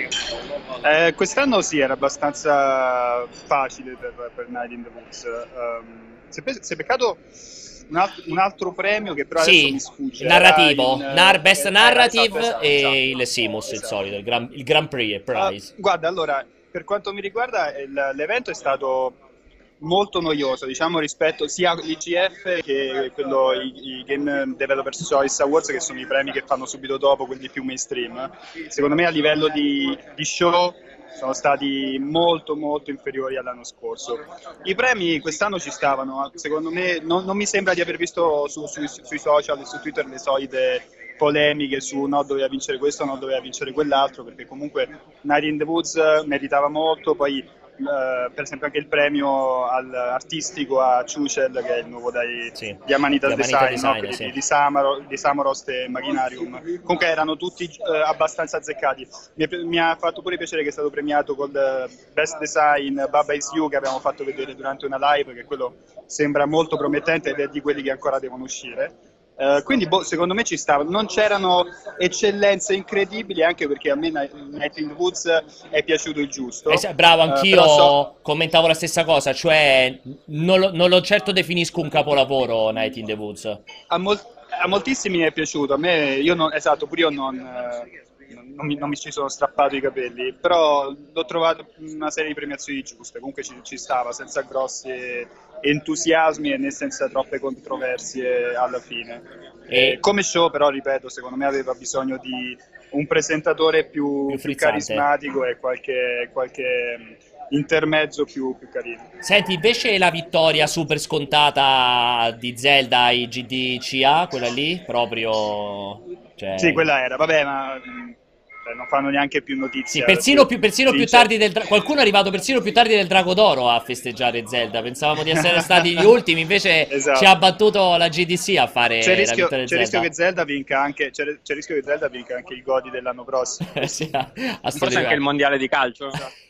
Speaker 7: Eh, quest'anno sì, era abbastanza facile per, per Night in the Woods. Um, si, è pe- si è peccato un, alt- un altro premio che però adesso
Speaker 1: Sì,
Speaker 7: mi sfugge.
Speaker 1: il narrativo,
Speaker 7: Era in,
Speaker 1: Nar- Best
Speaker 7: eh,
Speaker 1: Narrative
Speaker 7: esatto, esatto,
Speaker 1: e
Speaker 7: esatto.
Speaker 1: il Simus, il
Speaker 7: Esatto.
Speaker 1: solito, il, Gran- il Grand Prix Prize.
Speaker 7: Uh, guarda, allora, per quanto mi riguarda, il- l'evento è stato molto noioso, diciamo, rispetto sia all'I G F che quello, i, i Game Developers Choice Awards, che sono i premi che fanno subito dopo, quelli più mainstream. Secondo me a livello di, di show sono stati molto molto inferiori all'anno scorso. I premi quest'anno ci stavano, secondo me non, non mi sembra di aver visto su, su, sui social e su Twitter le solite polemiche su no, doveva vincere questo, no, doveva vincere quell'altro, perché comunque Night in the Woods meritava molto. Poi Uh, per esempio anche il premio al artistico a Chuchel, che è il nuovo dai,
Speaker 1: Sì,
Speaker 7: di Amanita
Speaker 1: di Amanita
Speaker 7: Design,
Speaker 1: Design,
Speaker 7: no? Quelli
Speaker 1: sì.
Speaker 7: di, Samaro, di Samarost e Machinarium. Comunque erano tutti uh, abbastanza azzeccati. Mi, è- mi ha fatto pure piacere che è stato premiato col uh, Best Design Baba Is You, che abbiamo fatto vedere durante una live, che quello sembra molto promettente ed è di quelli che ancora devono uscire. Uh, quindi boh, secondo me ci stava, non c'erano eccellenze incredibili, anche perché a me Night Night in the Woods è piaciuto il giusto.
Speaker 1: Eh, sì, bravo,
Speaker 7: Uh,
Speaker 1: anch'io
Speaker 7: però so-
Speaker 1: commentavo la stessa cosa, cioè non lo, non lo certo definisco un capolavoro Night in the Woods.
Speaker 7: a, mol- a moltissimi è piaciuto, a me, io non, esatto, pure io non, eh, non, non mi, non mi ci sono strappato i capelli, però l'ho trovato una serie di premiazioni giuste, comunque ci, ci stava, senza grossi entusiasmi e né senza troppe controversie alla fine.
Speaker 1: E-
Speaker 7: Eh, come show però, ripeto, secondo me aveva bisogno di un presentatore più,
Speaker 1: Più
Speaker 7: più
Speaker 1: frizzante.
Speaker 7: carismatico e qualche, qualche mh, intermezzo più, più carino.
Speaker 1: Senti, invece la vittoria super scontata di Zelda ai G D C A, quella lì, proprio... Cioè...
Speaker 7: Sì, quella era, vabbè, ma mh, cioè, non fanno neanche più notizie.
Speaker 1: Sì, persino più, persino più
Speaker 7: Vince-
Speaker 1: tardi del dra- qualcuno è arrivato persino più tardi del Drago d'Oro a festeggiare Zelda. Pensavamo di essere stati gli ultimi, invece
Speaker 7: Esatto.
Speaker 1: ci ha battuto la G D C a fare
Speaker 7: C'è il
Speaker 1: la
Speaker 7: rischio,
Speaker 1: vittoria
Speaker 7: c'è
Speaker 1: di
Speaker 7: il rischio
Speaker 1: Zelda.
Speaker 7: che Zelda vinca anche, c'è, c'è il rischio che Zelda vinca anche il Godi dell'anno prossimo.
Speaker 1: Sì, a- a sto
Speaker 6: Forse anche
Speaker 1: livello.
Speaker 6: il mondiale di calcio.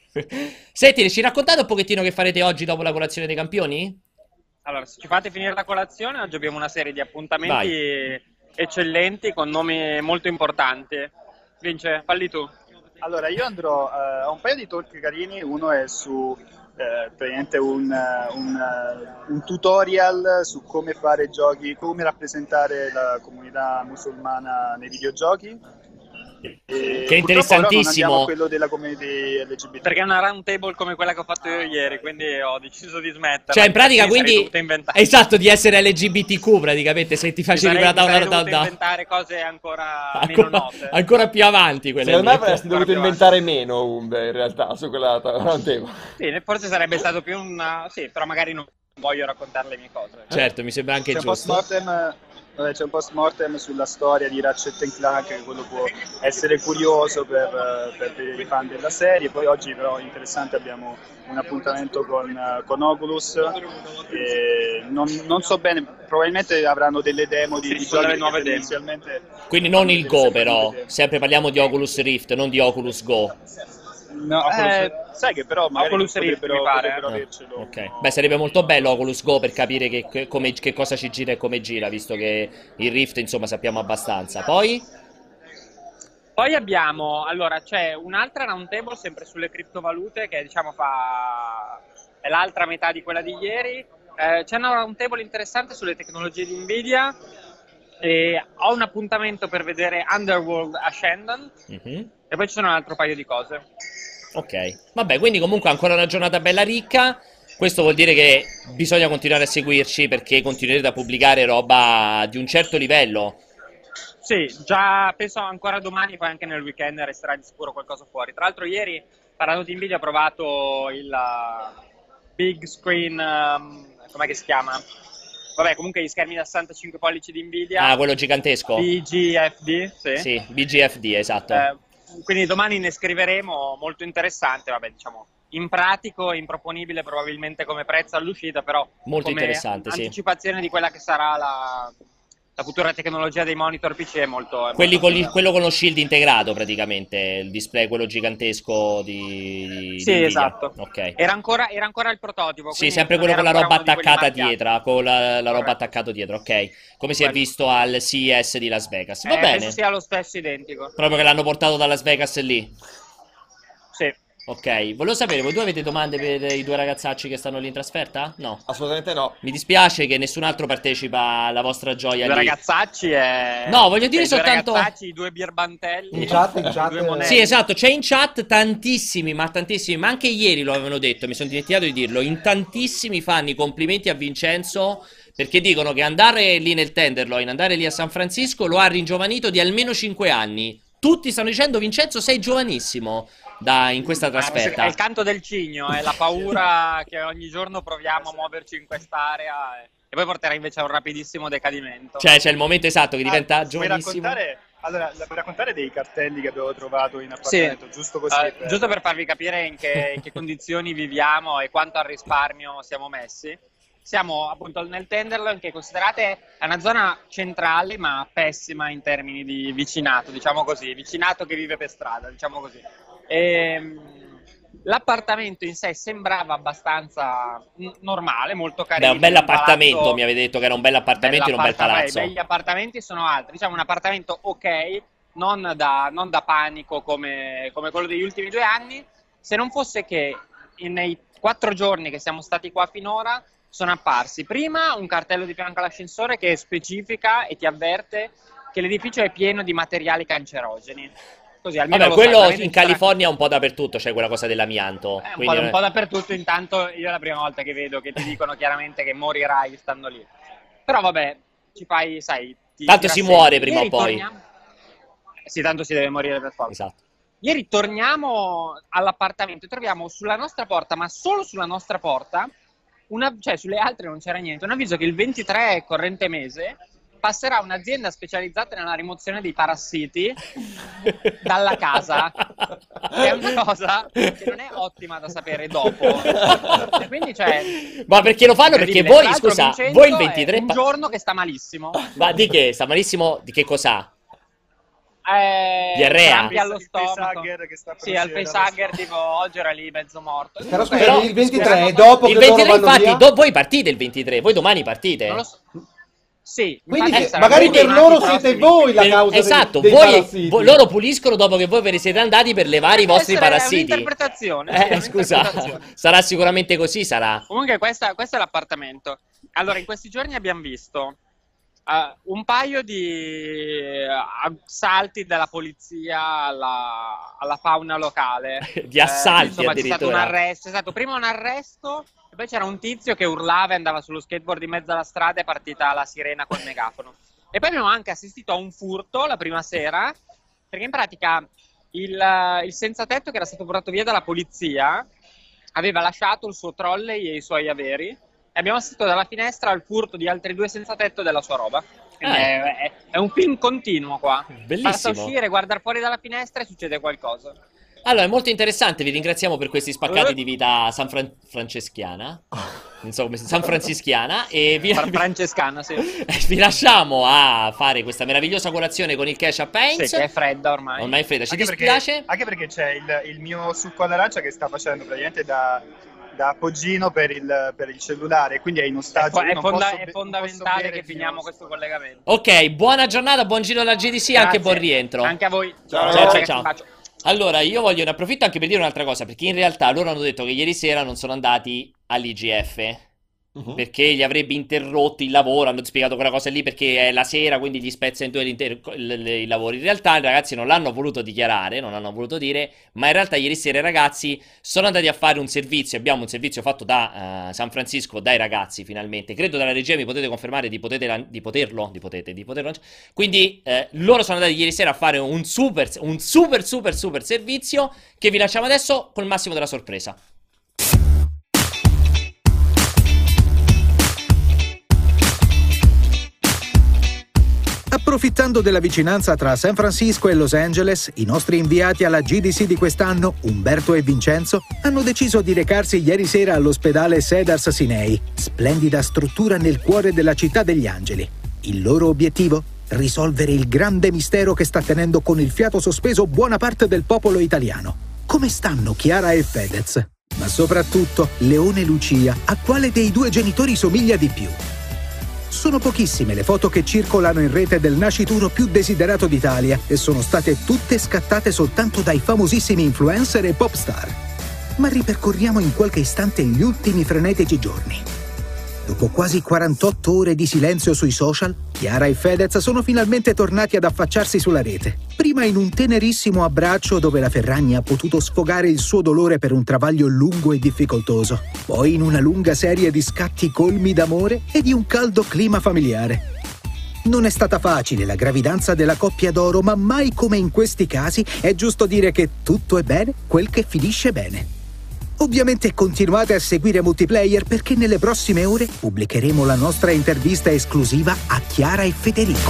Speaker 1: Senti, ci raccontate un pochettino che farete oggi dopo la colazione dei campioni?
Speaker 6: Allora, se ci fate finire la colazione, oggi abbiamo una serie di appuntamenti
Speaker 1: Vai.
Speaker 6: eccellenti con nomi molto importanti. Vince, falli tu.
Speaker 7: Allora, io andrò eh, a un paio di talk carini, uno è su eh, praticamente un, eh, un, eh, un tutorial su come fare giochi, come rappresentare la comunità musulmana nei videogiochi. E
Speaker 1: Che è
Speaker 7: purtroppo però non
Speaker 1: interessantissimo.
Speaker 7: andiamo a quello della community L G B T.
Speaker 6: Perché è una round table come quella che ho fatto io ieri, quindi ho deciso di smetterla.
Speaker 1: Cioè, in pratica,
Speaker 6: Quindi sarei
Speaker 1: quindi,
Speaker 6: dovuta inventare-
Speaker 1: esatto, di essere L G B T Q, praticamente, se ti
Speaker 6: mi
Speaker 1: facevi
Speaker 6: sarei-
Speaker 1: quella da
Speaker 6: mi
Speaker 1: una
Speaker 6: sarei
Speaker 1: da,
Speaker 6: dovuto
Speaker 1: da-
Speaker 6: inventare cose ancora meno
Speaker 1: ancora,
Speaker 6: note.
Speaker 1: ancora più avanti, quelle
Speaker 3: Secondo me
Speaker 1: lì.
Speaker 3: avresti dovuto
Speaker 6: Proprio
Speaker 3: inventare meno, Umbe, in realtà, su quella round table.
Speaker 6: Sì, forse sarebbe stato più una... Sì, però magari non voglio raccontare le mie cose.
Speaker 1: Certo, mi sembra anche
Speaker 7: C'è un
Speaker 1: giusto.
Speaker 7: post-mortem, vabbè, c'è un post-mortem sulla storia di Ratchet and Clank, che quello può essere curioso per, per i fan della serie. Poi oggi però interessante, abbiamo un appuntamento con, con Oculus, e non, non so bene, probabilmente avranno delle demo di,
Speaker 6: Sì,
Speaker 7: di
Speaker 6: sono
Speaker 7: giochi
Speaker 6: delle nuove
Speaker 7: che
Speaker 6: demo.
Speaker 7: tendenzialmente
Speaker 1: Quindi non il
Speaker 7: fanno
Speaker 1: Go,
Speaker 7: vedere
Speaker 1: però.
Speaker 7: sempre
Speaker 1: Sempre parliamo di Oculus Rift, non di Oculus Go.
Speaker 7: No,
Speaker 6: Oculus-
Speaker 7: eh, sai che però magari
Speaker 6: Oculus Rift,
Speaker 7: potrebbero,
Speaker 6: mi pare,
Speaker 7: potrebbero
Speaker 1: Ah,
Speaker 7: avercelo.
Speaker 1: ok. Beh, sarebbe molto bello Oculus Go per capire che, che- come- che cosa ci gira e come gira, visto che il Rift, insomma, sappiamo abbastanza. Poi,
Speaker 6: Poi abbiamo, allora, c'è un'altra roundtable sempre sulle criptovalute che diciamo fa, è l'altra metà di quella di ieri. Eh, c'è una roundtable interessante sulle tecnologie di Nvidia e ho un appuntamento per vedere Underworld Ascendant
Speaker 1: mhm.
Speaker 6: e poi ci sono un altro paio di cose.
Speaker 1: Ok, vabbè, quindi comunque ancora una giornata bella ricca. Questo vuol dire che bisogna continuare a seguirci perché continuerete a pubblicare roba di un certo livello.
Speaker 6: Sì, già penso ancora domani, poi anche nel weekend resterà di sicuro qualcosa fuori. Tra l'altro ieri, parlando di Nvidia, ho provato il uh, big screen, um, com'è che si chiama? Vabbè, comunque gli schermi da sessantacinque pollici di Nvidia.
Speaker 1: Ah, quello gigantesco?
Speaker 6: B G F D, sì.
Speaker 1: Sì, B G F D, esatto.
Speaker 6: Eh, quindi domani ne scriveremo, molto interessante, vabbè, diciamo, impratico, improponibile probabilmente come prezzo all'uscita, però
Speaker 1: Molto
Speaker 6: come
Speaker 1: interessante, sì.
Speaker 6: anticipazione di quella che sarà la, la futura tecnologia dei monitor P C è molto... È
Speaker 1: Quelli
Speaker 6: molto
Speaker 1: con il-
Speaker 6: figa.
Speaker 1: quello con lo shield integrato, praticamente, il display, quello gigantesco di, di
Speaker 6: Sì,
Speaker 1: Nvidia.
Speaker 6: esatto.
Speaker 1: Ok.
Speaker 6: Era ancora, era ancora il prototipo.
Speaker 1: Sì,
Speaker 6: quindi
Speaker 1: sempre
Speaker 6: non
Speaker 1: quello con
Speaker 6: era
Speaker 1: la roba
Speaker 6: ancora uno di quelli
Speaker 1: attaccata
Speaker 6: marchiati.
Speaker 1: dietro, con la, la roba
Speaker 6: Corretto.
Speaker 1: attaccato dietro, ok. Come si è
Speaker 6: Quello.
Speaker 1: visto al C E S di Las Vegas. Va
Speaker 6: Eh,
Speaker 1: bene.
Speaker 6: Penso sia lo stesso identico.
Speaker 1: Proprio che l'hanno portato da Las Vegas lì.
Speaker 6: Sì.
Speaker 1: Ok, volevo sapere, voi due avete domande per i due ragazzacci che stanno lì in trasferta? No.
Speaker 3: Assolutamente no.
Speaker 1: Mi dispiace che nessun altro partecipa alla vostra gioia
Speaker 6: Due
Speaker 1: lì.
Speaker 6: ragazzacci e...
Speaker 1: No, voglio dire
Speaker 6: i due
Speaker 1: soltanto-
Speaker 6: ragazzacci, i due birbantelli.
Speaker 2: In chat, in
Speaker 6: i
Speaker 2: chat,
Speaker 6: due
Speaker 2: eh,
Speaker 6: monelli.
Speaker 1: Sì, esatto, c'è in chat tantissimi, ma tantissimi, ma anche ieri lo avevano detto, mi sono dimenticato di dirlo, in tantissimi fanno i complimenti a Vincenzo perché dicono che andare lì nel Tenderloin, andare lì a San Francisco lo ha ringiovanito di almeno cinque anni. Tutti stanno dicendo Vincenzo sei giovanissimo da, in questa
Speaker 6: Ah, È
Speaker 1: trasferta.
Speaker 6: il canto del cigno, è la paura che ogni giorno proviamo a muoverci in quest'area e, e poi porterà invece a un rapidissimo decadimento.
Speaker 1: Cioè c'è il momento esatto che diventa
Speaker 7: Ah, puoi
Speaker 1: giovanissimo.
Speaker 7: raccontare, allora, puoi raccontare dei cartelli che abbiamo trovato in appartamento, giusto così?
Speaker 6: Eh,
Speaker 7: per-
Speaker 6: giusto per farvi capire in che, in che condizioni viviamo e quanto al risparmio siamo messi. Siamo appunto nel Tenderloin, che considerate è una zona centrale ma pessima in termini di vicinato, diciamo così, vicinato che vive per strada, diciamo così. Ehm, l'appartamento in sé sembrava abbastanza n- normale, molto
Speaker 1: Beh,
Speaker 6: carino.
Speaker 1: un bel
Speaker 6: un
Speaker 1: appartamento,
Speaker 6: palazzo-
Speaker 1: mi avete detto che era un bel appartamento in un bel
Speaker 6: Bell'apparta-
Speaker 1: palazzo.
Speaker 6: beh, Gli appartamenti sono altri, diciamo un appartamento ok, non da, non da panico come, come quello degli ultimi due anni, se non fosse che in- nei quattro giorni che siamo stati qua finora sono apparsi prima un cartello di fianco all'ascensore che specifica e ti avverte che l'edificio è pieno di materiali cancerogeni. Così almeno
Speaker 1: Vabbè,
Speaker 6: lo sai,
Speaker 1: quello
Speaker 6: veramente
Speaker 1: in
Speaker 6: ci sarà-
Speaker 1: California un po' dappertutto c'è quella cosa dell'amianto.
Speaker 6: eh, un,
Speaker 1: quindi
Speaker 6: po',
Speaker 1: non
Speaker 6: un
Speaker 1: è-
Speaker 6: po' dappertutto, intanto io è la prima volta che vedo che ti dicono chiaramente che morirai stando lì. Però vabbè, ci fai, sai... Ti,
Speaker 1: Tanto
Speaker 6: ti
Speaker 1: si
Speaker 6: rassegni.
Speaker 1: muore prima
Speaker 6: Ieri
Speaker 1: o poi.
Speaker 6: torniamo- Eh, Sì, tanto si deve morire per forza.
Speaker 1: Esatto.
Speaker 6: Ieri torniamo all'appartamento e troviamo sulla nostra porta, ma solo sulla nostra porta, una, cioè sulle altre non c'era niente, un avviso che il ventitré corrente mese passerà un'azienda specializzata nella rimozione dei parassiti dalla casa. Che è una cosa che non è ottima da sapere dopo. E quindi, cioè,
Speaker 1: Ma perché lo fanno? Perché
Speaker 6: incredibile.
Speaker 1: voi,
Speaker 6: Tra l'altro
Speaker 1: scusa,
Speaker 6: Vincenzo
Speaker 1: voi il
Speaker 6: è
Speaker 1: ventitré...
Speaker 6: un
Speaker 1: pa-
Speaker 6: giorno che sta malissimo.
Speaker 1: Ma di che? Sta malissimo? Di che cos'ha?
Speaker 6: Eh,
Speaker 1: Diarrea?
Speaker 6: crampi allo
Speaker 7: Il
Speaker 6: stomaco.
Speaker 7: facehugger che sta
Speaker 6: Sì, al
Speaker 7: procedendo.
Speaker 6: facehugger, tipo oggi era lì mezzo morto.
Speaker 2: Però scusa,
Speaker 1: Però-
Speaker 2: il ventitré
Speaker 6: scusa,
Speaker 2: è dopo
Speaker 1: Il
Speaker 2: che loro
Speaker 1: ventitré,
Speaker 2: vanno
Speaker 1: infatti,
Speaker 2: via?
Speaker 1: do- voi partite il ventitré, voi domani partite.
Speaker 6: Non lo so. Sì,
Speaker 2: Quindi
Speaker 6: infatti
Speaker 2: che-
Speaker 6: saranno
Speaker 2: magari per
Speaker 6: chiamati
Speaker 2: loro
Speaker 6: i prossimi.
Speaker 2: siete voi la
Speaker 1: Per-
Speaker 2: causa dei-
Speaker 1: esatto,
Speaker 2: dei,
Speaker 1: voi-
Speaker 2: parassiti.
Speaker 1: voi- loro puliscono dopo che voi ve ne siete andati per levare i
Speaker 6: Può
Speaker 1: vostri
Speaker 6: essere
Speaker 1: parassiti.
Speaker 6: un'interpretazione, sì,
Speaker 1: Eh, scusa,
Speaker 6: un'interpretazione.
Speaker 1: sarà sicuramente così, sarà.
Speaker 6: Comunque questa, questo è l'appartamento. Allora, in questi giorni abbiamo visto Uh, un paio di assalti della polizia alla, alla fauna locale.
Speaker 1: Di assalti
Speaker 6: eh, insomma, c'è stato un
Speaker 1: addirittura.
Speaker 6: arresto, è stato prima un arresto e poi c'era un tizio che urlava e andava sullo skateboard in mezzo alla strada, è partita la sirena col megafono. E poi abbiamo anche assistito a un furto la prima sera, perché in pratica il, il senza tetto che era stato portato via dalla polizia aveva lasciato il suo trolley e i suoi averi. E abbiamo assistito dalla finestra al furto di altri due senza tetto della sua roba. Quindi
Speaker 1: Ah.
Speaker 6: è, è- è un film continuo qua.
Speaker 1: Bellissimo.
Speaker 6: Basta uscire, guardare fuori dalla finestra e succede qualcosa.
Speaker 1: Allora, è molto interessante, vi ringraziamo per questi spaccati
Speaker 6: Eh.
Speaker 1: di vita san Fran- franceschiana. Non so come si San Francischiana. E vi,
Speaker 6: Fra- Francescana, sì.
Speaker 1: vi lasciamo a fare questa meravigliosa colazione con il Kesha
Speaker 6: Sì,
Speaker 1: Paints.
Speaker 6: che è fredda ormai.
Speaker 1: Ormai è fredda, ci
Speaker 7: Anche
Speaker 1: dispiace?
Speaker 7: perché, anche perché c'è il, il mio succo all'arancia che sta facendo praticamente da, da appoggino per il, per il cellulare, quindi è in
Speaker 6: È,
Speaker 7: ostaggio.
Speaker 6: fo-
Speaker 7: io
Speaker 6: è
Speaker 7: non
Speaker 6: fonda-
Speaker 7: posso
Speaker 6: è
Speaker 7: be-
Speaker 6: fondamentale
Speaker 7: non posso bere
Speaker 6: che
Speaker 7: fino
Speaker 6: finiamo
Speaker 7: a-
Speaker 6: questo collegamento.
Speaker 1: Ok, buona giornata, buon giro alla G D C e anche
Speaker 6: Grazie.
Speaker 1: buon rientro.
Speaker 6: Anche a voi.
Speaker 3: Ciao.
Speaker 1: Ciao,
Speaker 6: ragazzi,
Speaker 1: ciao.
Speaker 6: un bacio.
Speaker 1: Allora, io voglio ne approfitto anche per dire un'altra cosa, perché in realtà loro hanno detto che ieri sera non sono andati all'I G F.
Speaker 3: Mhm.
Speaker 1: Perché gli avrebbe interrotto il lavoro, hanno spiegato quella cosa lì perché è la sera, quindi gli spezza in due l'intero- il- il- i lavori. In realtà i ragazzi non l'hanno voluto dichiarare, non l'hanno voluto dire, ma in realtà ieri sera i ragazzi sono andati a fare un servizio, abbiamo un servizio fatto da eh, San Francisco, dai ragazzi finalmente, credo dalla regia mi potete confermare di, potete, di poterlo, di potete, di poterlo. Quindi eh, loro sono andati ieri sera a fare un super, un super super super servizio che vi lasciamo adesso col massimo della sorpresa.
Speaker 5: Approfittando della vicinanza tra San Francisco e Los Angeles, i nostri inviati alla G D C di quest'anno, Umberto e Vincenzo, hanno deciso di recarsi ieri sera all'ospedale Cedars Sinai, splendida struttura nel cuore della città degli angeli. Il loro obiettivo? Risolvere il grande mistero che sta tenendo con il fiato sospeso buona parte del popolo italiano. Come stanno Chiara e Fedez? Ma soprattutto, Leone e Lucia, a quale dei due genitori somiglia di più? Sono pochissime le foto che circolano in rete del nascituro più desiderato d'Italia e sono state tutte scattate soltanto dai famosissimi influencer e pop star. Ma ripercorriamo in qualche istante gli ultimi frenetici giorni. Dopo quasi quarantotto ore di silenzio sui social, Chiara e Fedez sono finalmente tornati ad affacciarsi sulla rete. Prima in un tenerissimo abbraccio dove la Ferragni ha potuto sfogare il suo dolore per un travaglio lungo e difficoltoso. Poi in una lunga serie di scatti colmi d'amore e di un caldo clima familiare. Non è stata facile la gravidanza della coppia d'oro, ma mai come in questi casi è giusto dire che tutto è bene quel che finisce bene. Ovviamente continuate a seguire Multiplayer perché nelle prossime ore pubblicheremo la nostra intervista esclusiva a Chiara e Federico.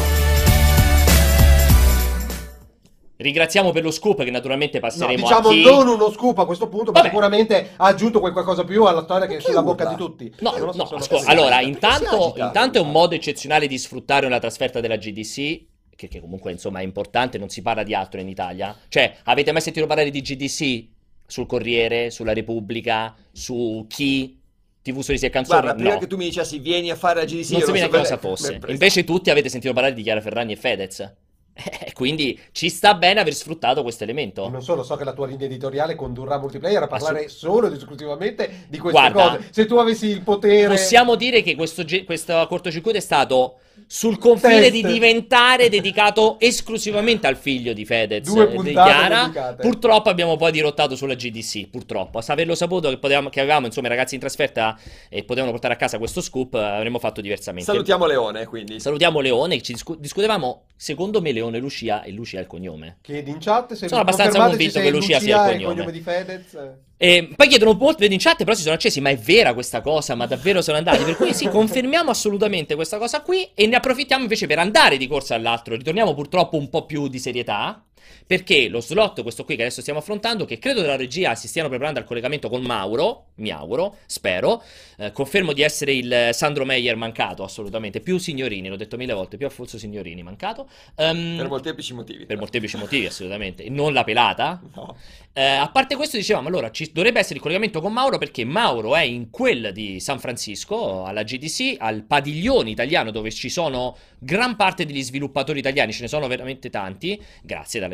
Speaker 1: Ringraziamo per lo scoop che naturalmente
Speaker 2: No,
Speaker 1: passeremo
Speaker 2: diciamo
Speaker 1: a chi...
Speaker 2: non uno scoop a questo punto, ma
Speaker 1: Vabbè.
Speaker 2: sicuramente ha aggiunto quel qualcosa più alla storia che è
Speaker 3: Chi
Speaker 2: sulla
Speaker 3: urla?
Speaker 2: bocca di tutti.
Speaker 1: No,
Speaker 2: Non lo so,
Speaker 1: no,
Speaker 2: sono
Speaker 1: ascolta,
Speaker 2: così.
Speaker 1: allora,
Speaker 3: Perché si
Speaker 1: intanto,
Speaker 3: agita?
Speaker 1: intanto è un modo eccezionale di sfruttare una trasferta della G D C, che, che comunque insomma è importante, non si parla di altro in Italia. Cioè, avete mai sentito parlare di G D C sul Corriere, sulla Repubblica, su Chi, T V Sorrisi e Canzoni?
Speaker 3: Guarda, prima
Speaker 1: No,
Speaker 3: che tu mi dicessi vieni a fare la G D C,
Speaker 1: non
Speaker 3: io
Speaker 1: sapevi neanche cosa
Speaker 3: sapevo-
Speaker 1: fosse.
Speaker 3: Beh,
Speaker 1: Invece tutti avete sentito parlare di Chiara Ferragni e Fedez. Eh, Quindi ci sta bene aver sfruttato questo elemento.
Speaker 2: Non solo, so che la tua linea editoriale condurrà Multiplayer a parlare solo ed esclusivamente di queste
Speaker 1: Guarda,
Speaker 2: cose. Se tu avessi il potere...
Speaker 1: Possiamo dire che questo, ge- questo cortocircuito è stato sul confine
Speaker 2: Test.
Speaker 1: di diventare dedicato esclusivamente al figlio di Fedez
Speaker 2: Due
Speaker 1: e di
Speaker 2: puntate
Speaker 1: Chiara.
Speaker 2: dedicate.
Speaker 1: Purtroppo abbiamo poi dirottato sulla G D C, purtroppo. Se averlo saputo che, potevamo, che avevamo insomma i ragazzi in trasferta e potevano portare a casa questo scoop, avremmo fatto diversamente.
Speaker 3: Salutiamo Leone, quindi.
Speaker 1: Salutiamo Leone, ci discu- discutevamo, secondo me Leone e Lucia, e Lucia è il cognome.
Speaker 2: Chiedi in chat se
Speaker 1: Sono abbastanza
Speaker 2: confermateci
Speaker 1: convinto
Speaker 2: se
Speaker 1: che Lucia sia il
Speaker 2: è
Speaker 1: cognome.
Speaker 2: il cognome di Fedez.
Speaker 1: E poi chiedono molto in chat, però si sono accesi, ma è vera questa cosa? Ma davvero sono andati? Per cui sì, confermiamo assolutamente questa cosa qui e ne approfittiamo invece per andare di corsa all'altro. Ritorniamo purtroppo un po' più di serietà, perché lo slot, questo qui che adesso stiamo affrontando, che credo della regia si stiano preparando al collegamento con Mauro, mi auguro, spero, eh, confermo di essere il Sandro Meyer mancato, assolutamente, più Signorini, l'ho detto mille volte, più Alfonso Signorini mancato. Ehm,
Speaker 3: Per molteplici motivi.
Speaker 1: per molteplici motivi, assolutamente, e non la pelata.
Speaker 3: No.
Speaker 1: Eh, a parte questo dicevamo, allora ci dovrebbe essere il collegamento con Mauro perché Mauro è in quel di San Francisco, alla G D C, al padiglione italiano dove ci sono gran parte degli sviluppatori italiani, ce ne sono veramente tanti, grazie dalla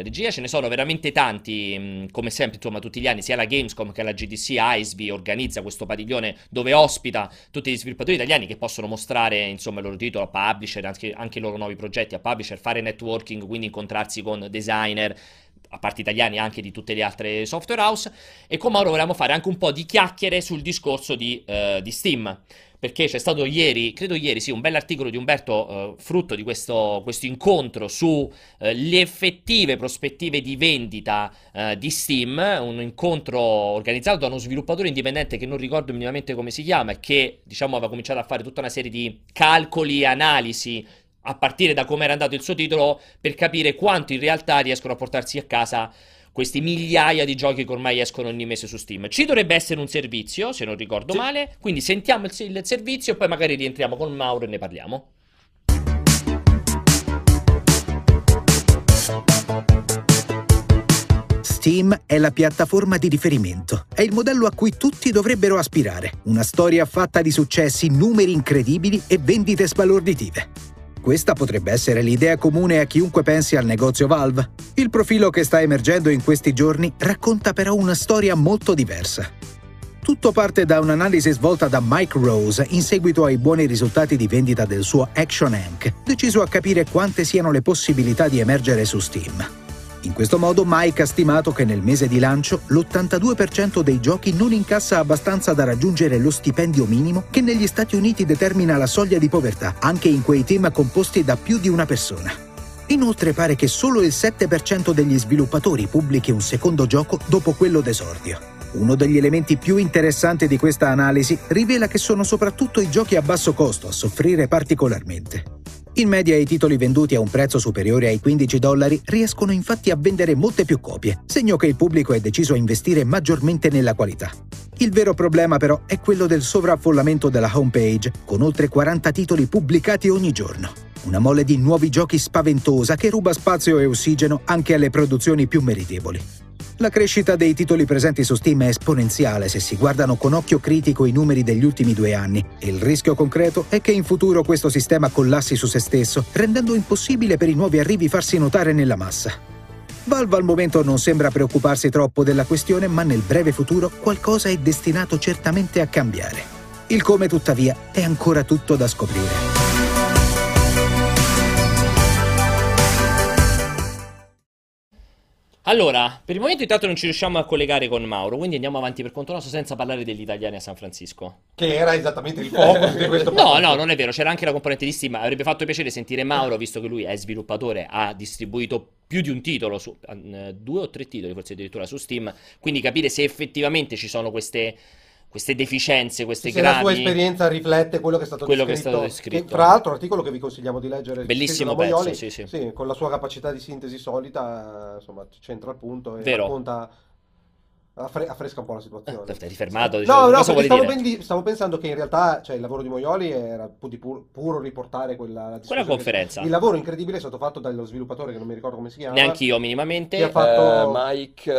Speaker 1: la regia, ce ne sono veramente tanti, mh, come sempre, insomma, tutti gli anni, sia la Gamescom che la G D C, Iceby organizza questo padiglione dove ospita tutti gli sviluppatori italiani che possono mostrare, insomma, il loro titolo a publisher, anche, anche i loro nuovi progetti a publisher, fare networking, quindi incontrarsi con designer, a parte italiani anche di tutte le altre software house. E con Mauro volevamo fare anche un po' di chiacchiere sul discorso di, eh, di Steam, perché c'è stato ieri, credo ieri, sì, un bell'articolo di Umberto, eh, frutto di questo, questo incontro su eh, le effettive prospettive di vendita eh, di Steam, un incontro organizzato da uno sviluppatore indipendente che non ricordo minimamente come si chiama e che, diciamo, aveva cominciato a fare tutta una serie di calcoli e analisi a partire da come era andato il suo titolo per capire quanto in realtà riescono a portarsi a casa questi migliaia di giochi che ormai escono ogni mese su Steam. Ci dovrebbe essere un servizio, se non ricordo
Speaker 3: Sì.
Speaker 1: male, quindi sentiamo il, il servizio e poi magari rientriamo con Mauro e ne parliamo.
Speaker 5: Steam è la piattaforma di riferimento, è il modello a cui tutti dovrebbero aspirare. Una storia fatta di successi, numeri incredibili e vendite sbalorditive. Questa potrebbe essere l'idea comune a chiunque pensi al negozio Valve. Il profilo che sta emergendo in questi giorni racconta però una storia molto diversa. Tutto parte da un'analisi svolta da Mike Rose in seguito ai buoni risultati di vendita del suo Action Hank, deciso a capire quante siano le possibilità di emergere su Steam. In questo modo Mike ha stimato che nel mese di lancio l'ottantadue per cento dei giochi non incassa abbastanza da raggiungere lo stipendio minimo che negli Stati Uniti determina la soglia di povertà, anche in quei team composti da più di una persona. Inoltre pare che solo il sette per cento degli sviluppatori pubblichi un secondo gioco dopo quello d'esordio. Uno degli elementi più interessanti di questa analisi rivela che sono soprattutto i giochi a basso costo a soffrire particolarmente. In media i titoli venduti a un prezzo superiore ai quindici dollari riescono infatti a vendere molte più copie, segno che il pubblico è deciso a investire maggiormente nella qualità. Il vero problema però è quello del sovraffollamento della homepage, con oltre quaranta titoli pubblicati ogni giorno. Una mole di nuovi giochi spaventosa che ruba spazio e ossigeno anche alle produzioni più meritevoli. La crescita dei titoli presenti su Steam è esponenziale se si guardano con occhio critico i numeri degli ultimi due anni e il rischio concreto è che in futuro questo sistema collassi su se stesso, rendendo impossibile per i nuovi arrivi farsi notare nella massa. Valve al momento non sembra preoccuparsi troppo della questione, ma nel breve futuro qualcosa è destinato certamente a cambiare. Il come, tuttavia, è ancora tutto da scoprire.
Speaker 1: Allora, per il momento intanto non ci riusciamo a collegare con Mauro, quindi andiamo avanti per conto nostro senza parlare degli italiani a San Francisco.
Speaker 2: Che era esattamente il focus di questo
Speaker 1: No, no, non è vero, c'era anche la componente di Steam. Avrebbe fatto piacere sentire Mauro, visto che lui è sviluppatore, ha distribuito più di un titolo, su, eh, due o tre titoli forse addirittura su Steam, quindi capire se effettivamente ci sono queste... queste deficienze, queste
Speaker 2: se
Speaker 1: gravi...
Speaker 2: la sua esperienza riflette quello che è stato
Speaker 1: quello
Speaker 2: descritto,
Speaker 1: che è stato descritto.
Speaker 2: che, tra l'altro articolo che vi consigliamo di leggere,
Speaker 1: bellissimo
Speaker 2: scritto da
Speaker 1: pezzo,
Speaker 2: Boioli,
Speaker 1: sì, sì.
Speaker 2: sì, con la sua capacità di sintesi solita, insomma, c'entra il punto e
Speaker 1: Vero.
Speaker 2: racconta, affre- affresca un po' la situazione.
Speaker 1: Ah, ti hai fermato,
Speaker 2: No,
Speaker 1: diciamo,
Speaker 2: no,
Speaker 1: cosa vuoi
Speaker 2: stavo,
Speaker 1: dire?
Speaker 2: ben di- stavo pensando che in realtà, cioè, il lavoro di Moioli era pu- di pur- puro riportare quella la
Speaker 1: Quella
Speaker 2: discussione.
Speaker 1: conferenza.
Speaker 2: Il lavoro incredibile è stato fatto dallo sviluppatore che non mi ricordo come si chiama.
Speaker 1: Neanch'io minimamente.
Speaker 2: Che ha fatto-
Speaker 3: Eh, Mike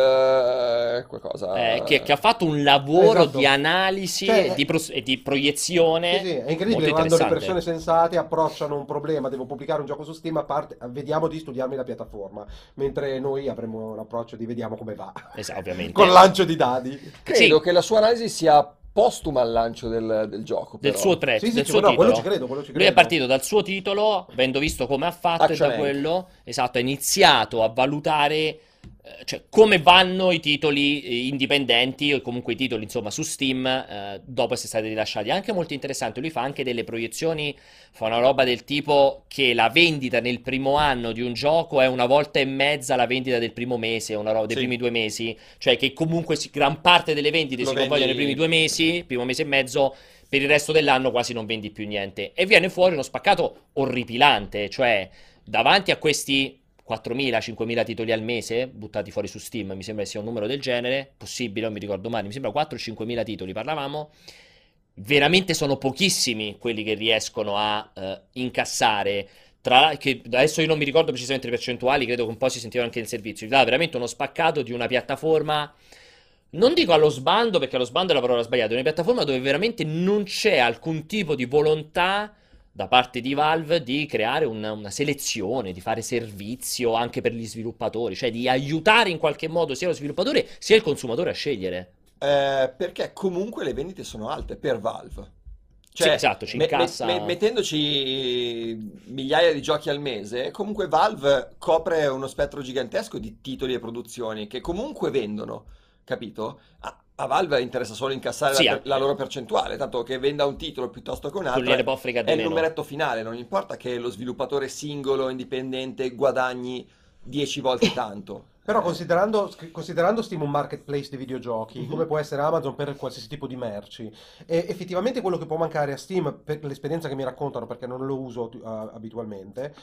Speaker 3: eh, qualcosa.
Speaker 1: Eh, che, che ha fatto un lavoro
Speaker 2: Esatto.
Speaker 1: di analisi
Speaker 2: Cioè,
Speaker 1: e di, pro- e di proiezione
Speaker 2: Sì, sì, è incredibile
Speaker 1: molto
Speaker 2: quando le
Speaker 1: interessante.
Speaker 2: persone sensate approcciano un problema, devo pubblicare un gioco su Steam, a parte, vediamo di studiarmi la piattaforma, mentre noi avremo l'approccio di vediamo come va,
Speaker 1: Esatto, ovviamente.
Speaker 2: con lancio di dadi.
Speaker 3: Credo
Speaker 1: Sì.
Speaker 3: che la sua analisi sia postuma al lancio del, del gioco.
Speaker 1: Del
Speaker 3: però.
Speaker 1: suo tre,
Speaker 2: Sì, sì,
Speaker 1: del
Speaker 2: sì,
Speaker 1: suo
Speaker 2: no, quello
Speaker 1: titolo.
Speaker 2: ci credo, quello ci
Speaker 1: Lui è
Speaker 2: credo.
Speaker 1: partito dal suo titolo, avendo visto come ha fatto,
Speaker 3: Action
Speaker 1: e da
Speaker 3: Hank.
Speaker 1: quello, esatto, ha iniziato a valutare eh, cioè, come vanno i titoli eh, indipendenti o comunque i titoli, insomma, su Steam eh, dopo essere stati rilasciati. È anche molto interessante, lui fa anche delle proiezioni, fa una roba del tipo che la vendita nel primo anno di un gioco è una volta e mezza la vendita del primo mese, una roba dei
Speaker 3: Sì.
Speaker 1: primi due mesi, cioè che comunque si- gran parte delle vendite
Speaker 3: Lo
Speaker 1: si convogliano nei
Speaker 3: vendi-
Speaker 1: primi due mesi, primo mese e mezzo, per il resto dell'anno quasi non vendi più niente. E viene fuori uno spaccato orripilante, cioè davanti a questi quattromila cinquemila titoli al mese buttati fuori su Steam, mi sembra che sia un numero del genere, possibile, non mi ricordo mai, mi sembra quattro o cinquemila titoli, parlavamo, veramente sono pochissimi quelli che riescono a eh, incassare. Tra, che adesso io non mi ricordo precisamente le percentuali, credo che un po' si sentivano anche nel servizio. Là, veramente uno spaccato di una piattaforma, non dico allo sbando perché allo sbando è la parola sbagliata, è una piattaforma dove veramente non c'è alcun tipo di volontà da parte di Valve di creare una, una selezione, di fare servizio anche per gli sviluppatori, cioè di aiutare in qualche modo sia lo sviluppatore sia il consumatore a scegliere.
Speaker 3: Eh, perché comunque le vendite sono alte per Valve.
Speaker 1: Sì,
Speaker 3: Cioè,
Speaker 1: esatto, ci
Speaker 3: me- me-
Speaker 1: incassa.
Speaker 3: me- mettendoci migliaia di giochi al mese, comunque Valve copre uno spettro gigantesco di titoli e produzioni che comunque vendono, capito? A, a Valve interessa solo incassare
Speaker 1: Sì,
Speaker 3: la,
Speaker 1: anche.
Speaker 3: la loro percentuale, tanto che venda un titolo piuttosto che un
Speaker 1: Non
Speaker 3: altro
Speaker 1: gliene
Speaker 3: è,
Speaker 1: può fregare di
Speaker 3: è il
Speaker 1: meno.
Speaker 3: numeretto finale, non importa che lo sviluppatore singolo, indipendente, guadagni dieci volte tanto.
Speaker 2: Però
Speaker 3: Eh,
Speaker 2: considerando, considerando Steam un marketplace di videogiochi,
Speaker 3: mhm.
Speaker 2: come può essere Amazon per qualsiasi tipo di merci, e effettivamente quello che può mancare a Steam, per l'esperienza che mi raccontano, perché non lo uso uh, abitualmente,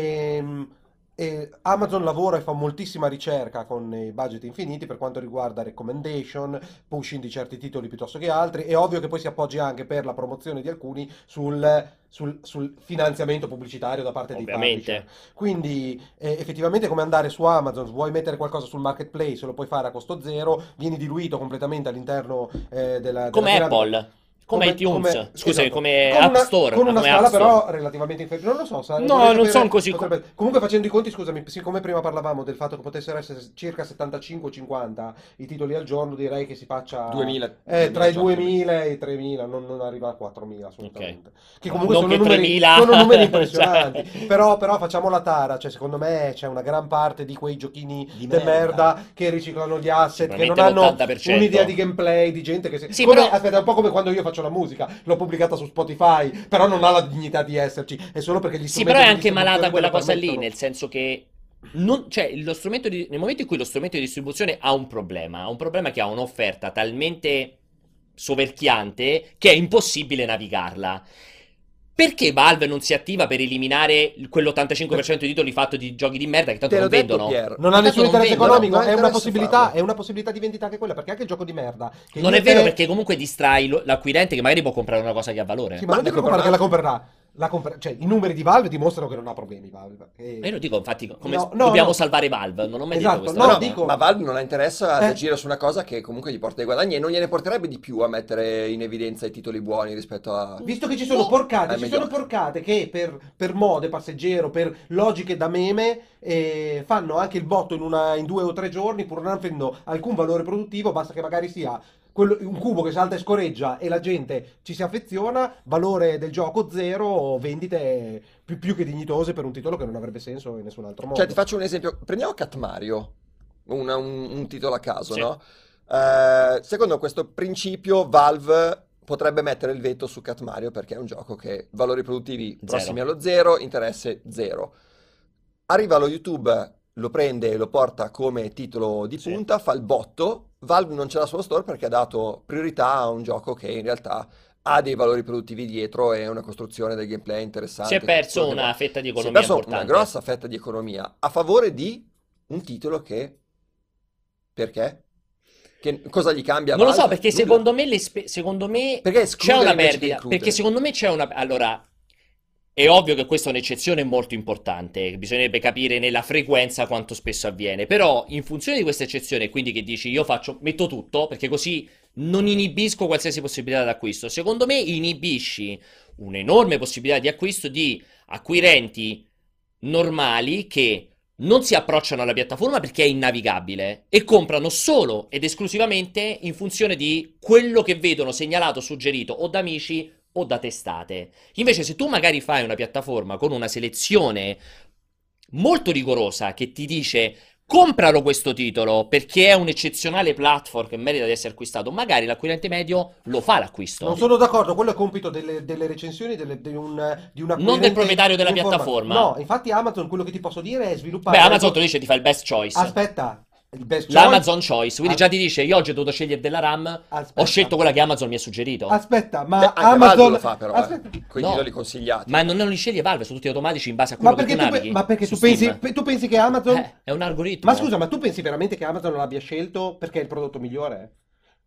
Speaker 2: ehm, e Amazon lavora e fa moltissima ricerca con i budget infiniti per quanto riguarda recommendation, pushing di certi titoli piuttosto che altri. È ovvio che poi si appoggi anche per la promozione di alcuni sul, sul- sul finanziamento pubblicitario da parte dei publisher.
Speaker 1: Ovviamente.
Speaker 2: Quindi eh, effettivamente è come andare su Amazon, vuoi mettere qualcosa sul marketplace, lo puoi fare a costo zero, vieni diluito completamente all'interno eh, della, della
Speaker 1: Come
Speaker 2: piramide.
Speaker 1: Apple, come iTunes,
Speaker 2: come-
Speaker 1: scusami,
Speaker 2: esatto.
Speaker 1: come
Speaker 2: Con
Speaker 1: App
Speaker 2: una,
Speaker 1: Store,
Speaker 2: con
Speaker 1: ah,
Speaker 2: una
Speaker 1: come
Speaker 2: scala
Speaker 1: App Store.
Speaker 2: però relativamente inferiore. Non lo so, sa-
Speaker 1: No,
Speaker 2: vorrei
Speaker 1: non
Speaker 2: sapere-
Speaker 1: sono così-
Speaker 2: potrebbe- Comunque facendo i conti, scusami, siccome prima parlavamo del fatto che potessero essere circa settantacinque cinquanta i titoli al giorno, direi che si faccia
Speaker 3: duemila,
Speaker 2: eh, tra i
Speaker 3: duemila giochi.
Speaker 2: duemila e i tremila, non, non arriva a quattromila assolutamente. Che
Speaker 1: No,
Speaker 2: comunque
Speaker 1: non
Speaker 2: sono
Speaker 1: che
Speaker 2: numeri,
Speaker 1: tremila.
Speaker 2: sono numeri impressionanti.
Speaker 1: Cioè.
Speaker 2: Però, però facciamo la tara, cioè secondo me c'è una gran parte di quei giochini
Speaker 3: Di
Speaker 2: de merda.
Speaker 3: merda.
Speaker 2: che riciclano gli asset, che non
Speaker 1: Sicuramente
Speaker 2: hanno
Speaker 1: l'ottanta per cento.
Speaker 2: un'idea di gameplay, di gente che si...
Speaker 1: Sì,
Speaker 2: come-
Speaker 1: però-
Speaker 2: Aspetta, è un po' come quando io faccio la musica, l'ho pubblicata su Spotify, però non ha la dignità di esserci, è solo perché gli
Speaker 1: Sì,
Speaker 2: strumenti
Speaker 1: però è
Speaker 2: di
Speaker 1: anche malata
Speaker 2: distribuzione
Speaker 1: quella
Speaker 2: me lo
Speaker 1: cosa lì,
Speaker 2: permettono.
Speaker 1: nel senso che non, cioè, lo strumento di, nel momento in cui lo strumento di distribuzione ha un problema, ha un problema che ha un'offerta talmente soverchiante che è impossibile navigarla. Perché Valve non si attiva per eliminare quell'ottantacinque per cento di titoli fatto di giochi di merda che tanto
Speaker 3: Te l'ho
Speaker 1: non
Speaker 3: detto,
Speaker 1: vendono?
Speaker 3: Pier.
Speaker 2: Non ha
Speaker 1: Tanto
Speaker 2: nessun
Speaker 1: non
Speaker 2: interesse
Speaker 1: vendono.
Speaker 2: economico,
Speaker 3: non
Speaker 2: è una,
Speaker 3: interessa
Speaker 2: possibilità,
Speaker 3: farlo.
Speaker 2: è una possibilità di vendita anche quella, perché anche il gioco di merda. che
Speaker 1: Non è
Speaker 2: inizia-
Speaker 1: vero, perché comunque distrai lo- l'acquirente che magari può comprare una cosa che ha valore.
Speaker 2: Sì,
Speaker 3: Ma
Speaker 2: ma non ti
Speaker 3: ne
Speaker 2: preoccupare che
Speaker 3: comprerà.
Speaker 2: la comprerà. La compre- Cioè, i numeri di Valve dimostrano che non ha problemi Valve. E-
Speaker 1: Ma io lo dico, infatti, come
Speaker 2: No, no,
Speaker 1: dobbiamo
Speaker 2: no.
Speaker 1: salvare Valve, non ho mai
Speaker 2: Esatto,
Speaker 1: detto
Speaker 2: no,
Speaker 1: questa
Speaker 3: No,
Speaker 1: cosa.
Speaker 2: dico-
Speaker 3: ma Valve non ha interesse ad
Speaker 2: Eh.
Speaker 3: agire su una cosa che comunque gli porta dei guadagni e non gliene porterebbe di più a mettere in evidenza i titoli buoni rispetto a...
Speaker 2: Visto che ci sono
Speaker 1: No.
Speaker 2: porcate,
Speaker 3: È
Speaker 2: ci
Speaker 3: mediocre.
Speaker 2: sono porcate che per, per mode, passeggero, per logiche da meme, eh, fanno anche il botto in, una, in due o tre giorni, pur non avendo alcun valore produttivo, basta che magari sia quello- un cubo che salta e scorreggia e la gente ci si affeziona, valore del gioco zero, vendite più, più che dignitose per un titolo che non avrebbe senso in nessun altro modo.
Speaker 3: Cioè, ti faccio un esempio. Prendiamo Cat Mario, una- un, un titolo a caso,
Speaker 1: Sì.
Speaker 3: no? Eh, secondo questo principio, Valve potrebbe mettere il veto su Cat Mario perché è un gioco che valori produttivi prossimi allo zero, interesse zero. Arriva allo YouTube, lo prende e lo porta come titolo di
Speaker 1: Sì.
Speaker 3: punta, fa il botto. Valve non ce l'ha sullo store perché ha dato priorità a un gioco che in realtà ha dei valori produttivi dietro e una costruzione del gameplay interessante.
Speaker 1: Si è perso
Speaker 3: quello che
Speaker 1: una
Speaker 3: vuoi.
Speaker 1: fetta di
Speaker 3: Si è
Speaker 1: economia
Speaker 3: perso
Speaker 1: importante.
Speaker 3: una grossa fetta di economia a favore di un titolo che... Perché? Che cosa gli cambia a
Speaker 1: Non lo so,
Speaker 3: Valve?
Speaker 1: perché
Speaker 3: Nulla.
Speaker 1: secondo me, le spe- secondo me
Speaker 3: Perché
Speaker 1: c'è
Speaker 3: escludere
Speaker 1: una
Speaker 3: invece che
Speaker 1: perdita.
Speaker 3: includere?
Speaker 1: Perché secondo me c'è una... Allora, è ovvio che questa è un'eccezione molto importante, bisognerebbe capire nella frequenza quanto spesso avviene, però in funzione di questa eccezione, quindi che dici io faccio, metto tutto, perché così non inibisco qualsiasi possibilità d'acquisto, secondo me inibisci un'enorme possibilità di acquisto di acquirenti normali che non si approcciano alla piattaforma perché è innavigabile e comprano solo ed esclusivamente in funzione di quello che vedono segnalato, suggerito o da amici o da testate. Invece se tu magari fai una piattaforma con una selezione molto rigorosa che ti dice compralo questo titolo perché è un eccezionale platform che merita di essere acquistato, magari l'acquirente medio lo fa l'acquisto.
Speaker 2: Non sono d'accordo, quello è compito delle, delle recensioni delle- di un, di un
Speaker 1: Non del
Speaker 2: acquirente
Speaker 1: proprietario della
Speaker 2: informato.
Speaker 1: piattaforma.
Speaker 2: No, infatti Amazon quello che ti posso dire è sviluppare...
Speaker 1: Beh, Amazon te lo dice, ti fa il best choice.
Speaker 2: Aspetta, il best choice...
Speaker 1: L'Amazon Choice, quindi
Speaker 2: Ah.
Speaker 1: già ti dice io oggi ho dovuto scegliere della RAM,
Speaker 2: Aspetta.
Speaker 1: ho scelto quella che Amazon mi ha suggerito.
Speaker 2: Aspetta, ma
Speaker 3: Beh, anche
Speaker 2: Amazon...
Speaker 3: Valve lo fa però,
Speaker 2: Aspetta.
Speaker 3: eh, con i
Speaker 1: No.
Speaker 3: titoli consigliati.
Speaker 1: Ma non, non li sceglie Valve, sono tutti automatici in base a quello
Speaker 2: Ma perché,
Speaker 1: che tu
Speaker 2: tu, pe-
Speaker 1: navighi
Speaker 2: ma perché
Speaker 1: su
Speaker 2: tu, pensi,
Speaker 1: Steam.
Speaker 2: pe- tu pensi che Amazon...
Speaker 1: Eh, è un algoritmo.
Speaker 2: Ma scusa, ma tu pensi veramente che Amazon l'abbia scelto perché è il prodotto migliore?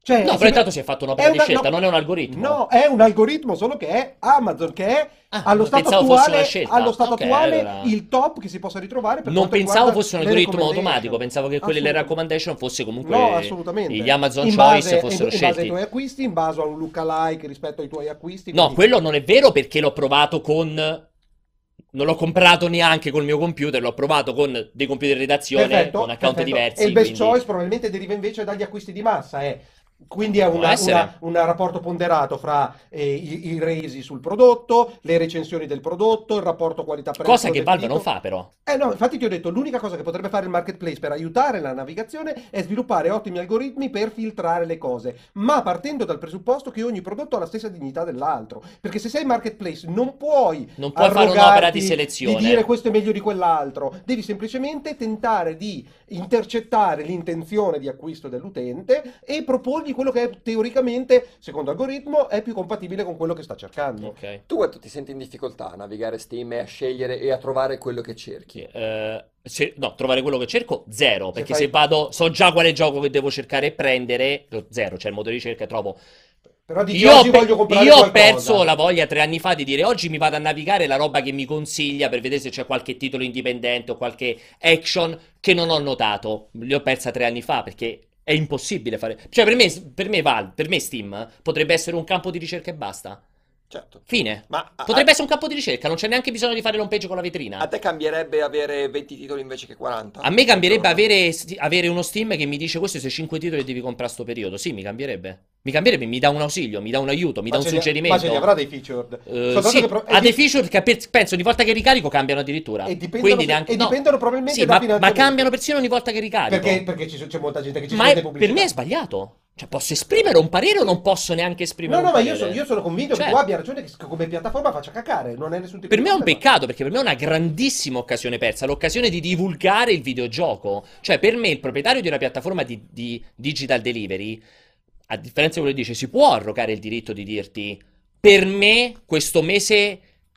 Speaker 2: Cioè,
Speaker 1: No, però intanto si è fatto un'opera
Speaker 2: è
Speaker 1: di
Speaker 2: una-
Speaker 1: scelta,
Speaker 2: no,
Speaker 1: non è un algoritmo.
Speaker 2: No, è un algoritmo, solo che è Amazon, che è
Speaker 1: Ah,
Speaker 2: allo stato
Speaker 1: pensavo fosse
Speaker 2: attuale,
Speaker 1: una scelta.
Speaker 2: allo stato
Speaker 1: Ok,
Speaker 2: attuale
Speaker 1: allora-
Speaker 2: il top che si possa ritrovare per
Speaker 1: Non
Speaker 2: quanto
Speaker 1: pensavo
Speaker 2: riguarda
Speaker 1: fosse un
Speaker 2: le
Speaker 1: algoritmo
Speaker 2: recommendation.
Speaker 1: automatico, pensavo che quelle le
Speaker 2: Assolutamente.
Speaker 1: recommendation fosse comunque
Speaker 2: No, assolutamente.
Speaker 1: gli Amazon
Speaker 2: In
Speaker 1: Choice
Speaker 2: base,
Speaker 1: fossero
Speaker 2: in, in base ai
Speaker 1: scelti.
Speaker 2: tuoi acquisti, in base a un lookalike rispetto ai tuoi acquisti.
Speaker 1: No,
Speaker 2: quindi-
Speaker 1: quello non è vero perché l'ho provato con... Non l'ho comprato neanche col mio computer, l'ho provato con dei computer di redazione,
Speaker 2: Perfetto,
Speaker 1: con account
Speaker 2: perfetto.
Speaker 1: diversi.
Speaker 2: E il best
Speaker 1: quindi-
Speaker 2: choice probabilmente deriva invece dagli acquisti di massa, eh. Quindi è
Speaker 1: Può
Speaker 2: una-
Speaker 1: essere.
Speaker 2: una- un rapporto ponderato fra eh, i, i resi sul prodotto, le recensioni del prodotto, il rapporto qualità-prezzo
Speaker 1: Cosa che
Speaker 2: del
Speaker 1: Valve
Speaker 2: sito.
Speaker 1: non fa però.
Speaker 2: Eh no, infatti ti ho detto, l'unica cosa che potrebbe fare il marketplace per aiutare la navigazione è sviluppare ottimi algoritmi per filtrare le cose, ma partendo dal presupposto che ogni prodotto ha la stessa dignità dell'altro, perché se sei marketplace non puoi
Speaker 1: Non puoi fare
Speaker 2: arrogarti
Speaker 1: un'opera di selezione.
Speaker 2: di dire questo è meglio di quell'altro, devi semplicemente tentare di intercettare l'intenzione di acquisto dell'utente e proporgli quello che è, teoricamente, secondo algoritmo, è più compatibile con quello che sta cercando.
Speaker 1: Ok.
Speaker 3: Tu quanto ti senti in difficoltà a navigare Steam e a scegliere e a trovare quello che cerchi?
Speaker 1: Sì, eh, se- no, trovare quello che cerco, zero.
Speaker 2: Se
Speaker 1: Perché
Speaker 2: fai-
Speaker 1: se vado, so già quale gioco che devo cercare e prendere, lo- zero. C'è il motore di ricerca e trovo.
Speaker 2: Però dici,
Speaker 1: Io, ho
Speaker 2: oggi
Speaker 1: pe-
Speaker 2: voglio comprare
Speaker 1: io ho
Speaker 2: qualcosa.
Speaker 1: perso la voglia tre anni fa di dire oggi mi vado a navigare la roba che mi consiglia per vedere se c'è qualche titolo indipendente o qualche action che non ho notato. Li ho persa tre anni fa perché è impossibile fare. Cioè, per me, per me Valve, per me Steam potrebbe essere un campo di ricerca e basta.
Speaker 3: Certo.
Speaker 1: Fine.
Speaker 3: Ma a,
Speaker 1: Potrebbe
Speaker 3: a-
Speaker 1: essere un campo di ricerca, non c'è neanche bisogno di fare l'home page con la vetrina.
Speaker 3: a te cambierebbe avere venti titoli invece che quaranta?
Speaker 1: A me cambierebbe
Speaker 3: Giorno?
Speaker 1: avere, sti- avere uno Steam che mi dice questi sono i cinque titoli che devi comprare a sto periodo. Sì, mi cambierebbe. Mi cambierebbe, mi dà un ausilio, mi dà un aiuto, mi
Speaker 2: Ma
Speaker 1: dà un
Speaker 2: ce li-
Speaker 1: suggerimento.
Speaker 2: Ma ce li avrà dei featured.
Speaker 1: Eh,
Speaker 2: Soltanto
Speaker 1: sì,
Speaker 2: che pro-
Speaker 1: ha
Speaker 2: e
Speaker 1: dei
Speaker 2: di-
Speaker 1: feature che per- penso ogni volta che ricarico cambiano addirittura.
Speaker 2: E dipendono,
Speaker 1: Quindi
Speaker 2: se-
Speaker 1: neanche,
Speaker 2: e
Speaker 1: no.
Speaker 2: dipendono probabilmente
Speaker 1: Sì,
Speaker 2: da
Speaker 1: ma, ma
Speaker 2: finanziamento.
Speaker 1: cambiano persino ogni volta che ricarico.
Speaker 2: Perché, perché ci so- c'è molta gente che ci
Speaker 1: Ma
Speaker 2: spende
Speaker 1: è- per
Speaker 2: pubblicità.
Speaker 1: me è sbagliato. Cioè, posso esprimere un parere o non posso neanche esprimere
Speaker 2: No, no,
Speaker 1: un
Speaker 2: ma io
Speaker 1: parere?
Speaker 2: sono, io sono convinto
Speaker 1: Cioè,
Speaker 2: che tu abbia ragione che come piattaforma faccia cacare, non è nessun tipo
Speaker 1: per
Speaker 2: di
Speaker 1: me è un
Speaker 2: problema.
Speaker 1: peccato, perché per me è una grandissima occasione persa, l'occasione di divulgare il videogioco. Cioè, per me il proprietario di una piattaforma di, di digital delivery, a differenza di quello che dice, si può arrogare il diritto di dirti, per me questo mese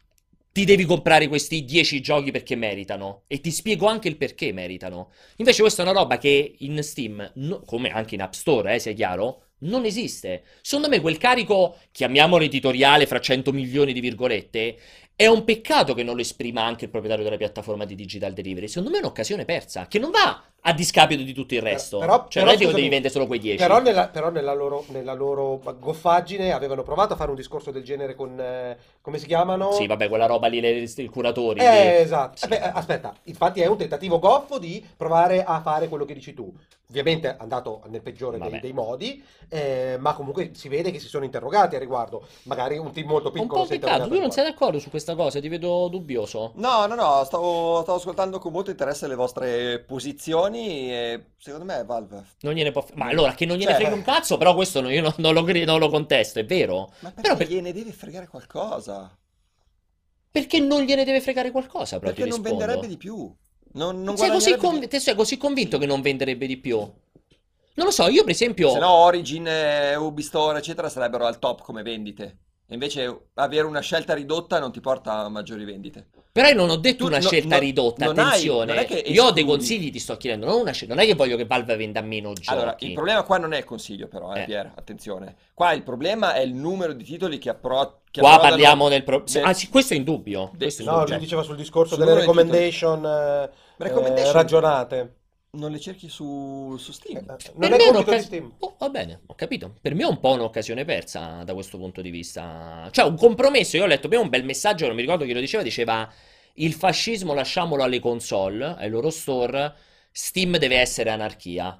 Speaker 1: ti devi comprare questi dieci giochi perché meritano, e ti spiego anche il perché meritano. Invece questa è una roba che in Steam, no- come anche in App Store, eh, sia chiaro, non esiste. Secondo me quel carico, chiamiamolo editoriale fra cento milioni di virgolette, è un peccato che non lo esprima anche il proprietario della piattaforma di digital delivery. Secondo me è un'occasione persa, che non va a discapito di tutto il resto.
Speaker 2: Però-
Speaker 1: cioè
Speaker 2: però,
Speaker 1: non è che
Speaker 2: scusami,
Speaker 1: devi vendere solo quei dieci.
Speaker 2: Però, nella, però nella loro, nella loro goffaggine avevano provato a fare un discorso del genere con, eh, come si chiamano?
Speaker 1: Sì, vabbè, quella roba lì, le- i curatori.
Speaker 2: Eh,
Speaker 1: lì.
Speaker 2: esatto.
Speaker 1: Sì.
Speaker 2: Eh beh, aspetta, infatti è un tentativo goffo di provare a fare quello che dici tu. Ovviamente è andato nel peggiore dei,
Speaker 1: Vabbè.
Speaker 2: dei modi, eh, ma comunque si vede che si sono interrogati a riguardo. Magari un team molto
Speaker 1: Un
Speaker 2: piccolo
Speaker 1: po'
Speaker 2: si è
Speaker 1: peccato,
Speaker 2: interrogato
Speaker 1: tu non
Speaker 2: a
Speaker 1: sei
Speaker 2: riguardo.
Speaker 1: d'accordo su questa cosa, ti vedo dubbioso.
Speaker 3: No, no, no, stavo, stavo ascoltando con molto interesse le vostre posizioni e secondo me Valve...
Speaker 1: Non gliene può... Ma allora, che non gliene
Speaker 3: Cioè-
Speaker 1: frega un cazzo, però questo non- io non, non lo, cre- non lo contesto, è vero.
Speaker 3: Ma perché
Speaker 1: Però per-
Speaker 3: gliene deve fregare qualcosa?
Speaker 1: perché non gliene deve fregare qualcosa, però
Speaker 3: Perché
Speaker 1: ti
Speaker 3: non
Speaker 1: rispondo.
Speaker 3: venderebbe di più. Non, non
Speaker 1: sei, così
Speaker 3: guadagnerebbe
Speaker 1: conv-
Speaker 3: di-
Speaker 1: te sei così convinto che non venderebbe di più? Non lo so, io per esempio...
Speaker 3: Se no Origin, eh, Ubistore, eccetera, sarebbero al top come vendite. E invece avere una scelta ridotta non ti porta a maggiori vendite.
Speaker 1: Però io non ho detto
Speaker 3: Tu
Speaker 1: una
Speaker 3: no-
Speaker 1: scelta
Speaker 3: no-
Speaker 1: ridotta,
Speaker 3: non hai-
Speaker 1: attenzione.
Speaker 3: non è che
Speaker 1: Io ho dei
Speaker 3: escludi.
Speaker 1: consigli, ti sto chiedendo, non una scel- non è che voglio che Valve venda meno giochi.
Speaker 3: Allora, il problema qua non è il consiglio però, eh,
Speaker 1: Eh.
Speaker 3: Pier, attenzione. Qua il problema è il numero di titoli che, appro- che
Speaker 1: Qua
Speaker 3: approdano-
Speaker 1: parliamo del... Pro...
Speaker 3: del-
Speaker 1: Ah sì, questo è indubbio.
Speaker 3: de-
Speaker 1: Questo è
Speaker 2: No,
Speaker 1: indubbio.
Speaker 2: lui diceva sul discorso
Speaker 3: Sul
Speaker 2: delle
Speaker 3: numero di
Speaker 2: recommendation, eh,
Speaker 3: Recommendation?
Speaker 2: eh, ragionate.
Speaker 3: Non le cerchi su, su
Speaker 2: Eh,
Speaker 3: Steam.
Speaker 2: Non
Speaker 1: Per
Speaker 2: è
Speaker 1: me è
Speaker 2: compito di
Speaker 1: un'occasione...
Speaker 2: Steam.
Speaker 1: Oh, va bene, ho capito. Per me è un po' un'occasione persa da questo punto di vista. Cioè, un compromesso. Io ho letto prima un bel messaggio, non mi ricordo chi lo diceva, diceva il fascismo lasciamolo alle console, ai loro store, Steam deve essere anarchia.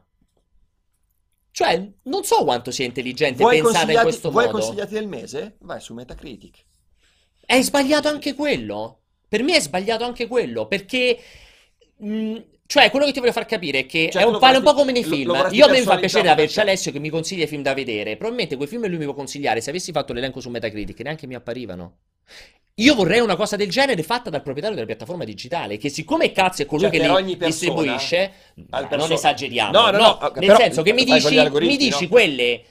Speaker 1: Cioè, non so quanto sia intelligente
Speaker 3: Vuoi
Speaker 1: pensare in
Speaker 3: consigliati,
Speaker 1: questo
Speaker 3: vuoi
Speaker 1: modo.
Speaker 3: consigliati del mese? Vai su Metacritic.
Speaker 1: È sbagliato anche quello. Per me è sbagliato anche quello, perché... mh, cioè, quello che ti voglio far capire è che
Speaker 3: Cioè,
Speaker 1: è
Speaker 3: tu
Speaker 1: un,
Speaker 3: lo
Speaker 1: fare un po'
Speaker 3: vorresti-
Speaker 1: come nei
Speaker 3: lo-
Speaker 1: film.
Speaker 3: lo vorresti
Speaker 1: Io a me mi fa
Speaker 3: personalizzato
Speaker 1: piacere
Speaker 3: per
Speaker 1: averci
Speaker 3: te.
Speaker 1: Alessio che mi consiglia i film da vedere. Probabilmente quei film lui mi può consigliare. Se avessi fatto l'elenco su Metacritic, neanche mi apparivano. Io vorrei una cosa del genere fatta dal proprietario della piattaforma digitale, che siccome cazzo è colui
Speaker 3: Cioè,
Speaker 1: che
Speaker 3: per
Speaker 1: li
Speaker 3: ogni persona,
Speaker 1: distribuisce,
Speaker 3: al
Speaker 1: ma
Speaker 3: perso-
Speaker 1: non esageriamo,
Speaker 3: No, no, no,
Speaker 1: nel
Speaker 3: però
Speaker 1: senso che mi
Speaker 3: fai con gli
Speaker 1: dici,
Speaker 3: algoritmi,
Speaker 1: mi dici
Speaker 3: no?
Speaker 1: quelle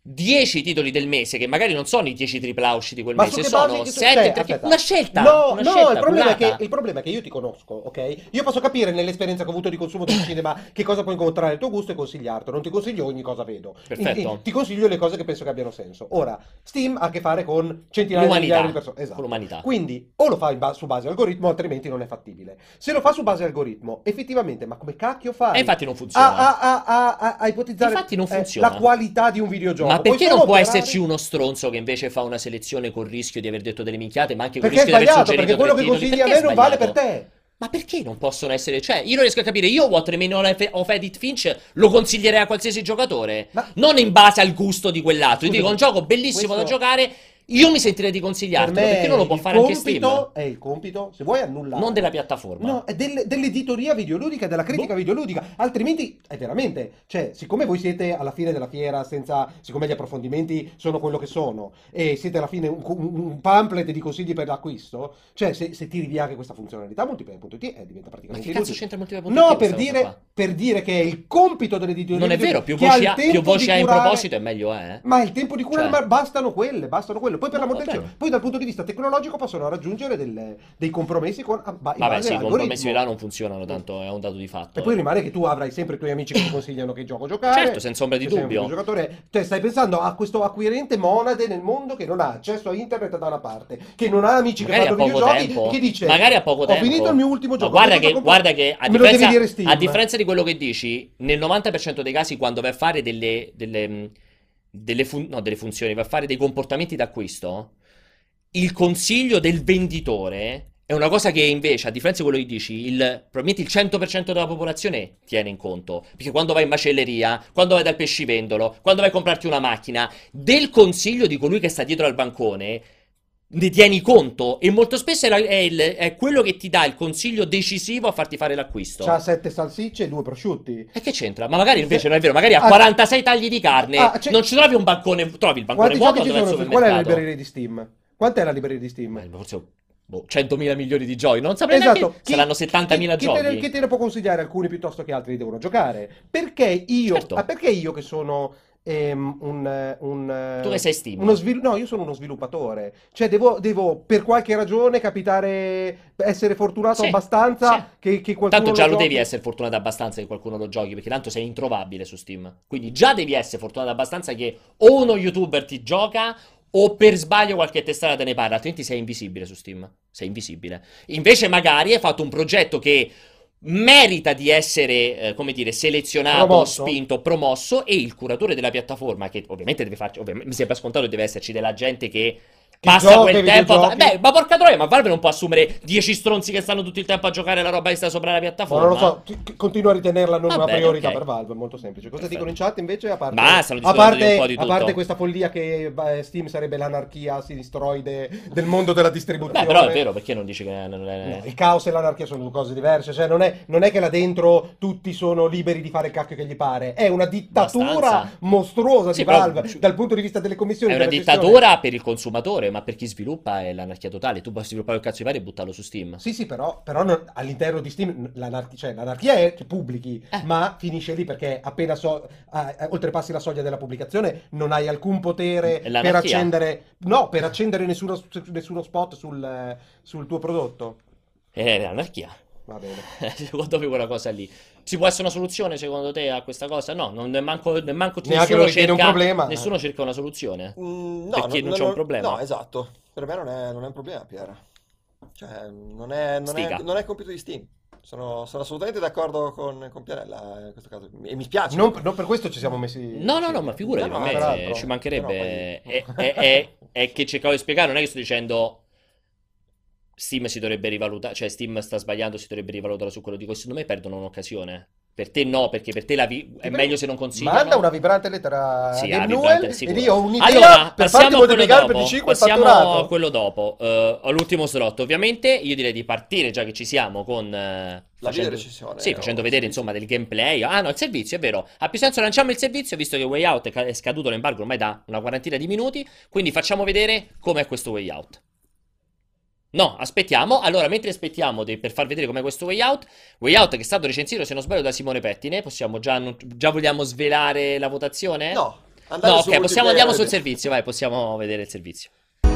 Speaker 1: dieci titoli del mese, che magari non sono i dieci tripla A usciti quel
Speaker 2: Ma
Speaker 1: mese,
Speaker 2: su che
Speaker 1: sono
Speaker 2: base-
Speaker 1: sette,
Speaker 2: cioè,
Speaker 1: perché-
Speaker 2: aspetta.
Speaker 1: una scelta.
Speaker 2: No,
Speaker 1: una
Speaker 2: no,
Speaker 1: scelta
Speaker 2: il problema, è che,
Speaker 1: curata.
Speaker 2: il problema è che io ti conosco, ok? Io posso capire nell'esperienza che ho avuto di consumo del cinema che cosa può incontrare il tuo gusto e consigliartelo. Non ti consiglio ogni cosa vedo.
Speaker 1: Perfetto.
Speaker 2: In- in- ti consiglio le cose che penso che abbiano senso. Ora, Steam ha a che fare con centinaia di
Speaker 1: L'umanità.
Speaker 2: migliaia di persone. Esatto.
Speaker 1: Con l'umanità.
Speaker 2: Quindi o lo fa in ba- su base algoritmo, altrimenti non è fattibile. Se lo fa su base algoritmo, effettivamente, ma come cacchio fai?
Speaker 1: E infatti non funziona.
Speaker 2: A, a- a- a- a- a ipotizzare
Speaker 1: Infatti non
Speaker 2: eh,
Speaker 1: funziona.
Speaker 2: la qualità di un videogioco.
Speaker 1: Ma
Speaker 2: Puoi
Speaker 1: perché
Speaker 2: solo
Speaker 1: non può
Speaker 2: operare-
Speaker 1: esserci uno stronzo che invece fa una selezione col rischio di aver detto delle minchiate, ma anche con il
Speaker 2: Perché è
Speaker 1: rischio di aver
Speaker 2: sbagliato,
Speaker 1: suggerito
Speaker 2: perché quello
Speaker 1: tre
Speaker 2: che
Speaker 1: titoli?
Speaker 2: consigli a
Speaker 1: Perché
Speaker 2: me
Speaker 1: è
Speaker 2: non vale per
Speaker 1: sbagliato?
Speaker 2: te.
Speaker 1: Ma perché non possono essere? Cioè, io non riesco a capire. Io What Remains of Edith Finch lo consiglierei a qualsiasi giocatore.
Speaker 2: Ma-
Speaker 1: Non in base al gusto di quell'altro. Io
Speaker 2: Scusi,
Speaker 1: dico, un gioco bellissimo
Speaker 2: questo-
Speaker 1: da giocare. Io mi sentirei di
Speaker 2: Per
Speaker 1: consigliartelo.
Speaker 2: me
Speaker 1: Perché non lo può
Speaker 2: il
Speaker 1: fare anche
Speaker 2: compito
Speaker 1: Steam?
Speaker 2: è il compito, se vuoi annullare.
Speaker 1: Non della piattaforma.
Speaker 2: No, è del- dell'editoria videoludica, della critica
Speaker 1: Boh.
Speaker 2: videoludica. Altrimenti è veramente, cioè, siccome voi siete alla fine della fiera, senza, siccome gli approfondimenti sono quello che sono, e siete alla fine un, un- un pamphlet di consigli per l'acquisto, cioè, se, se tiri via anche questa funzionalità, multiplayer punto it eh, diventa
Speaker 1: Ma
Speaker 2: praticamente
Speaker 1: che cazzo
Speaker 2: inutile.
Speaker 1: c'entra Multiplayer punto it
Speaker 2: No, per
Speaker 1: questa cosa
Speaker 2: dire,
Speaker 1: qua?
Speaker 2: per dire che è il compito dell'editoria
Speaker 1: Non è vero,
Speaker 2: videoludica
Speaker 1: più
Speaker 2: che ha
Speaker 1: voci,
Speaker 2: il
Speaker 1: ha, più
Speaker 2: tempo
Speaker 1: voci
Speaker 2: di
Speaker 1: hai in
Speaker 2: curare-
Speaker 1: proposito è meglio è. eh?
Speaker 2: Ma il tempo di cura,
Speaker 1: Cioè.
Speaker 2: ma bastano quelle, bastano quelle. Poi per
Speaker 1: No,
Speaker 2: l'amor
Speaker 1: va
Speaker 2: del cielo,
Speaker 1: bene.
Speaker 2: poi dal punto di vista tecnologico possono raggiungere delle- dei compromessi con a- ba- in
Speaker 1: Vabbè,
Speaker 2: base
Speaker 1: sì, i
Speaker 2: all'algoritmo.
Speaker 1: compromessi là non funzionano, tanto è un dato di fatto.
Speaker 2: E poi rimane che tu avrai sempre i tuoi amici che ti consigliano che gioco giocare.
Speaker 1: Certo, senza ombra di
Speaker 2: che sei un
Speaker 1: dubbio.
Speaker 2: videogiocatore. Te stai pensando a questo acquirente monade nel mondo che non ha accesso a internet da una parte, che non ha amici
Speaker 1: Magari
Speaker 2: che
Speaker 1: a
Speaker 2: fanno
Speaker 1: poco
Speaker 2: videogiochi,
Speaker 1: tempo.
Speaker 2: che dice
Speaker 1: Magari a poco
Speaker 2: ho
Speaker 1: tempo.
Speaker 2: finito il mio ultimo
Speaker 1: Ma
Speaker 2: gioco.
Speaker 1: guarda
Speaker 2: cosa
Speaker 1: che,
Speaker 2: compro-
Speaker 1: guarda che a
Speaker 2: me lo devi
Speaker 1: differenza,
Speaker 2: dire Steam.
Speaker 1: a differenza di quello che dici, nel novanta per cento dei casi quando vai a fare delle, delle, mh, delle, fun- no, delle funzioni, vai a fare dei comportamenti d'acquisto, il consiglio del venditore è una cosa che invece, a differenza di quello che dici, il, probabilmente il cento per cento della popolazione tiene in conto. Perché quando vai in macelleria, quando vai dal pescivendolo, quando vai a comprarti una macchina, del consiglio di colui che sta dietro al bancone ne tieni conto, e molto spesso è, la- è il- è quello che ti dà il consiglio decisivo a farti fare l'acquisto.
Speaker 2: C'ha sette salsicce e due prosciutti.
Speaker 1: E che c'entra? Ma magari invece non è vero, magari ha
Speaker 2: Ah,
Speaker 1: quarantasei tagli di carne,
Speaker 2: ah, c'è-
Speaker 1: non ci trovi un bancone, trovi il bancone
Speaker 2: Quanti
Speaker 1: vuoto
Speaker 2: giochi ci
Speaker 1: dove è il
Speaker 2: sono? Qual è la
Speaker 1: supermercato.
Speaker 2: libreria di Steam? Quant'è la libreria di Steam?
Speaker 1: Ma forse boh, centomila milioni di giochi, non saprei neanche,
Speaker 2: Esatto, chi-
Speaker 1: saranno settantamila
Speaker 2: chi, chi te ne-
Speaker 1: giochi.
Speaker 2: chi te ne può consigliare alcuni piuttosto che altri li devono giocare? Perché io,
Speaker 1: Certo.
Speaker 2: ah, perché io che sono ehm, un, un,
Speaker 1: Tu che sei Steam.
Speaker 2: uno svil- no, io sono uno sviluppatore, cioè devo, devo per qualche ragione capitare, essere fortunato
Speaker 1: Sì,
Speaker 2: abbastanza
Speaker 1: sì.
Speaker 2: che, che qualcuno
Speaker 1: Tanto già lo
Speaker 2: giochi.
Speaker 1: devi essere fortunato abbastanza che qualcuno lo giochi, perché tanto sei introvabile su Steam. Quindi già devi essere fortunato abbastanza che o uno youtuber ti gioca o per sbaglio qualche testata te ne parla, altrimenti sei invisibile su Steam. Sei invisibile. Invece magari hai fatto un progetto che merita di essere, eh, come dire, selezionato,
Speaker 2: Promosso.
Speaker 1: spinto, promosso, e il curatore della piattaforma, che ovviamente deve farci, ovviamente, mi sembra scontato che deve esserci della gente che passa
Speaker 2: gioca
Speaker 1: quel
Speaker 2: ai
Speaker 1: tempo a fa-
Speaker 2: videogiochi.
Speaker 1: Beh, ma porca troia, ma Valve non può assumere dieci stronzi che stanno tutto il tempo a giocare la roba che sta sopra la
Speaker 2: Ma
Speaker 1: piattaforma.
Speaker 2: non lo so, c- continuo a ritenerla non
Speaker 1: Va
Speaker 2: una
Speaker 1: bene,
Speaker 2: priorità
Speaker 1: ok.
Speaker 2: per Valve, è molto semplice. Cosa
Speaker 1: Perfetto.
Speaker 2: dicono in chat invece? A parte,
Speaker 1: Ma stanno
Speaker 2: a
Speaker 1: discutendo di
Speaker 2: parte,
Speaker 1: un po' di
Speaker 2: a
Speaker 1: tutto.
Speaker 2: parte questa follia che beh, Steam sarebbe l'anarchia sinistroide del mondo della distribuzione.
Speaker 1: Beh, però è vero, perché non dici che non è...
Speaker 2: No, il caos e l'anarchia sono due cose diverse, cioè non è, non è che là dentro tutti sono liberi di fare il cacchio che gli pare, è una dittatura
Speaker 1: Abbastanza.
Speaker 2: mostruosa
Speaker 1: Sì,
Speaker 2: di
Speaker 1: però-
Speaker 2: Valve dal punto di vista delle commissioni.
Speaker 1: È una
Speaker 2: della gestione.
Speaker 1: dittatura per il consumatore, ma per chi sviluppa è l'anarchia totale. Tu puoi sviluppare il cazzo di pare e buttarlo su Steam.
Speaker 2: Sì, sì, però, però non- all'interno di Steam l'anarchia, cioè, l'anarchia è che pubblichi,
Speaker 1: Eh.
Speaker 2: ma finisce lì perché appena so, ah, eh, oltrepassi la soglia della pubblicazione non hai alcun potere
Speaker 1: È
Speaker 2: per
Speaker 1: l'anarchia.
Speaker 2: accendere, no, per accendere nessuno, nessuno spot sul, eh, sul tuo prodotto.
Speaker 1: È l'anarchia.
Speaker 2: Va bene.
Speaker 1: Secondo me quella cosa lì. Ci può essere una soluzione secondo te a questa cosa? No, non ne manco, ne manco
Speaker 2: Neanche
Speaker 1: nessuno
Speaker 2: lo ritiene un
Speaker 1: cerca,
Speaker 2: problema.
Speaker 1: nessuno cerca una soluzione.
Speaker 3: Mm, no,
Speaker 1: Perché non c'è un problema.
Speaker 3: No, esatto. Per me non è, non è un problema, Piera. Cioè, non è, non
Speaker 1: Stiga.
Speaker 3: è, non è compito di Steam. Sono, sono assolutamente d'accordo con, con Pianella in questo caso. E mi spiace.
Speaker 2: Non, non per questo ci siamo messi.
Speaker 1: No, no, no, ma figurati,
Speaker 3: No,
Speaker 1: ma
Speaker 3: no,
Speaker 1: a me
Speaker 2: peraltro.
Speaker 1: ci mancherebbe.
Speaker 3: Però
Speaker 1: È, è- è- è che cercavo di spiegare, non è che sto dicendo Steam si dovrebbe rivalutare, cioè Steam sta sbagliando, si dovrebbe rivalutare su quello. Dico, secondo me perdono un'occasione. Per te no, perché per te la vi- è meglio se non consigliano.
Speaker 2: Manda una vibrante lettera
Speaker 1: Sì,
Speaker 2: a
Speaker 1: ah,
Speaker 2: Game
Speaker 1: vibrante,
Speaker 2: Newell
Speaker 1: sicuro.
Speaker 2: e lì ho un'idea
Speaker 1: Allora,
Speaker 2: per farti
Speaker 1: passiamo a quello
Speaker 2: moltiplicare per
Speaker 1: dopo.
Speaker 2: di cinque il
Speaker 1: Passiamo
Speaker 2: fatturato.
Speaker 1: a quello dopo. Eh, all'ultimo slot, ovviamente. Io direi di partire, già che ci siamo, con eh,
Speaker 3: La
Speaker 1: facendo,
Speaker 3: videorecensione,
Speaker 1: sì,
Speaker 3: o
Speaker 1: facendo
Speaker 3: il
Speaker 1: vedere
Speaker 3: servizio.
Speaker 1: insomma del gameplay. Ah, no, il servizio è vero. Ha più senso lanciamo il servizio, visto che Way Out è ca- è scaduto l'embargo ormai da una quarantina di minuti. Quindi facciamo vedere com'è questo Way Out. No, aspettiamo. Allora, mentre aspettiamo de- per far vedere com'è questo Way Out, Way Out che è stato recensito, se non sbaglio, da Simone Pettine. Possiamo già, annu- già vogliamo svelare la votazione?
Speaker 3: No. Andate
Speaker 1: No,
Speaker 3: su
Speaker 1: ok, possiamo andiamo sul
Speaker 3: multiplayer.
Speaker 1: servizio, vai, possiamo vedere il servizio.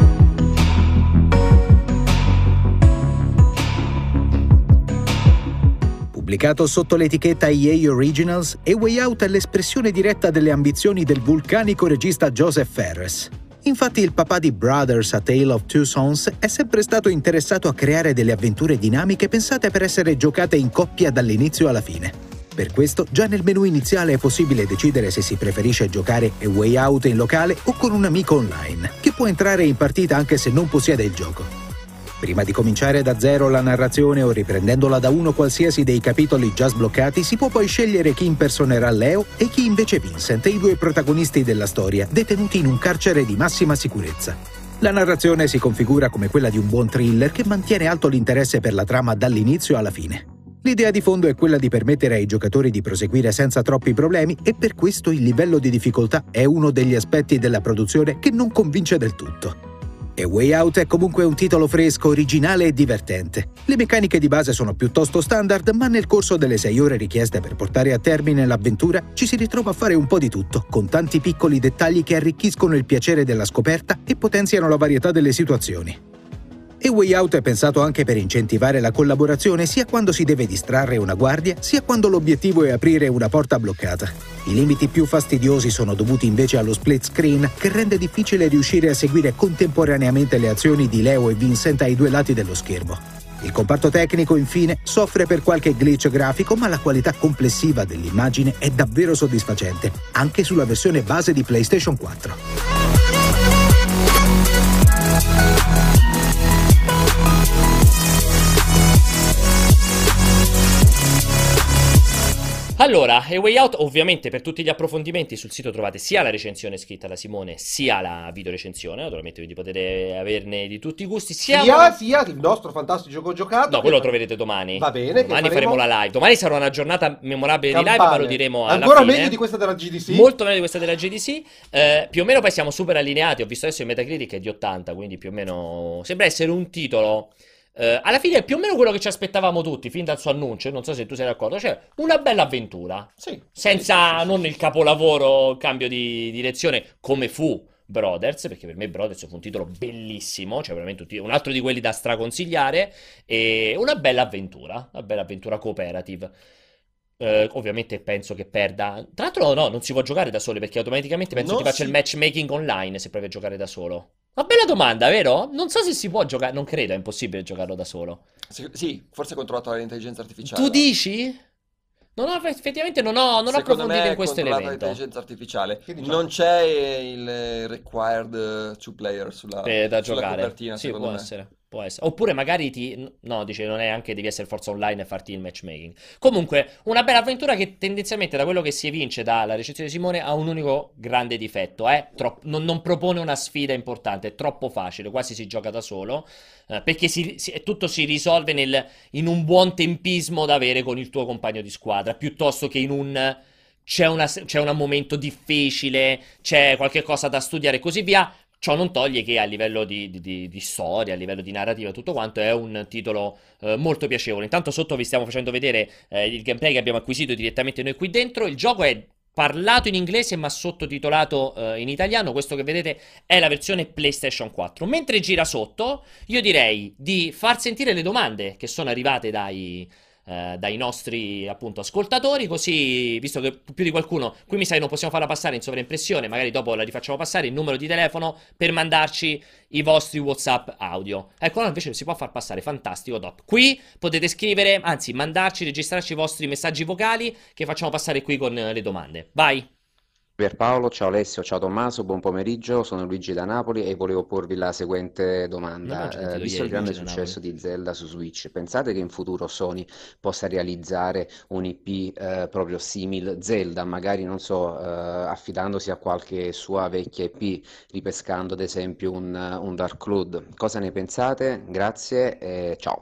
Speaker 5: Pubblicato sotto l'etichetta E A Originals, A Way Out è l'espressione diretta delle ambizioni del vulcanico regista Joseph Fares. Infatti il papà di Brothers A Tale of Two Sons è sempre stato interessato a creare delle avventure dinamiche pensate per essere giocate in coppia dall'inizio alla fine. Per questo, già nel menu iniziale è possibile decidere se si preferisce giocare A Way Out in locale o con un amico online, che può entrare in partita anche se non possiede il gioco. Prima di cominciare da zero la narrazione o riprendendola da uno qualsiasi dei capitoli già sbloccati, si può poi scegliere chi impersonerà Leo e chi invece Vincent, i due protagonisti della storia, detenuti in un carcere di massima sicurezza. La narrazione si configura come quella di un buon thriller che mantiene alto l'interesse per la trama dall'inizio alla fine. L'idea di fondo è quella di permettere ai giocatori di proseguire senza troppi problemi e per questo il livello di difficoltà è uno degli aspetti della produzione che non convince del tutto. A Way Out è comunque un titolo fresco, originale e divertente. Le meccaniche di base sono piuttosto standard, ma nel corso delle sei ore richieste per portare a termine l'avventura ci si ritrova a fare un po' di tutto, con tanti piccoli dettagli che arricchiscono il piacere della scoperta e potenziano la varietà delle situazioni. A Way Out è pensato anche per incentivare la collaborazione sia quando si deve distrarre una guardia, sia quando l'obiettivo è aprire una porta bloccata. I limiti più fastidiosi sono dovuti invece allo split screen, che rende difficile riuscire a seguire contemporaneamente le azioni di Leo e Vincent ai due lati dello schermo. Il comparto tecnico, infine, soffre per qualche glitch grafico, ma la qualità complessiva dell'immagine è davvero soddisfacente, anche sulla versione base di PlayStation quattro.
Speaker 1: Allora, A Way Out, ovviamente per tutti gli approfondimenti sul sito trovate sia la recensione scritta da Simone, sia la video recensione, naturalmente, quindi potete averne di tutti i gusti. Siamo...
Speaker 2: Sia, sia il nostro fantastico gioco giocato.
Speaker 1: No, quello lo
Speaker 2: che...
Speaker 1: troverete domani.
Speaker 2: Va bene.
Speaker 1: Domani
Speaker 2: che
Speaker 1: faremo...
Speaker 2: faremo
Speaker 1: la live. Domani sarà una giornata memorabile
Speaker 2: Campane.
Speaker 1: di live, ma lo diremo alla
Speaker 2: Ancora
Speaker 1: fine.
Speaker 2: meglio di questa della G D C.
Speaker 1: Molto meglio di questa della G D C. Eh, più o meno poi siamo super allineati. Ho visto adesso il Metacritic è di ottanta, quindi più o meno sembra essere un titolo... Uh, alla fine è più o meno quello che ci aspettavamo tutti fin dal suo annuncio, non so se tu sei d'accordo, cioè una bella avventura,
Speaker 2: Sì.
Speaker 1: senza
Speaker 2: Sì, sì,
Speaker 1: non
Speaker 2: sì,
Speaker 1: il
Speaker 2: sì.
Speaker 1: capolavoro, cambio di direzione come fu Brothers, perché per me Brothers fu un titolo bellissimo, cioè veramente un, titolo, un altro di quelli da straconsigliare, e una bella avventura, una bella avventura cooperative. Uh, ovviamente penso che perda. Tra l'altro no, non si può giocare da soli perché automaticamente penso
Speaker 2: Non
Speaker 1: ti faccia
Speaker 2: si-
Speaker 1: il matchmaking online se provi a giocare da solo. Una bella domanda, vero? Non so se si può giocare, non credo, è impossibile giocarlo da solo.
Speaker 3: Sì, sì, forse è controllato dall'intelligenza artificiale.
Speaker 1: Tu dici? Non ho, effettivamente non ho, non ho
Speaker 3: Secondo
Speaker 1: approfondito
Speaker 3: me
Speaker 1: in
Speaker 3: è
Speaker 1: questo
Speaker 3: controllata
Speaker 1: elemento
Speaker 3: dall'intelligenza artificiale.
Speaker 2: Che diciamo?
Speaker 3: Non c'è il required two player sulla,
Speaker 1: eh, da
Speaker 3: sulla
Speaker 1: giocare.
Speaker 3: copertina,
Speaker 1: Sì,
Speaker 3: secondo
Speaker 1: può
Speaker 3: me.
Speaker 1: essere, può essere. Oppure magari ti... No, dice, non è anche devi essere forza online e farti il matchmaking. Comunque, una bella avventura che tendenzialmente, da quello che si evince dalla recensione di Simone, ha un unico grande difetto, eh? Tro- non, non propone una sfida importante, è troppo facile, quasi si gioca da solo, eh, perché si, si- tutto si risolve nel, in un buon tempismo da avere con il tuo compagno di squadra, piuttosto che in un... C'è, una, c'è un momento difficile, c'è qualche cosa da studiare e così via. Ciò non toglie che a livello di, di- di- di storia, a livello di narrativa e tutto quanto è un titolo eh, molto piacevole. Intanto sotto vi stiamo facendo vedere eh, il gameplay che abbiamo acquisito direttamente noi qui dentro. Il gioco è parlato in inglese ma sottotitolato eh, in italiano. Questo che vedete è la versione PlayStation quattro. Mentre gira sotto, io direi di far sentire le domande che sono arrivate dai... eh, dai nostri appunto ascoltatori, così visto che più di qualcuno qui mi sa che non possiamo farla passare in sovraimpressione, magari dopo la rifacciamo passare il numero di telefono per mandarci i vostri WhatsApp audio. Ecco, no, invece si può far passare, fantastico, top. Qui potete scrivere, anzi mandarci, registrarci i vostri messaggi vocali che facciamo passare qui con eh, le domande. Vai.
Speaker 8: Pierpaolo, ciao Alessio, ciao Tommaso, buon pomeriggio, sono Luigi da Napoli e volevo porvi la seguente
Speaker 1: Non
Speaker 8: domanda.
Speaker 1: l'ho già sentito
Speaker 8: Eh, visto
Speaker 1: ieri,
Speaker 8: il grande
Speaker 1: Luigi da
Speaker 8: successo di Zelda su Switch, pensate che in futuro Sony possa realizzare un I P eh, proprio simile Zelda, magari non so, eh, affidandosi a qualche sua vecchia I P, ripescando ad esempio un, un Dark Cloud? Cosa ne pensate? Grazie e ciao.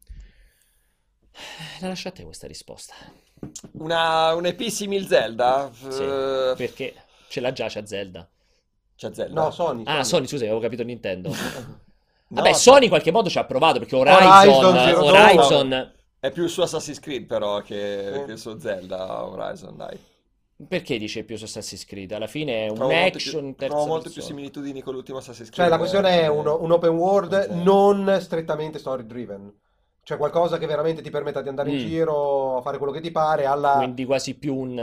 Speaker 1: La lascio a te questa risposta.
Speaker 3: Una, un E P simil Zelda?
Speaker 1: Sì,
Speaker 3: Eh,
Speaker 1: perché ce l'ha già, c'ha Zelda.
Speaker 3: c'è Zelda.
Speaker 2: No, Sony.
Speaker 1: Ah, Sony, scusa, avevo capito Nintendo.
Speaker 3: No,
Speaker 1: Vabbè, Sony in qualche modo ci ha provato perché Horizon,
Speaker 2: Horizon Zero Dawn.
Speaker 1: Horizon,
Speaker 3: è più il suo Assassin's Creed però che,
Speaker 2: Eh.
Speaker 3: che il suo Zelda Horizon, dai.
Speaker 1: Perché dice più su Assassin's Creed? Alla fine è un
Speaker 3: Trovo molte
Speaker 1: action
Speaker 3: più,
Speaker 1: in terza
Speaker 3: trovo molte più
Speaker 1: persona.
Speaker 3: similitudini con l'ultimo Assassin's
Speaker 2: Cioè,
Speaker 3: Creed.
Speaker 2: la questione è
Speaker 3: eh,
Speaker 2: un, un open world
Speaker 3: ok.
Speaker 2: non strettamente story driven. Cioè, qualcosa che veramente ti permetta di andare in
Speaker 1: Mm.
Speaker 2: giro a fare quello che ti pare, alla
Speaker 1: Quindi quasi più un,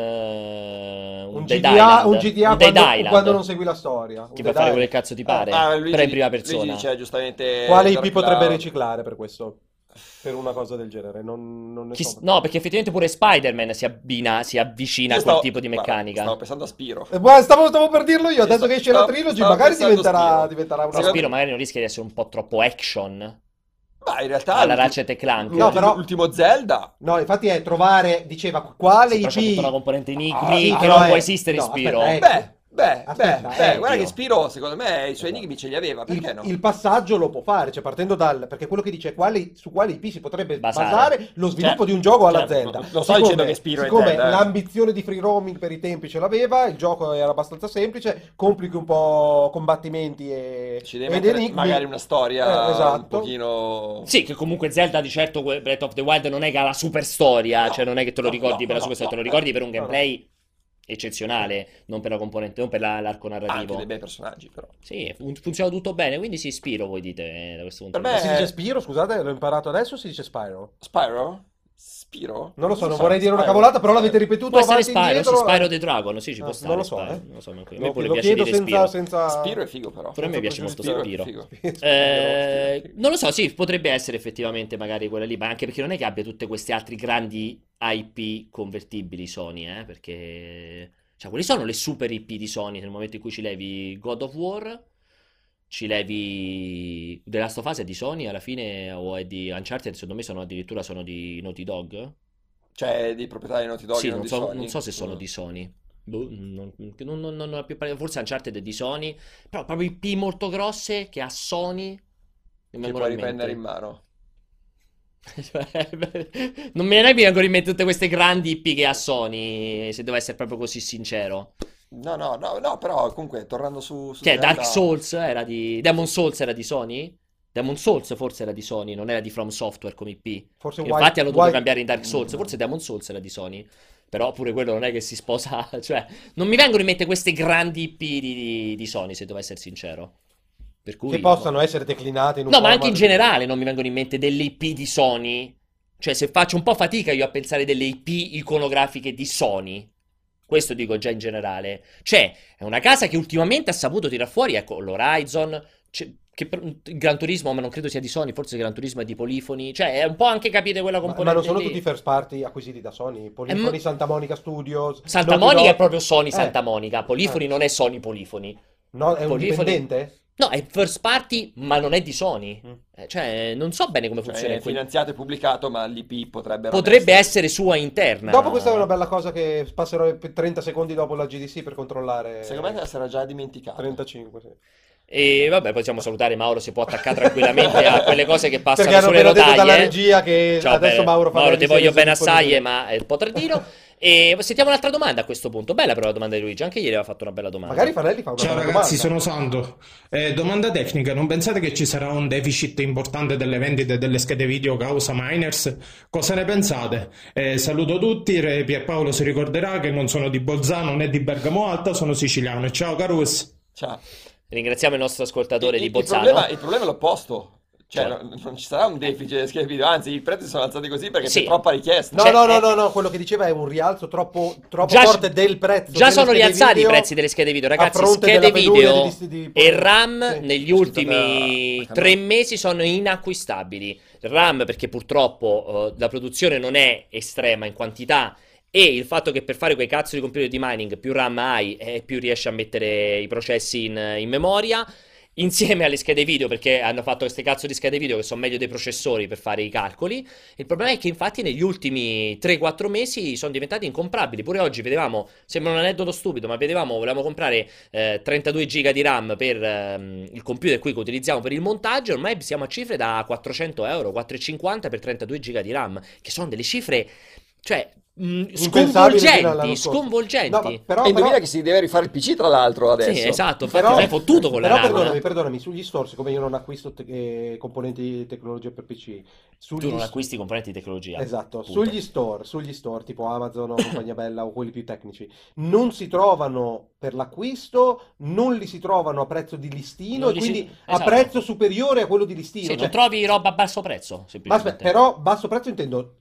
Speaker 1: eh, un
Speaker 2: un
Speaker 1: Dead
Speaker 2: G T A,
Speaker 1: Island.
Speaker 2: un G T A
Speaker 1: Un Dead
Speaker 2: quando,
Speaker 1: Island.
Speaker 2: quando non segui la storia. Un
Speaker 1: Che puoi
Speaker 2: Dead
Speaker 1: fare quello
Speaker 2: Island.
Speaker 1: che cazzo ti
Speaker 2: Eh,
Speaker 1: pare,
Speaker 3: Ah, Luigi,
Speaker 1: però in prima
Speaker 3: Luigi
Speaker 1: persona.
Speaker 3: dice giustamente
Speaker 2: Quale I
Speaker 3: Dark
Speaker 2: P potrebbe
Speaker 3: Cloud.
Speaker 2: riciclare per questo? Per una cosa del genere? Non, non ne
Speaker 1: Chi-
Speaker 2: so.
Speaker 1: No, perché effettivamente pure Spider-Man si abbina, si avvicina
Speaker 3: Io
Speaker 1: a quel
Speaker 3: stavo,
Speaker 1: tipo di
Speaker 3: guarda,
Speaker 1: meccanica.
Speaker 3: stavo pensando a Spiro.
Speaker 2: Eh, guarda, stavo, stavo per dirlo io,
Speaker 3: Io
Speaker 2: adesso
Speaker 3: sta-
Speaker 2: che esce la
Speaker 3: stavo-
Speaker 2: trilogy,
Speaker 3: stavo
Speaker 2: magari
Speaker 3: pensando
Speaker 2: diventerà,
Speaker 3: Spiro.
Speaker 2: diventerà una
Speaker 1: Però
Speaker 3: Secondo-
Speaker 1: Spiro magari non rischia di essere un po' troppo action
Speaker 3: Ma in realtà
Speaker 1: alla
Speaker 3: l'ultimo-
Speaker 1: Ratchet e Clank.
Speaker 2: No,
Speaker 3: l'ultimo-
Speaker 2: però-
Speaker 3: l'ultimo Zelda.
Speaker 2: No, infatti è trovare, diceva, quale
Speaker 1: Sì, però c'è tutta una
Speaker 2: I P...
Speaker 1: componente enigmi
Speaker 2: Ah, sì,
Speaker 1: che
Speaker 2: però
Speaker 1: non
Speaker 2: è-
Speaker 1: può esistere in
Speaker 2: no,
Speaker 1: Spiro.
Speaker 2: aspetta, eh.
Speaker 3: Beh, beh,
Speaker 2: Aspetta,
Speaker 3: beh,
Speaker 2: eh,
Speaker 3: beh, guarda
Speaker 1: Dio.
Speaker 3: che Spiro, secondo me, i suoi enigmi ce li aveva, perché
Speaker 2: Il,
Speaker 3: no?
Speaker 2: il passaggio lo può fare, cioè partendo dal... Perché quello che dice è quali, su quali I P si potrebbe
Speaker 1: Basare.
Speaker 2: basare lo sviluppo
Speaker 3: Certo,
Speaker 2: di un gioco alla
Speaker 3: certo,
Speaker 2: Zelda.
Speaker 3: non- non sto dicendo che Spiro è
Speaker 2: siccome
Speaker 3: Zelda, eh.
Speaker 2: l'ambizione di free roaming per i tempi ce l'aveva, il gioco era abbastanza semplice, complichi un po' combattimenti e,
Speaker 3: Ci devi
Speaker 2: ed
Speaker 3: mettere
Speaker 2: enigmi.
Speaker 3: magari una storia
Speaker 2: Eh,
Speaker 3: un
Speaker 2: esatto.
Speaker 3: pochino...
Speaker 1: Sì, che comunque Zelda di certo que- Breath of the Wild non è che ha la super storia,
Speaker 3: No,
Speaker 1: cioè non è che te lo
Speaker 3: no,
Speaker 1: ricordi
Speaker 3: no,
Speaker 1: per la
Speaker 3: no,
Speaker 1: super storia, te lo
Speaker 3: no,
Speaker 1: ricordi per un
Speaker 2: no, no.
Speaker 1: gameplay eccezionale, non per la componente, non per la- l'arco
Speaker 3: Anche
Speaker 1: narrativo.
Speaker 3: dei bei personaggi, però.
Speaker 1: Sì, fun- funziona tutto bene, quindi si ispiro, voi dite, eh, da questo punto
Speaker 3: Per
Speaker 1: di
Speaker 3: me-
Speaker 2: Si
Speaker 1: vista.
Speaker 2: dice Spiro, scusate, l'ho imparato adesso o si dice Spyro?
Speaker 3: Spyro? Spiro?
Speaker 2: Non lo so, non
Speaker 3: so,
Speaker 2: vorrei dire una
Speaker 3: Spyro.
Speaker 2: cavolata, però l'avete ripetuto
Speaker 1: Può essere
Speaker 2: avanti e
Speaker 1: Spyro, sì,
Speaker 2: indietro.
Speaker 1: Spyro the Dragon, sì, ci
Speaker 2: Ah,
Speaker 1: può stare
Speaker 2: non lo so,
Speaker 1: Spyro,
Speaker 2: eh.
Speaker 1: non lo so manco io. A
Speaker 2: Lo,
Speaker 1: me pure
Speaker 2: lo
Speaker 1: piace
Speaker 2: chiedo
Speaker 1: dire
Speaker 2: senza,
Speaker 1: Spiro.
Speaker 2: senza...
Speaker 3: Spiro è figo, però.
Speaker 1: Pure a me
Speaker 2: senza
Speaker 1: piace molto
Speaker 2: pregiudizi.
Speaker 1: Spiro.
Speaker 3: Spiro è figo.
Speaker 1: Eh,
Speaker 3: Spiro.
Speaker 1: non lo so, sì, potrebbe essere effettivamente magari quella lì, ma anche perché non è che abbia tutte queste altre grandi I P convertibili Sony, eh, perché... Cioè, quali sono le super I P di Sony nel momento in cui ci levi God of War, ci levi The Last of Us è di Sony alla fine o è di Uncharted, secondo me sono addirittura sono di Naughty Dog?
Speaker 3: Cioè, di proprietà di Naughty Dog,
Speaker 1: Sì,
Speaker 3: non
Speaker 1: non
Speaker 3: di
Speaker 1: so,
Speaker 3: Sony.
Speaker 1: non so se sono
Speaker 3: Mm.
Speaker 1: di Sony. Boh, non, non, non, non ho più parla- forse Uncharted è di Sony, però proprio I P molto grosse che ha Sony mi
Speaker 3: Che
Speaker 1: vengono
Speaker 3: puoi
Speaker 1: in
Speaker 3: riprendere
Speaker 1: mente.
Speaker 3: in mano.
Speaker 1: Cioè, non me ne vengono in mente tutte queste grandi I P che ha Sony, se devo essere proprio così sincero.
Speaker 3: No, no, no, no, però comunque, tornando su... su
Speaker 1: Che è
Speaker 3: Zelda-
Speaker 1: Dark Souls era di... Demon Souls era di Sony? Demon Souls forse era di Sony, non era di From Software come I P.
Speaker 2: Forse
Speaker 1: Che
Speaker 2: Wild-
Speaker 1: infatti hanno dovuto
Speaker 2: Wild-
Speaker 1: cambiare in Dark Souls. Forse Demon Souls era di Sony. Però pure quello non è che si sposa. Cioè, non mi vengono in mente queste grandi I P di, di- di Sony, se devo essere sincero. Per cui...
Speaker 2: Che possano essere declinate in un
Speaker 1: No, ma anche in
Speaker 2: format-
Speaker 1: generale non mi vengono in mente delle I P di Sony. Cioè, se faccio un po' fatica io a pensare delle I P iconografiche di Sony. Questo dico già in generale. Cioè, è una casa che ultimamente ha saputo tirar fuori, ecco, l'Horizon, cioè, che per- il Gran Turismo, ma non credo sia di Sony, forse il Gran Turismo è di Polifoni. Cioè, è un po' anche capire quella
Speaker 2: Ma,
Speaker 1: componente
Speaker 2: ma non sono
Speaker 1: lì.
Speaker 2: tutti first party acquisiti da Sony. Polifoni,
Speaker 1: Eh, ma-
Speaker 2: Santa Monica Studios.
Speaker 1: Santa
Speaker 2: Naughty
Speaker 1: Monica
Speaker 2: Dog.
Speaker 1: è proprio Sony
Speaker 2: Eh,
Speaker 1: Santa Monica. Polifoni
Speaker 2: Eh.
Speaker 1: non è Sony Polifoni.
Speaker 2: No, è un
Speaker 1: Polifoni-
Speaker 2: dipendente?
Speaker 1: No, è first party, ma non è di Sony.
Speaker 2: Mm.
Speaker 1: Eh, Cioè, non so bene come
Speaker 3: Cioè,
Speaker 1: funziona
Speaker 3: è
Speaker 1: in quel-
Speaker 3: finanziato e pubblicato, ma l'I P potrebbe...
Speaker 1: Potrebbe essere sua interna.
Speaker 2: Dopo questa è una bella cosa che passerò per trenta secondi dopo la G D C per controllare.
Speaker 3: Secondo me sarà già dimenticato.
Speaker 2: trentacinque, sì.
Speaker 1: E vabbè, possiamo salutare Mauro, si può attaccare tranquillamente a quelle cose che passano
Speaker 2: Perché hanno
Speaker 1: sulle
Speaker 2: appena detto dalla
Speaker 1: rotaie.
Speaker 2: regia che
Speaker 1: Ciao,
Speaker 2: adesso
Speaker 1: bene.
Speaker 2: Mauro fa la
Speaker 1: Mauro, ti
Speaker 2: revisione
Speaker 1: voglio bene
Speaker 2: disponibile.
Speaker 1: assai, ma è un po' tardino. E sentiamo un'altra domanda a questo punto. Bella però la domanda di Luigi, anche ieri aveva fatto una bella domanda.
Speaker 2: Magari Fanelli fa una
Speaker 9: Ciao
Speaker 2: bella
Speaker 9: ragazzi,
Speaker 2: domanda.
Speaker 9: sono Sando. Eh, domanda tecnica, non pensate che ci sarà un deficit importante delle vendite delle schede video causa miners? Cosa ne pensate? Eh, saluto tutti, Re Pierpaolo si ricorderà che non sono di Bolzano né di Bergamo Alta, sono siciliano. Ciao Carus.
Speaker 3: Ciao.
Speaker 1: Ringraziamo il nostro ascoltatore
Speaker 3: Il-
Speaker 1: di
Speaker 3: il
Speaker 1: Bolzano.
Speaker 3: problema, il problema è l'opposto. Cioè,
Speaker 1: Cioè?
Speaker 3: non, non ci sarà un deficit delle schede video, anzi, i prezzi sono alzati così perché
Speaker 1: Sì.
Speaker 3: c'è troppa richiesta.
Speaker 2: No,
Speaker 1: Cioè,
Speaker 2: no, no,
Speaker 1: eh,
Speaker 2: no, no, quello che diceva è un rialzo troppo, troppo
Speaker 1: Già-
Speaker 2: forte del prezzo
Speaker 1: Già
Speaker 2: delle
Speaker 1: sono
Speaker 2: schede
Speaker 1: rialzati
Speaker 2: video
Speaker 1: i prezzi delle schede video,
Speaker 2: a
Speaker 1: ragazzi.
Speaker 2: fronte
Speaker 1: Schede
Speaker 2: della penuria
Speaker 1: video
Speaker 2: di- di-
Speaker 1: e RAM
Speaker 2: Sì.
Speaker 1: negli
Speaker 3: Scusate,
Speaker 1: ultimi
Speaker 3: a-
Speaker 1: tre mesi sono inacquistabili. RAM perché purtroppo eh, la produzione non è estrema in quantità. E il fatto che per fare quei cazzo di computer di mining più RAM hai e più riesci a mettere i processi in, in memoria, insieme alle schede video, perché hanno fatto queste cazzo di schede video che sono meglio dei processori per fare i calcoli. Il problema è che infatti negli ultimi tre quattro mesi sono diventati incomprabili. Pure oggi vedevamo, sembra un aneddoto stupido, ma vedevamo, volevamo comprare eh, trentadue giga di RAM per ehm, il computer qui che utilizziamo per il montaggio, ormai siamo a cifre da quattrocento euro, quattro e cinquanta per trentadue giga di RAM, che sono delle cifre... Cioè, mh,
Speaker 2: Impensabile fino all'anno
Speaker 1: sconvolgenti,
Speaker 2: scorso.
Speaker 1: sconvolgenti.
Speaker 2: No, ma però,
Speaker 3: E indovina
Speaker 2: però-
Speaker 3: che si deve rifare il P C tra l'altro adesso.
Speaker 1: Sì, esatto, infatti
Speaker 2: Però-
Speaker 1: sei fottuto con la
Speaker 2: però
Speaker 1: RAM.
Speaker 2: perdonami,
Speaker 1: eh.
Speaker 2: perdonami, sugli store, siccome io non acquisto te- eh, componenti di tecnologia per P C, sugli
Speaker 1: Tu non
Speaker 2: s-
Speaker 1: acquisti componenti di tecnologia.
Speaker 2: Esatto,
Speaker 1: punto.
Speaker 2: sugli store, sugli store tipo Amazon o Compagnia Bella o quelli più tecnici, non si trovano per l'acquisto, non li si trovano a prezzo di listino
Speaker 1: Non
Speaker 2: e
Speaker 1: li si-
Speaker 2: quindi a
Speaker 1: esatto.
Speaker 2: prezzo superiore a quello di listino.
Speaker 1: Sì,
Speaker 2: Cioè-
Speaker 1: non trovi roba a basso prezzo,
Speaker 2: Ma
Speaker 1: semplicemente.
Speaker 2: aspetta, però basso prezzo intendo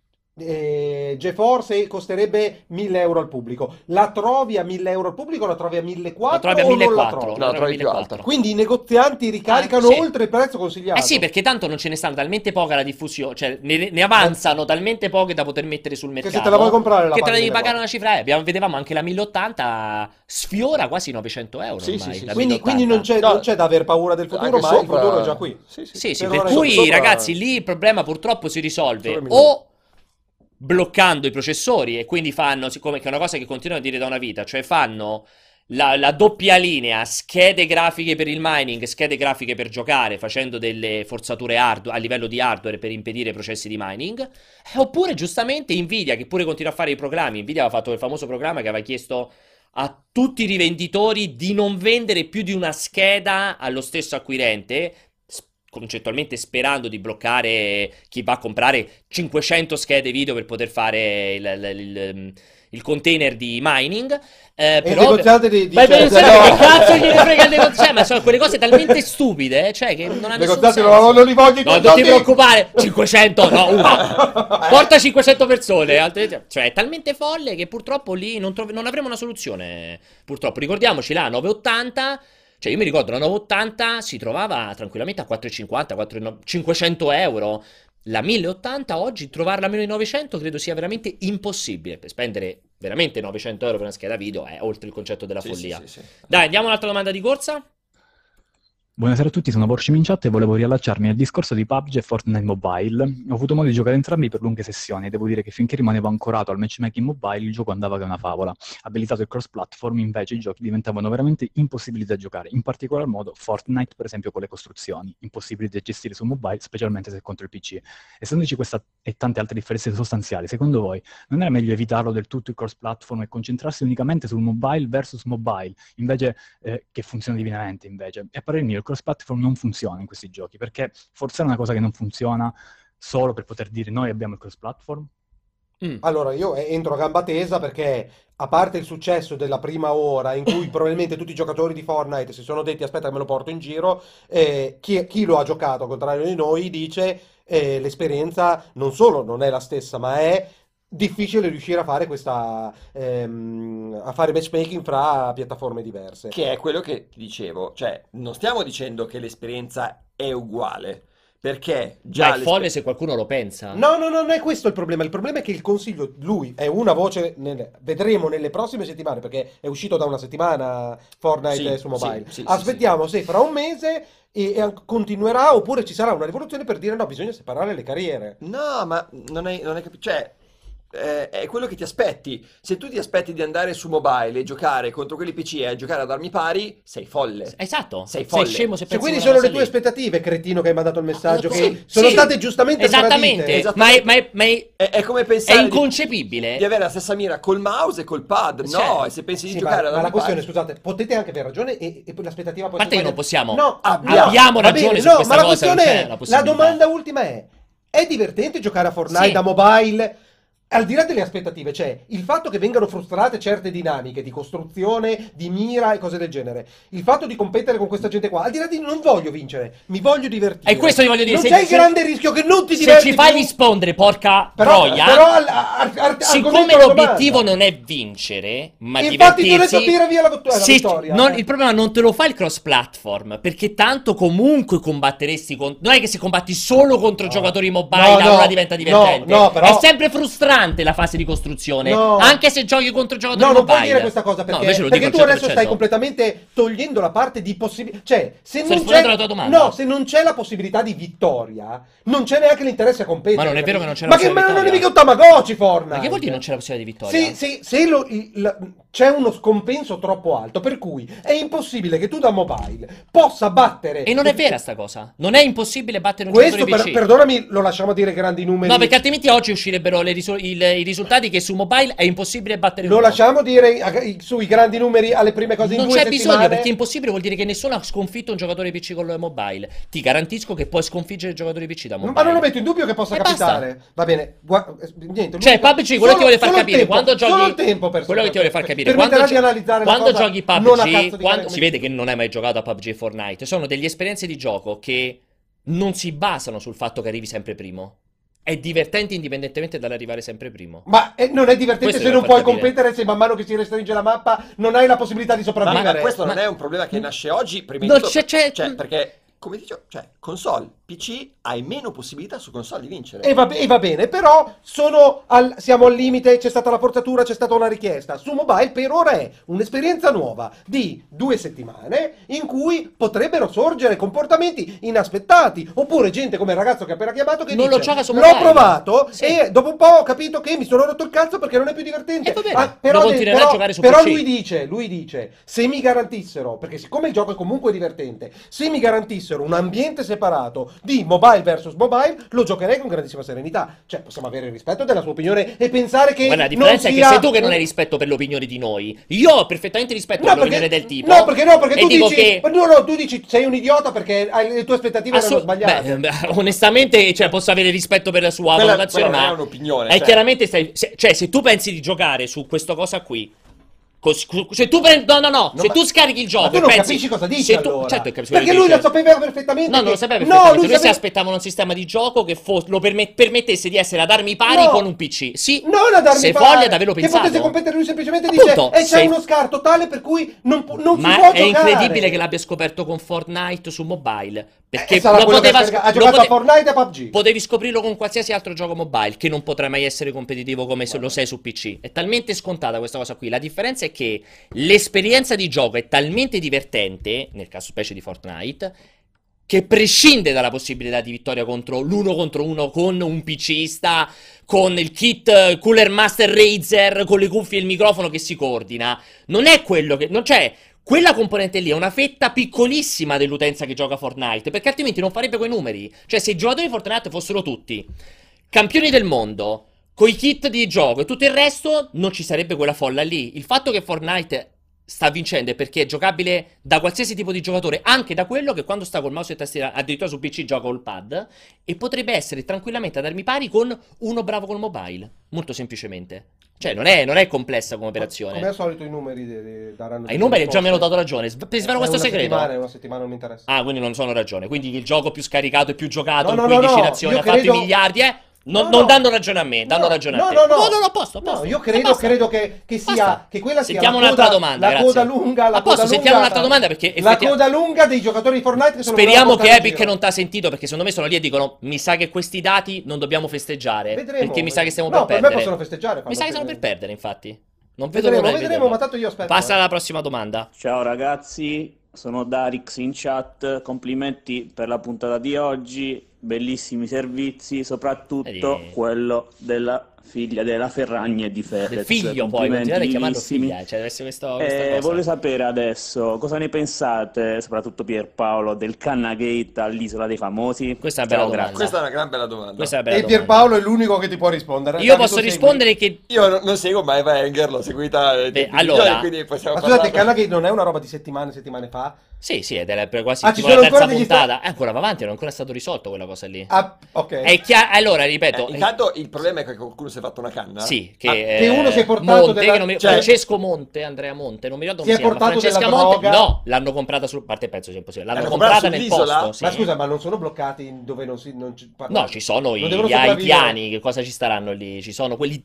Speaker 2: eh, GeForce costerebbe mille euro al pubblico. La trovi a mille euro al pubblico o la trovi a
Speaker 1: La
Speaker 2: millequattrocento
Speaker 1: trovi a
Speaker 2: o non la
Speaker 1: millequattrocento,
Speaker 2: trovi?
Speaker 3: No,
Speaker 1: la
Speaker 3: trovi
Speaker 1: trovi a
Speaker 3: più alta.
Speaker 1: millequattrocento.
Speaker 2: Quindi i negozianti ricaricano
Speaker 1: Ah, sì.
Speaker 2: oltre il prezzo consigliato.
Speaker 1: Eh sì, perché tanto non ce ne stanno talmente poca la diffusione, cioè ne, ne avanzano talmente poche da poter mettere sul mercato.
Speaker 2: se te la vuoi comprare la
Speaker 1: che te la
Speaker 2: paghi
Speaker 1: devi
Speaker 2: mille
Speaker 1: pagare
Speaker 2: volte.
Speaker 1: una cifra. Eh, abbiamo, vedevamo anche la mille ottanta sfiora quasi i novecento euro
Speaker 3: Sì,
Speaker 1: ormai.
Speaker 3: sì, sì,
Speaker 1: la
Speaker 3: sì.
Speaker 2: Quindi, quindi non, c'è,
Speaker 3: No.
Speaker 2: non c'è da aver paura del futuro,
Speaker 3: Anche
Speaker 2: ma il
Speaker 3: sopra-
Speaker 2: futuro è già qui.
Speaker 3: Sì, sì.
Speaker 1: Sì, sì,
Speaker 2: Per
Speaker 1: per
Speaker 2: ora
Speaker 1: cui
Speaker 3: sopra-
Speaker 1: ragazzi lì il problema purtroppo si risolve
Speaker 3: Sopra milioni.
Speaker 1: o bloccando i processori e quindi fanno, siccome che è una cosa che continuano a dire da una vita, cioè fanno la, la doppia linea, schede grafiche per il mining, schede grafiche per giocare, facendo delle forzature hardware, a livello di hardware per impedire processi di mining, eh, oppure giustamente Nvidia, che pure continua a fare i proclami. Nvidia aveva fatto il famoso proclama che aveva chiesto a tutti i rivenditori di non vendere più di una scheda allo stesso acquirente, s- concettualmente sperando di bloccare chi va a comprare cinquecento schede video per poter fare il, il- il- il container di mining. Eh,
Speaker 2: E il
Speaker 1: però
Speaker 2: negoziante di, di
Speaker 1: Ma
Speaker 2: cioè,
Speaker 1: pensate
Speaker 2: no.
Speaker 1: che cazzo gliene frega il negoziante? Ma sono quelle cose talmente stupide, eh, cioè che non hanno
Speaker 2: I
Speaker 1: nessun
Speaker 2: negozianti
Speaker 1: senso.
Speaker 2: non, non li voglio i
Speaker 1: No, non ti
Speaker 2: contanti.
Speaker 1: preoccupare, cinquecento, no, una. Porta cinquecento persone, altre- cioè è talmente folle che purtroppo lì non, trov- non avremo una soluzione. Purtroppo, ricordiamoci la novecentottanta, cioè io mi ricordo la novecentottanta si trovava tranquillamente a quattrocentocinquanta, quattrocentonovanta, cinquecento euro. La mille ottanta oggi trovarla a meno di novecento credo sia veramente impossibile. Per spendere veramente novecento euro per una scheda video è oltre il concetto della
Speaker 3: Sì,
Speaker 1: follia.
Speaker 3: sì, sì, sì.
Speaker 1: Dai, andiamo un'altra domanda di corsa.
Speaker 10: Buonasera a tutti, sono Borshim in chat e volevo riallacciarmi al discorso di P U B G e Fortnite Mobile. Ho avuto modo di giocare entrambi per lunghe sessioni e devo dire che finché rimanevo ancorato al matchmaking mobile il gioco andava che una favola. Abilitato il cross-platform invece i giochi diventavano veramente impossibili da giocare, in particolar modo Fortnite per esempio con le costruzioni, impossibili da gestire su mobile specialmente se contro il P C. Essendoci questa e tante altre differenze sostanziali, secondo voi non era meglio evitarlo del tutto il cross-platform e concentrarsi unicamente sul mobile versus mobile, invece eh, che funziona divinamente invece? E a parer mio il cross-platform non funziona in questi giochi, perché forzare una cosa che non funziona solo per poter dire noi abbiamo il cross-platform?
Speaker 1: Mm.
Speaker 2: Allora, io entro a gamba tesa perché, a parte il successo della prima ora, in cui probabilmente tutti i giocatori di Fortnite si sono detti aspetta che me lo porto in giro, eh, chi, chi lo ha giocato, al contrario di noi, dice eh, l'esperienza non solo non è la stessa, ma è difficile riuscire a fare questa ehm, a fare matchmaking fra piattaforme diverse.
Speaker 3: Che è quello che ti dicevo, cioè non stiamo dicendo che l'esperienza è uguale, perché già
Speaker 1: Già è
Speaker 3: l'esper-
Speaker 1: folle se qualcuno lo pensa.
Speaker 2: No, no, no, non è questo il problema. Il problema è che il consiglio, lui è una voce, nelle- vedremo nelle prossime settimane, perché è uscito da una settimana Fortnite
Speaker 3: Sì,
Speaker 2: su mobile.
Speaker 3: sì, sì, sì,
Speaker 2: Aspettiamo se fra un mese e, e an- continuerà oppure ci sarà una rivoluzione per dire no, bisogna separare le carriere.
Speaker 3: No, ma non hai, non hai capito, cioè eh, è quello che ti aspetti. Se tu ti aspetti di andare su mobile e giocare contro quelli P C e a giocare ad armi pari, sei folle.
Speaker 1: Esatto.
Speaker 3: Sei folle.
Speaker 1: scemo se
Speaker 2: Cioè,
Speaker 1: pensi
Speaker 2: quindi
Speaker 1: quella
Speaker 2: sono le
Speaker 1: cosa
Speaker 2: tue
Speaker 1: lì.
Speaker 2: aspettative, cretino, che hai mandato il messaggio,
Speaker 3: Sì,
Speaker 2: che sono
Speaker 1: sì.
Speaker 2: state giustamente
Speaker 1: Esattamente.
Speaker 2: tradite.
Speaker 1: Ma è, ma è- ma è-
Speaker 3: È, è come
Speaker 1: è
Speaker 3: pensare di,
Speaker 1: inconcepibile.
Speaker 3: di avere la stessa mira col mouse e col pad.
Speaker 1: Cioè,
Speaker 3: No, e se pensi di
Speaker 2: Sì,
Speaker 3: giocare
Speaker 2: ma,
Speaker 3: ad
Speaker 2: ma la
Speaker 3: armi
Speaker 2: questione,
Speaker 3: pari...
Speaker 2: scusate, potete anche avere ragione e, e poi l'aspettativa può
Speaker 1: A parte
Speaker 2: essere
Speaker 1: che non possiamo.
Speaker 2: No,
Speaker 1: Abbiamo
Speaker 2: va
Speaker 1: ragione
Speaker 2: bene,
Speaker 1: su
Speaker 2: no,
Speaker 1: questa
Speaker 2: ma la
Speaker 1: cosa, non
Speaker 2: questione
Speaker 1: c'è
Speaker 2: è,
Speaker 1: la
Speaker 2: la
Speaker 1: possibilità.
Speaker 2: domanda ultima è, è divertente giocare a Fortnite
Speaker 1: Sì.
Speaker 2: da mobile? Al di là delle aspettative, cioè il fatto che vengano frustrate certe dinamiche di costruzione, di mira e cose del genere, il fatto di competere con questa gente qua, al di là di non voglio vincere, mi voglio divertire.
Speaker 1: E questo ti voglio dire.
Speaker 2: Non
Speaker 1: se-
Speaker 2: c'è il
Speaker 1: se-
Speaker 2: grande rischio che non ti
Speaker 1: Se
Speaker 2: diverti
Speaker 1: ci fai
Speaker 2: più?
Speaker 1: rispondere, porca
Speaker 2: Però,
Speaker 1: troia.
Speaker 2: però al, al, al,
Speaker 1: Siccome
Speaker 2: argomento alla
Speaker 1: l'obiettivo
Speaker 2: domanda.
Speaker 1: non è vincere, ma
Speaker 2: Infatti tu hai detto
Speaker 1: divertirsi,
Speaker 2: tira via la, vot- la
Speaker 1: se-
Speaker 2: vittoria.
Speaker 1: non-
Speaker 2: eh.
Speaker 1: il problema non te lo fa il cross platform, perché tanto comunque combatteresti con... Non è che se combatti solo contro
Speaker 2: No.
Speaker 1: giocatori mobile
Speaker 2: No,
Speaker 1: allora
Speaker 2: no,
Speaker 1: diventa divertente.
Speaker 2: no, no, però-
Speaker 1: È sempre frustrante la fase di costruzione,
Speaker 2: No.
Speaker 1: anche se giochi contro giocatori
Speaker 2: No, non
Speaker 1: mobile.
Speaker 2: puoi dire questa cosa
Speaker 1: No,
Speaker 2: perché,
Speaker 1: invece lo
Speaker 2: perché
Speaker 1: dico
Speaker 2: tu
Speaker 1: al
Speaker 2: adesso
Speaker 1: cento per
Speaker 2: stai
Speaker 1: cento.
Speaker 2: completamente togliendo la parte di possibilità. Cioè, se
Speaker 1: Sto
Speaker 2: non c'è
Speaker 1: rispondendo alla tua domanda.
Speaker 2: No, se non c'è la possibilità di vittoria, non c'è neanche l'interesse a competere.
Speaker 1: Ma non è vero che non c'è la
Speaker 2: Ma che
Speaker 1: possibilità
Speaker 2: ma
Speaker 1: di
Speaker 2: non è mica un
Speaker 1: vittoria.
Speaker 2: Tamagotchi Fortnite.
Speaker 1: Ma che vuol dire non c'è la possibilità di vittoria?
Speaker 2: Se, se- se lo- il- la- c'è uno scompenso troppo alto, per cui è impossibile che tu da mobile possa battere.
Speaker 1: E non è vera sta cosa. Non è impossibile battere un
Speaker 2: Questo,
Speaker 1: giocatore
Speaker 2: per-
Speaker 1: P C.
Speaker 2: perdonami, lo lasciamo dire grandi numeri.
Speaker 1: No, perché altrimenti oggi uscirebbero le risol- i, il- i risultati che su mobile è impossibile battere
Speaker 2: Lo
Speaker 1: uno.
Speaker 2: lasciamo dire a- i- sui grandi numeri alle prime cose in
Speaker 1: Non
Speaker 2: due
Speaker 1: c'è bisogno,
Speaker 2: settimane?
Speaker 1: perché impossibile vuol dire che nessuno ha sconfitto un giocatore P C con il mobile. Ti garantisco che puoi sconfiggere i giocatori P C da mobile.
Speaker 2: Ma non lo metto in dubbio che possa
Speaker 1: E
Speaker 2: capitare. Va bene, gua- eh, niente.
Speaker 1: Cioè,
Speaker 2: l'unica-
Speaker 1: P U B G, quello che ti vuole far
Speaker 2: solo il
Speaker 1: capire,
Speaker 2: tempo,
Speaker 1: quando giochi,
Speaker 2: solo il tempo per
Speaker 1: quello che ti vuole far capire,
Speaker 2: permetterà
Speaker 1: quando,
Speaker 2: di analizzare la
Speaker 1: quando
Speaker 2: cosa
Speaker 1: giochi
Speaker 2: non a cazzo
Speaker 1: P U B G,
Speaker 2: di
Speaker 1: quando
Speaker 2: cane
Speaker 1: si
Speaker 2: come
Speaker 1: vede che non hai mai giocato a P U B G e Fortnite, sono delle esperienze di gioco che non si basano sul fatto che arrivi sempre primo. È divertente indipendentemente dall'arrivare sempre primo.
Speaker 2: Ma eh, non è divertente
Speaker 1: Questo
Speaker 2: se
Speaker 1: deve
Speaker 2: non
Speaker 1: far
Speaker 2: puoi
Speaker 1: capire.
Speaker 2: competere, se man mano che si restringe la mappa non hai la possibilità di
Speaker 3: Ma,
Speaker 2: sopravvivere.
Speaker 3: ma questo non
Speaker 1: Ma-
Speaker 3: è un problema che nasce oggi, prima di
Speaker 1: No,
Speaker 3: tutto,
Speaker 1: c'è- c'è-
Speaker 3: cioè, perché, come dicevo, cioè, console, P C, hai meno possibilità su console di vincere.
Speaker 2: E va, e va bene, però sono al- siamo al limite, c'è stata la forzatura, c'è stata una richiesta. Su mobile per ora è un'esperienza nuova di due settimane in cui potrebbero sorgere comportamenti inaspettati, oppure gente come il ragazzo che ha appena chiamato che
Speaker 1: Non
Speaker 2: dice
Speaker 1: lo gioca su
Speaker 2: l'ho
Speaker 1: mobile."
Speaker 2: provato
Speaker 1: Sì.
Speaker 2: e dopo un po' ho capito che mi sono rotto il cazzo perché non è più divertente.
Speaker 1: E va bene,
Speaker 2: Ah, però
Speaker 1: lo continuerà
Speaker 2: però-
Speaker 1: a giocare su
Speaker 2: però
Speaker 1: P C.
Speaker 2: lui dice, lui dice, se mi garantissero, perché siccome il gioco è comunque divertente, se mi garantissero un ambiente separato di mobile versus mobile, lo giocherei con grandissima serenità. Cioè, possiamo avere il rispetto della sua opinione e pensare che
Speaker 1: Guarda, la
Speaker 2: non
Speaker 1: differenza è
Speaker 2: sia...
Speaker 1: che sei tu che non hai rispetto per l'opinione di noi. Io ho perfettamente rispetto
Speaker 2: No,
Speaker 1: per l'opinione
Speaker 2: perché-
Speaker 1: del tipo.
Speaker 2: No, perché no, perché
Speaker 1: e
Speaker 2: tu
Speaker 1: dico
Speaker 2: dici,
Speaker 1: che
Speaker 2: no, no, tu dici sei un idiota perché hai- le tue aspettative erano
Speaker 1: Assu-
Speaker 2: sbagliate.
Speaker 1: beh, beh, onestamente, cioè, posso avere rispetto per la sua
Speaker 3: Quella-
Speaker 1: valutazione,
Speaker 3: quella non
Speaker 1: ma
Speaker 3: è un'opinione,
Speaker 1: è
Speaker 3: cioè.
Speaker 1: chiaramente stai, se, cioè, se tu pensi di giocare su questa cosa qui, cos- se tu prendi, no, no, no,
Speaker 2: No,
Speaker 1: se
Speaker 2: ma-
Speaker 1: tu scarichi il gioco
Speaker 2: Ma tu
Speaker 1: e
Speaker 2: non
Speaker 1: pensi,
Speaker 2: capisci cosa dici
Speaker 1: se tu,
Speaker 2: allora.
Speaker 1: certo che capisco
Speaker 2: Perché
Speaker 1: quello
Speaker 2: lui
Speaker 1: che
Speaker 2: lo
Speaker 1: dice.
Speaker 2: sapeva perfettamente.
Speaker 1: No, non lo
Speaker 2: che-
Speaker 1: sapeva
Speaker 2: No,
Speaker 1: perfettamente.
Speaker 2: lui
Speaker 1: lui si
Speaker 2: sapeva-
Speaker 1: aspettavano un sistema di gioco che fo- lo permet- permettesse di essere ad armi pari
Speaker 2: No.
Speaker 1: con un P C. Sì,
Speaker 2: Non a darmi
Speaker 1: se
Speaker 2: pare,
Speaker 1: foglia ad averlo
Speaker 2: che
Speaker 1: pensato.
Speaker 2: potesse competere, lui semplicemente
Speaker 1: Appunto,
Speaker 2: dice e c'è
Speaker 1: se-
Speaker 2: uno scarto tale per cui non, pu- non si
Speaker 1: Ma
Speaker 2: può
Speaker 1: è
Speaker 2: giocare.
Speaker 1: incredibile che l'abbia scoperto con Fortnite su mobile. Perché
Speaker 2: Eh, sarà
Speaker 1: lo
Speaker 2: quello che
Speaker 1: poteva
Speaker 2: ha scarica-
Speaker 1: sc-
Speaker 2: ha
Speaker 1: lo
Speaker 2: giocato a
Speaker 1: pote-
Speaker 2: Fortnite e a P U B G.
Speaker 1: Potevi scoprirlo con qualsiasi altro gioco mobile, che non potrà mai essere competitivo come se lo sei su P C. È talmente scontata questa cosa qui. La differenza è che l'esperienza di gioco è talmente divertente, nel caso specie di Fortnite, che prescinde dalla possibilità di vittoria contro l'uno contro uno con un PCista, con il kit eh, Cooler Master Razer, con le cuffie e il microfono che si coordina. Non è quello che... non c'è... Quella componente lì è una fetta piccolissima dell'utenza che gioca Fortnite, perché altrimenti non farebbe quei numeri. Cioè, se i giocatori di Fortnite fossero tutti campioni del mondo, coi kit di gioco e tutto il resto, non ci sarebbe quella folla lì. Il fatto che Fortnite sta vincendo è perché è giocabile da qualsiasi tipo di giocatore, anche da quello che quando sta col mouse e tastiera, addirittura su P C gioca col pad, e potrebbe essere tranquillamente ad armi pari con uno bravo col mobile, molto semplicemente. Cioè non è, non è complessa come operazione.
Speaker 2: Come al solito i numeri de- de- daranno...
Speaker 1: Ai numeri già mi hanno dato ragione. Sve- Ti svelo
Speaker 2: È
Speaker 1: questo
Speaker 2: una
Speaker 1: segreto.
Speaker 2: settimana, è una settimana non mi interessa.
Speaker 1: Ah, quindi non sono ragione. Quindi il gioco più scaricato e più giocato
Speaker 2: No,
Speaker 1: in
Speaker 2: no, no,
Speaker 1: quindici
Speaker 2: no,
Speaker 1: nazioni
Speaker 2: io
Speaker 1: ha fatto
Speaker 2: credo-
Speaker 1: i miliardi, eh? Non,
Speaker 2: No,
Speaker 1: non
Speaker 2: no.
Speaker 1: danno ragione a me, danno
Speaker 2: No,
Speaker 1: ragione
Speaker 2: no,
Speaker 1: a te.
Speaker 2: no, no.
Speaker 1: no, no, a posto, a
Speaker 2: No,
Speaker 1: posto.
Speaker 2: io
Speaker 1: A
Speaker 2: credo,
Speaker 1: posto.
Speaker 2: credo che, che sia
Speaker 1: Basta.
Speaker 2: che quella sia
Speaker 1: Sentiamo
Speaker 2: la coda,
Speaker 1: un'altra domanda,
Speaker 2: la
Speaker 1: grazie.
Speaker 2: coda lunga, la
Speaker 1: A posto,
Speaker 2: coda
Speaker 1: sentiamo
Speaker 2: lunga,
Speaker 1: un'altra domanda perché
Speaker 2: la
Speaker 1: effettivamente-
Speaker 2: coda lunga dei giocatori di Fortnite che sono
Speaker 1: Speriamo
Speaker 2: venuti a
Speaker 1: che
Speaker 2: portare in
Speaker 1: Epic
Speaker 2: giro.
Speaker 1: non t'ha sentito, perché secondo me sono lì e dicono mi sa che questi dati non dobbiamo festeggiare.
Speaker 2: Vedremo,
Speaker 1: perché mi sa che stiamo
Speaker 2: no,
Speaker 1: per
Speaker 2: per me
Speaker 1: perdere.
Speaker 2: possono festeggiare,
Speaker 1: Mi sa che
Speaker 2: fanno
Speaker 1: stiamo per
Speaker 2: per-
Speaker 1: perdere, infatti. Non vedo
Speaker 2: Vedremo,
Speaker 1: l'ora di
Speaker 2: vedremo,
Speaker 1: vederlo.
Speaker 2: ma tanto io aspetto.
Speaker 1: Passa
Speaker 2: eh.
Speaker 1: alla prossima domanda.
Speaker 11: Ciao ragazzi, sono Darix in chat, complimenti per la puntata di oggi, bellissimi servizi, soprattutto
Speaker 1: Vedi.
Speaker 11: quello della figlia della Ferragni e di Fedez.
Speaker 1: Del figlio poi,
Speaker 11: Complimenti
Speaker 1: continuare a chiamarlo
Speaker 11: vivissimi.
Speaker 1: figlia. Cioè deve essere questo, questa
Speaker 11: Eh,
Speaker 1: cosa.
Speaker 11: voglio sapere adesso cosa ne pensate, soprattutto Pierpaolo, del Cannagate all'Isola dei Famosi.
Speaker 1: Questa è una bella
Speaker 11: Ciao,
Speaker 1: domanda.
Speaker 11: grazie.
Speaker 3: Questa è una gran bella domanda.
Speaker 1: Questa è una bella
Speaker 2: E
Speaker 1: domanda.
Speaker 2: Pierpaolo è l'unico che ti può rispondere.
Speaker 1: Io
Speaker 2: Davide,
Speaker 1: posso
Speaker 2: tu segui?
Speaker 1: rispondere che...
Speaker 3: Io non, non seguo mai Eva Enger, l'ho seguita eh,
Speaker 1: Beh,
Speaker 3: tutti i
Speaker 1: allora-
Speaker 3: giorni, quindi possiamo
Speaker 2: Ma scusate,
Speaker 3: parlare.
Speaker 2: Cannagate non è una roba di settimane, settimane fa?
Speaker 1: Sì, sì, ed è per quasi
Speaker 2: Ah, ci
Speaker 1: tipo
Speaker 2: sono
Speaker 1: la terza
Speaker 2: ancora degli
Speaker 1: puntata. Eh, ancora va avanti, non è ancora stato risolto quella cosa lì.
Speaker 2: Ah, ok.
Speaker 1: È chiaro, allora, ripeto...
Speaker 3: Eh, intanto il problema è che qualcuno si è fatto una canna.
Speaker 1: Sì, che,
Speaker 2: Ah,
Speaker 1: eh,
Speaker 2: che uno si è portato
Speaker 1: Monte,
Speaker 2: della-
Speaker 1: che non mi-
Speaker 2: cioè-
Speaker 1: Francesco Monte, Andrea Monte, non mi ricordo
Speaker 2: Si
Speaker 1: come
Speaker 2: è
Speaker 1: si chiama.
Speaker 2: portato
Speaker 1: Francesca
Speaker 2: della
Speaker 1: Monte,
Speaker 2: droga?
Speaker 1: no, l'hanno comprata su... A parte penso sia impossibile. L'hanno
Speaker 3: L'hanno
Speaker 1: comprata
Speaker 3: comprata
Speaker 1: nel
Speaker 3: sull'isola?
Speaker 1: posto, sì.
Speaker 2: Ma scusa, ma non sono bloccati in- dove non si... Non ci,
Speaker 1: No, ci sono
Speaker 2: non
Speaker 1: i-
Speaker 2: devono
Speaker 1: gli
Speaker 2: sopravvivere?
Speaker 1: haitiani, che cosa ci staranno lì? Ci sono quelli...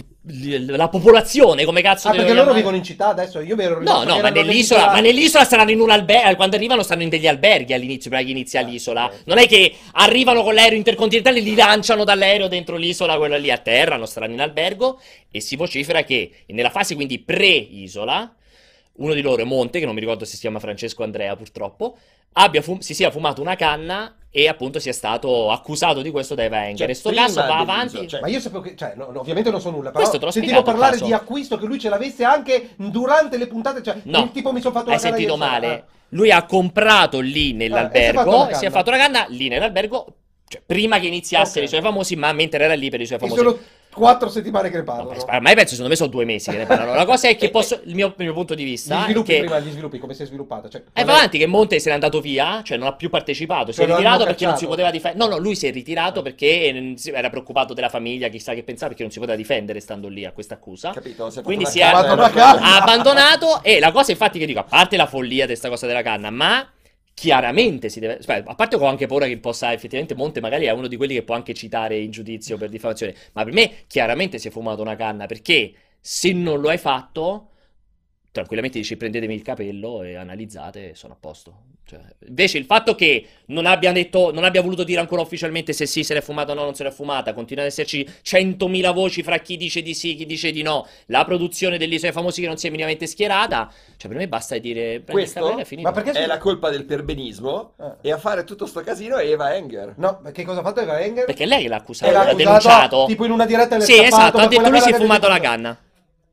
Speaker 1: La popolazione, come cazzo
Speaker 2: Ah,
Speaker 1: devo
Speaker 2: perché loro
Speaker 1: chiamare?
Speaker 2: vivono in città adesso? Io mi ero
Speaker 1: No,
Speaker 2: ricordato
Speaker 1: no,
Speaker 2: che
Speaker 1: ma
Speaker 2: erano
Speaker 1: nell'isola,
Speaker 2: nell'isola-
Speaker 1: ma nell'isola saranno in un albergo. Quando arrivano stanno in degli alberghi all'inizio, prima che inizia l'isola.
Speaker 2: ok.
Speaker 1: Non è che arrivano con l'aereo intercontinentale e li lanciano dall'aereo dentro l'isola, quella lì a terra, non saranno in albergo. E si vocifera che nella fase quindi pre-isola, uno di loro, Monte, che non mi ricordo se si chiama Francesco Andrea purtroppo, abbia fum- si sia fumato una canna e appunto sia stato accusato di questo da Eva Enger.
Speaker 3: Cioè,
Speaker 1: e sto
Speaker 3: prima
Speaker 1: caso va
Speaker 3: dell'isola,
Speaker 1: avanti.
Speaker 3: cioè-
Speaker 2: Ma io sapevo che, cioè, no, no, ovviamente non so nulla, però
Speaker 1: Questo te l'ho
Speaker 2: sentivo
Speaker 1: spiegato,
Speaker 2: parlare
Speaker 1: caso.
Speaker 2: di acquisto che lui ce l'avesse anche durante le puntate, cioè,
Speaker 1: No,
Speaker 2: il tipo mi sono fatto
Speaker 1: hai
Speaker 2: la canna
Speaker 1: sentito
Speaker 2: ieri sera.
Speaker 1: male. Lui ha comprato lì
Speaker 2: Eh, e si è
Speaker 1: nell'albergo,
Speaker 2: fatto una
Speaker 1: si è
Speaker 2: canna.
Speaker 1: fatto una canna lì nell'albergo, cioè prima che iniziasse
Speaker 2: Ok.
Speaker 1: i suoi famosi, ma mentre era lì per i suoi
Speaker 2: E
Speaker 1: famosi.
Speaker 2: solo- quattro settimane che ne parlano.
Speaker 1: No, ormai penso, secondo me sono due mesi che ne parlano. La cosa è che posso, il mio, il mio punto di vista
Speaker 2: Gli sviluppi
Speaker 1: è che
Speaker 2: prima, gli sviluppi, come si è sviluppata? Cioè,
Speaker 1: è
Speaker 2: non è-
Speaker 1: avanti che Monte se n'è andato via, cioè non ha più partecipato, si
Speaker 2: Cioè,
Speaker 1: è
Speaker 2: lo
Speaker 1: ritirato
Speaker 2: hanno
Speaker 1: perché non si
Speaker 2: cacciato?
Speaker 1: poteva difendere. No, no, lui si è ritirato perché eh, si- era preoccupato della famiglia, chissà che pensava, perché non si poteva difendere stando lì a questa accusa.
Speaker 3: Capito? Si è
Speaker 1: Quindi
Speaker 3: fatto
Speaker 1: si
Speaker 3: una
Speaker 1: è
Speaker 3: canna,
Speaker 2: una
Speaker 3: era
Speaker 2: canna.
Speaker 3: quello.
Speaker 1: ha abbandonato. E la cosa infatti che dico, a parte la follia di questa cosa della canna, ma chiaramente si deve, cioè, a parte che ho anche paura che possa effettivamente Monte magari è uno di quelli che può anche citare in giudizio per diffamazione, ma per me chiaramente si è fumato una canna, perché se non lo hai fatto tranquillamente dici prendetemi il capello e analizzate e sono a posto. Cioè, invece il fatto che non abbia detto, non abbia voluto dire ancora ufficialmente se sì se l'è fumata o no, non se l'è fumata, continua ad esserci centomila voci fra chi dice di sì, chi dice di no, la produzione dell'Isola dei Famosi che non si è minimamente schierata, cioè per me basta dire prendi il
Speaker 3: Questo
Speaker 1: capello e è finito.
Speaker 2: Ma perché
Speaker 3: È la colpa del perbenismo
Speaker 2: Eh.
Speaker 3: e a fare tutto sto casino è Eva Enger.
Speaker 2: No, che cosa ha fatto Eva Enger?
Speaker 1: Perché lei l'ha accusato,
Speaker 2: E l'ha
Speaker 1: l'ha
Speaker 2: accusato,
Speaker 1: denunciato.
Speaker 2: tipo in una diretta le è
Speaker 1: Sì,
Speaker 2: scappato
Speaker 1: esatto,
Speaker 2: per
Speaker 1: ha detto
Speaker 2: quella
Speaker 1: lui si è
Speaker 2: gara che
Speaker 1: fumato la
Speaker 2: dice-
Speaker 1: canna.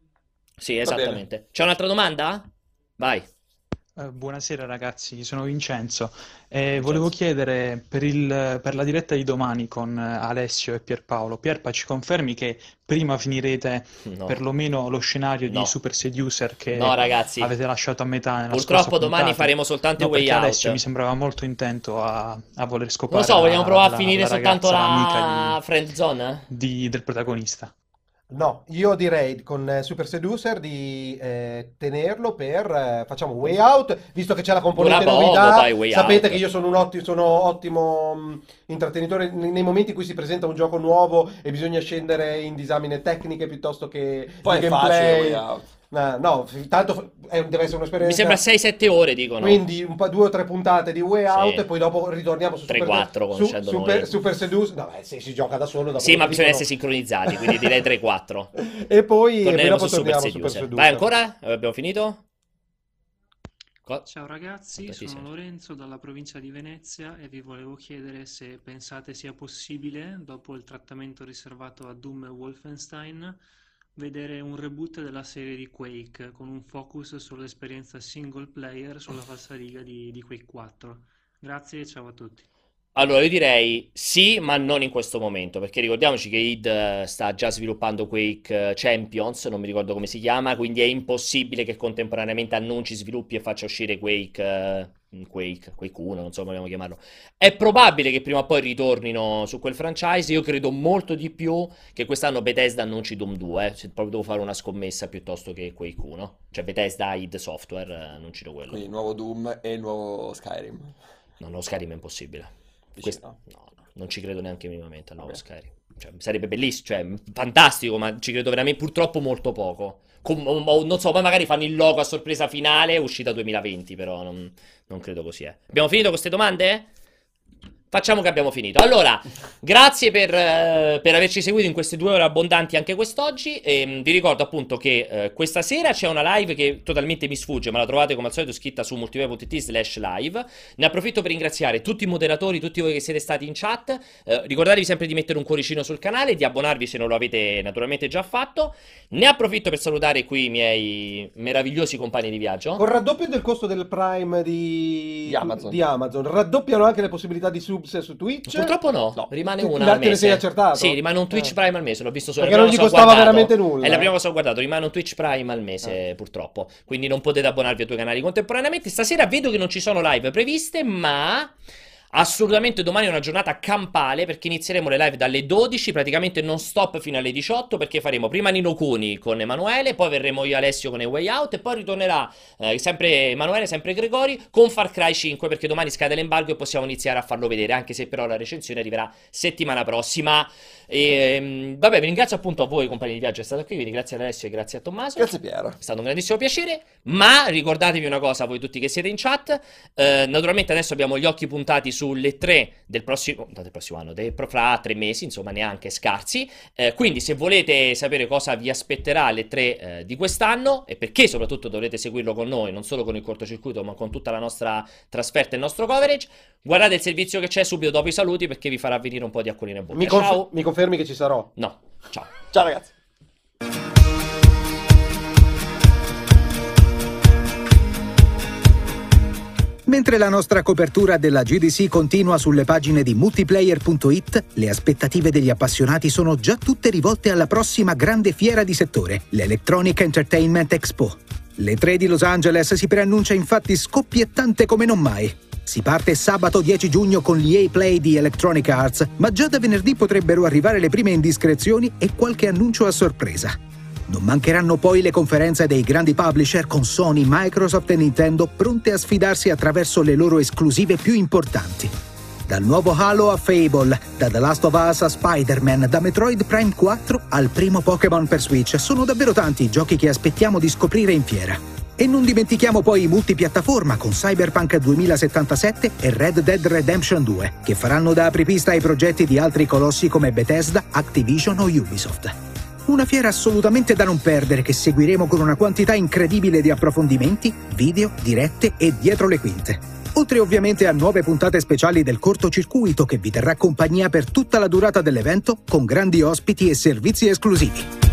Speaker 1: Sì, esattamente. C'è un'altra domanda? Vai.
Speaker 12: Eh, buonasera ragazzi, sono Vincenzo. Eh, volevo chiedere per, il- per la diretta di domani con eh, Alessio e Pierpaolo. Pierpa, ci confermi che prima finirete
Speaker 1: No.
Speaker 12: perlomeno lo scenario
Speaker 1: No.
Speaker 12: di Super Seducer che
Speaker 1: No, ragazzi.
Speaker 12: avete lasciato a metà nella
Speaker 1: Purtroppo
Speaker 12: scorsa
Speaker 1: domani
Speaker 12: puntata?
Speaker 1: faremo soltanto
Speaker 12: No,
Speaker 1: Way
Speaker 12: perché
Speaker 1: Out.
Speaker 12: Alessio mi sembrava molto intento a, a voler
Speaker 1: Non
Speaker 12: scopare
Speaker 1: lo so, vogliamo
Speaker 12: la-
Speaker 1: provare a
Speaker 12: la-
Speaker 1: finire
Speaker 12: la
Speaker 1: soltanto
Speaker 12: ragazza,
Speaker 1: la
Speaker 12: l'amica
Speaker 1: friend zone?
Speaker 12: di- di- del protagonista.
Speaker 2: No, io direi con eh, Super Seducer di eh, tenerlo per eh, facciamo Way Out, visto che c'è la componente
Speaker 1: Dura poco,
Speaker 2: novità.
Speaker 1: poi Way
Speaker 2: Sapete
Speaker 1: Out.
Speaker 2: che io sono un otti- sono ottimo mh, intrattenitore nei, nei momenti in cui si presenta un gioco nuovo e bisogna scendere in disamine tecniche piuttosto che
Speaker 3: Poi
Speaker 2: di
Speaker 3: è facile
Speaker 2: gameplay.
Speaker 3: Way Out.
Speaker 2: No, no, f- tanto f- è- deve essere un'esperienza.
Speaker 1: Mi sembra sei sette ore, dicono.
Speaker 2: Quindi un po' due o tre puntate di Way Out
Speaker 1: Sì.
Speaker 2: e poi dopo ritorniamo su
Speaker 1: tre
Speaker 2: Super,
Speaker 1: quattro
Speaker 2: su,
Speaker 1: conoscendo
Speaker 2: super,
Speaker 1: noi.
Speaker 2: Super Seducer. No, beh, se si gioca da solo dopo
Speaker 1: Sì, ma
Speaker 2: lo
Speaker 1: bisogna
Speaker 2: dicono.
Speaker 1: essere sincronizzati, quindi direi tre quattro.
Speaker 2: E poi, e poi
Speaker 1: Torneremo
Speaker 2: dopo
Speaker 1: su Super
Speaker 2: torniamo su Super
Speaker 1: Seducer.
Speaker 2: Seducer.
Speaker 1: Vai ancora? Abbiamo finito? Co-
Speaker 13: Ciao ragazzi,
Speaker 1: Aspetta, sì,
Speaker 13: sono
Speaker 1: sì.
Speaker 13: Lorenzo dalla provincia di Venezia e vi volevo chiedere se pensate sia possibile, dopo il trattamento riservato a Doom e Wolfenstein, vedere un reboot della serie di Quake con un focus sull'esperienza single player sulla falsariga di, di Quake quattro. Grazie e ciao a tutti.
Speaker 1: Allora, io direi sì, ma non in questo momento, perché ricordiamoci che id eh, sta già sviluppando Quake eh, Champions, non mi ricordo come si chiama, quindi è impossibile che contemporaneamente annunci, sviluppi e faccia uscire Quake, eh, Quake, Quake uno, non so come vogliamo chiamarlo. È probabile che prima o poi ritornino su quel franchise, io credo molto di più che quest'anno Bethesda annunci Doom due, eh, se proprio devo fare una scommessa piuttosto che Quake uno, cioè Bethesda id Software eh, annuncino quello.
Speaker 3: Quindi il nuovo Doom e il nuovo Skyrim.
Speaker 1: No, no, Skyrim è impossibile.
Speaker 3: Dici
Speaker 1: Questo-
Speaker 3: no?
Speaker 1: no, no, non ci credo neanche minimamente al nuovo
Speaker 3: Vabbè.
Speaker 1: Skyrim. Cioè, sarebbe bellissimo, cioè, fantastico, ma ci credo veramente, purtroppo molto poco. Com- o- o- non so, poi magari fanno il logo a sorpresa finale, uscita duemilaventi, però non, non credo così. Eh. Abbiamo finito con queste domande? Facciamo che abbiamo finito. Allora, grazie per, eh, per averci seguito in queste due ore abbondanti anche quest'oggi. E, mh, vi ricordo appunto che eh, questa sera c'è una live che totalmente mi sfugge, ma la trovate come al solito scritta su multiplayer punto it slash live. Ne approfitto per ringraziare tutti i moderatori, tutti voi che siete stati in chat. Eh, ricordatevi sempre di mettere un cuoricino sul canale, di abbonarvi se non lo avete naturalmente già fatto. Ne approfitto per salutare qui i miei meravigliosi compagni di viaggio.
Speaker 2: Con il raddoppio del costo del Prime di...
Speaker 3: Di Amazon.
Speaker 2: di Amazon, raddoppiano anche le possibilità di subs su Twitch?
Speaker 1: Purtroppo no,
Speaker 3: No.
Speaker 1: rimane
Speaker 2: Te-
Speaker 1: una
Speaker 2: te
Speaker 1: al
Speaker 2: ne sei
Speaker 1: mese.
Speaker 2: accertato?
Speaker 1: Sì, rimane un Twitch
Speaker 2: Eh.
Speaker 1: Prime al mese, l'ho visto solo.
Speaker 2: Perché
Speaker 1: è la
Speaker 2: non gli
Speaker 1: prima cosa che ho
Speaker 2: costava
Speaker 1: guardato.
Speaker 2: veramente nulla.
Speaker 1: È la prima cosa che ho guardato, rimane un Twitch Prime al mese, purtroppo. Quindi non potete abbonarvi a due canali contemporaneamente. Stasera vedo che non ci sono live previste, ma assolutamente domani è una giornata campale, perché inizieremo le live dalle dodici, praticamente non stop fino alle diciotto, perché faremo prima Nino Cuni con Emanuele, poi verremo io e Alessio con i Way Out e poi ritornerà eh, sempre Emanuele, sempre Gregori con Far Cry cinque, perché domani scade l'embargo e possiamo iniziare a farlo vedere, anche se però la recensione arriverà settimana prossima. E, vabbè, vi ringrazio appunto a voi compagni di viaggio, è stato qui, quindi grazie ad Alessio e grazie a Tommaso.
Speaker 3: Grazie Piero.
Speaker 1: È stato un grandissimo piacere, ma ricordatevi una cosa, voi tutti che siete in chat, eh, naturalmente adesso abbiamo gli occhi puntati sulle tre del prossimo, no, del prossimo anno, del, fra tre mesi, insomma neanche scarsi, eh, quindi se volete sapere cosa vi aspetterà alle tre eh, di quest'anno e perché soprattutto dovrete seguirlo con noi, non solo con il cortocircuito ma con tutta la nostra trasferta e il nostro coverage, guardate il servizio che c'è subito dopo i saluti, perché vi farà venire un po' di acquolina in bocca.
Speaker 2: Mi, conf-
Speaker 1: Ciao!
Speaker 2: mi confermi che ci sarò?
Speaker 1: No, ciao!
Speaker 3: Ciao ragazzi.
Speaker 5: Mentre la nostra copertura della G D C continua sulle pagine di multiplayer punto it, le aspettative degli appassionati sono già tutte rivolte alla prossima grande fiera di settore, l'Electronic Entertainment Expo. L'E tre di Los Angeles si preannuncia infatti scoppiettante come non mai. Si parte sabato dieci giugno con l'E A Play di Electronic Arts, ma già da venerdì potrebbero arrivare le prime indiscrezioni e qualche annuncio a sorpresa. Non mancheranno poi le conferenze dei grandi publisher con Sony, Microsoft e Nintendo pronte a sfidarsi attraverso le loro esclusive più importanti. Dal nuovo Halo a Fable, da The Last of Us a Spider-Man, da Metroid Prime quattro al primo Pokémon per Switch, sono davvero tanti i giochi che aspettiamo di scoprire in fiera. E non dimentichiamo poi i multipiattaforma con Cyberpunk duemilasettantasette e Red Dead Redemption due, che faranno da apripista ai progetti di altri colossi come Bethesda, Activision o Ubisoft. Una fiera assolutamente da non perdere che seguiremo con una quantità incredibile di approfondimenti, video, dirette e dietro le quinte. Oltre ovviamente a nuove puntate speciali del cortocircuito che vi terrà compagnia per tutta la durata dell'evento con grandi ospiti e servizi esclusivi.